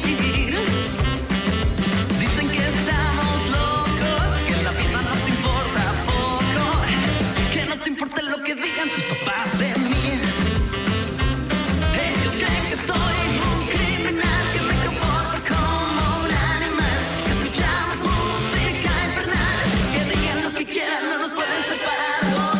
Dicen que estamos locos, que la vida nos importa poco, que no te importa lo que digan tus papás de mí. Ellos creen que soy un criminal, que me comporto como un animal, que escuchamos música infernal, que digan lo que quieran, no nos pueden separar.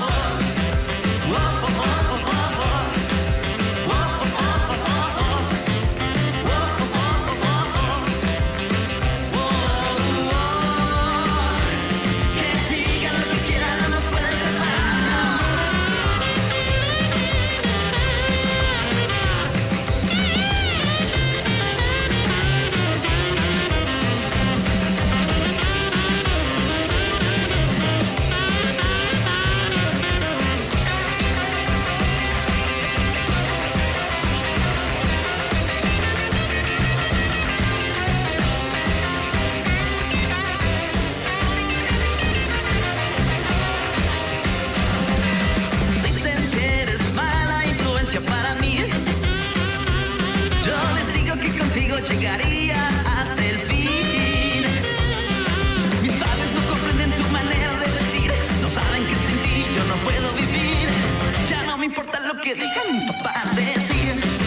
Llegaría hasta el fin. Mis padres no comprenden tu manera de vestir, no saben que sin ti yo no puedo vivir. Ya no me importa lo que digan mis papás de ti.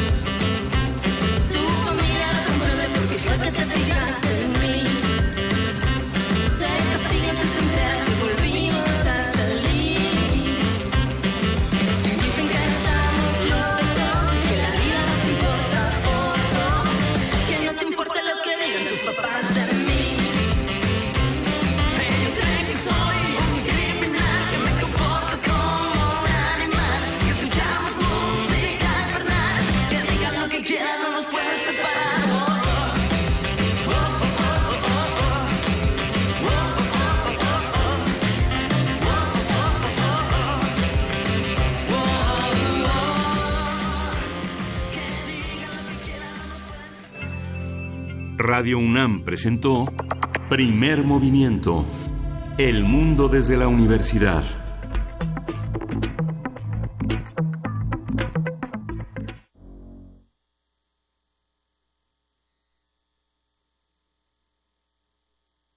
Tu familia no comprende por qué fue que te fijaste en mí. Te castigan si se enteran que volvimos a salir. Dicen que estamos locos, que la vida nos importa poco, que no te importa lo que digan tus papás de mí. Ellos creen que soy un criminal, que me comporto como un animal, que escuchamos música infernal, que digan lo que quieran, no nos pueden separar. Oh, oh, oh, oh, oh, oh. Oh, oh, oh, Radio UNAM presentó Primer Movimiento, El mundo desde la universidad.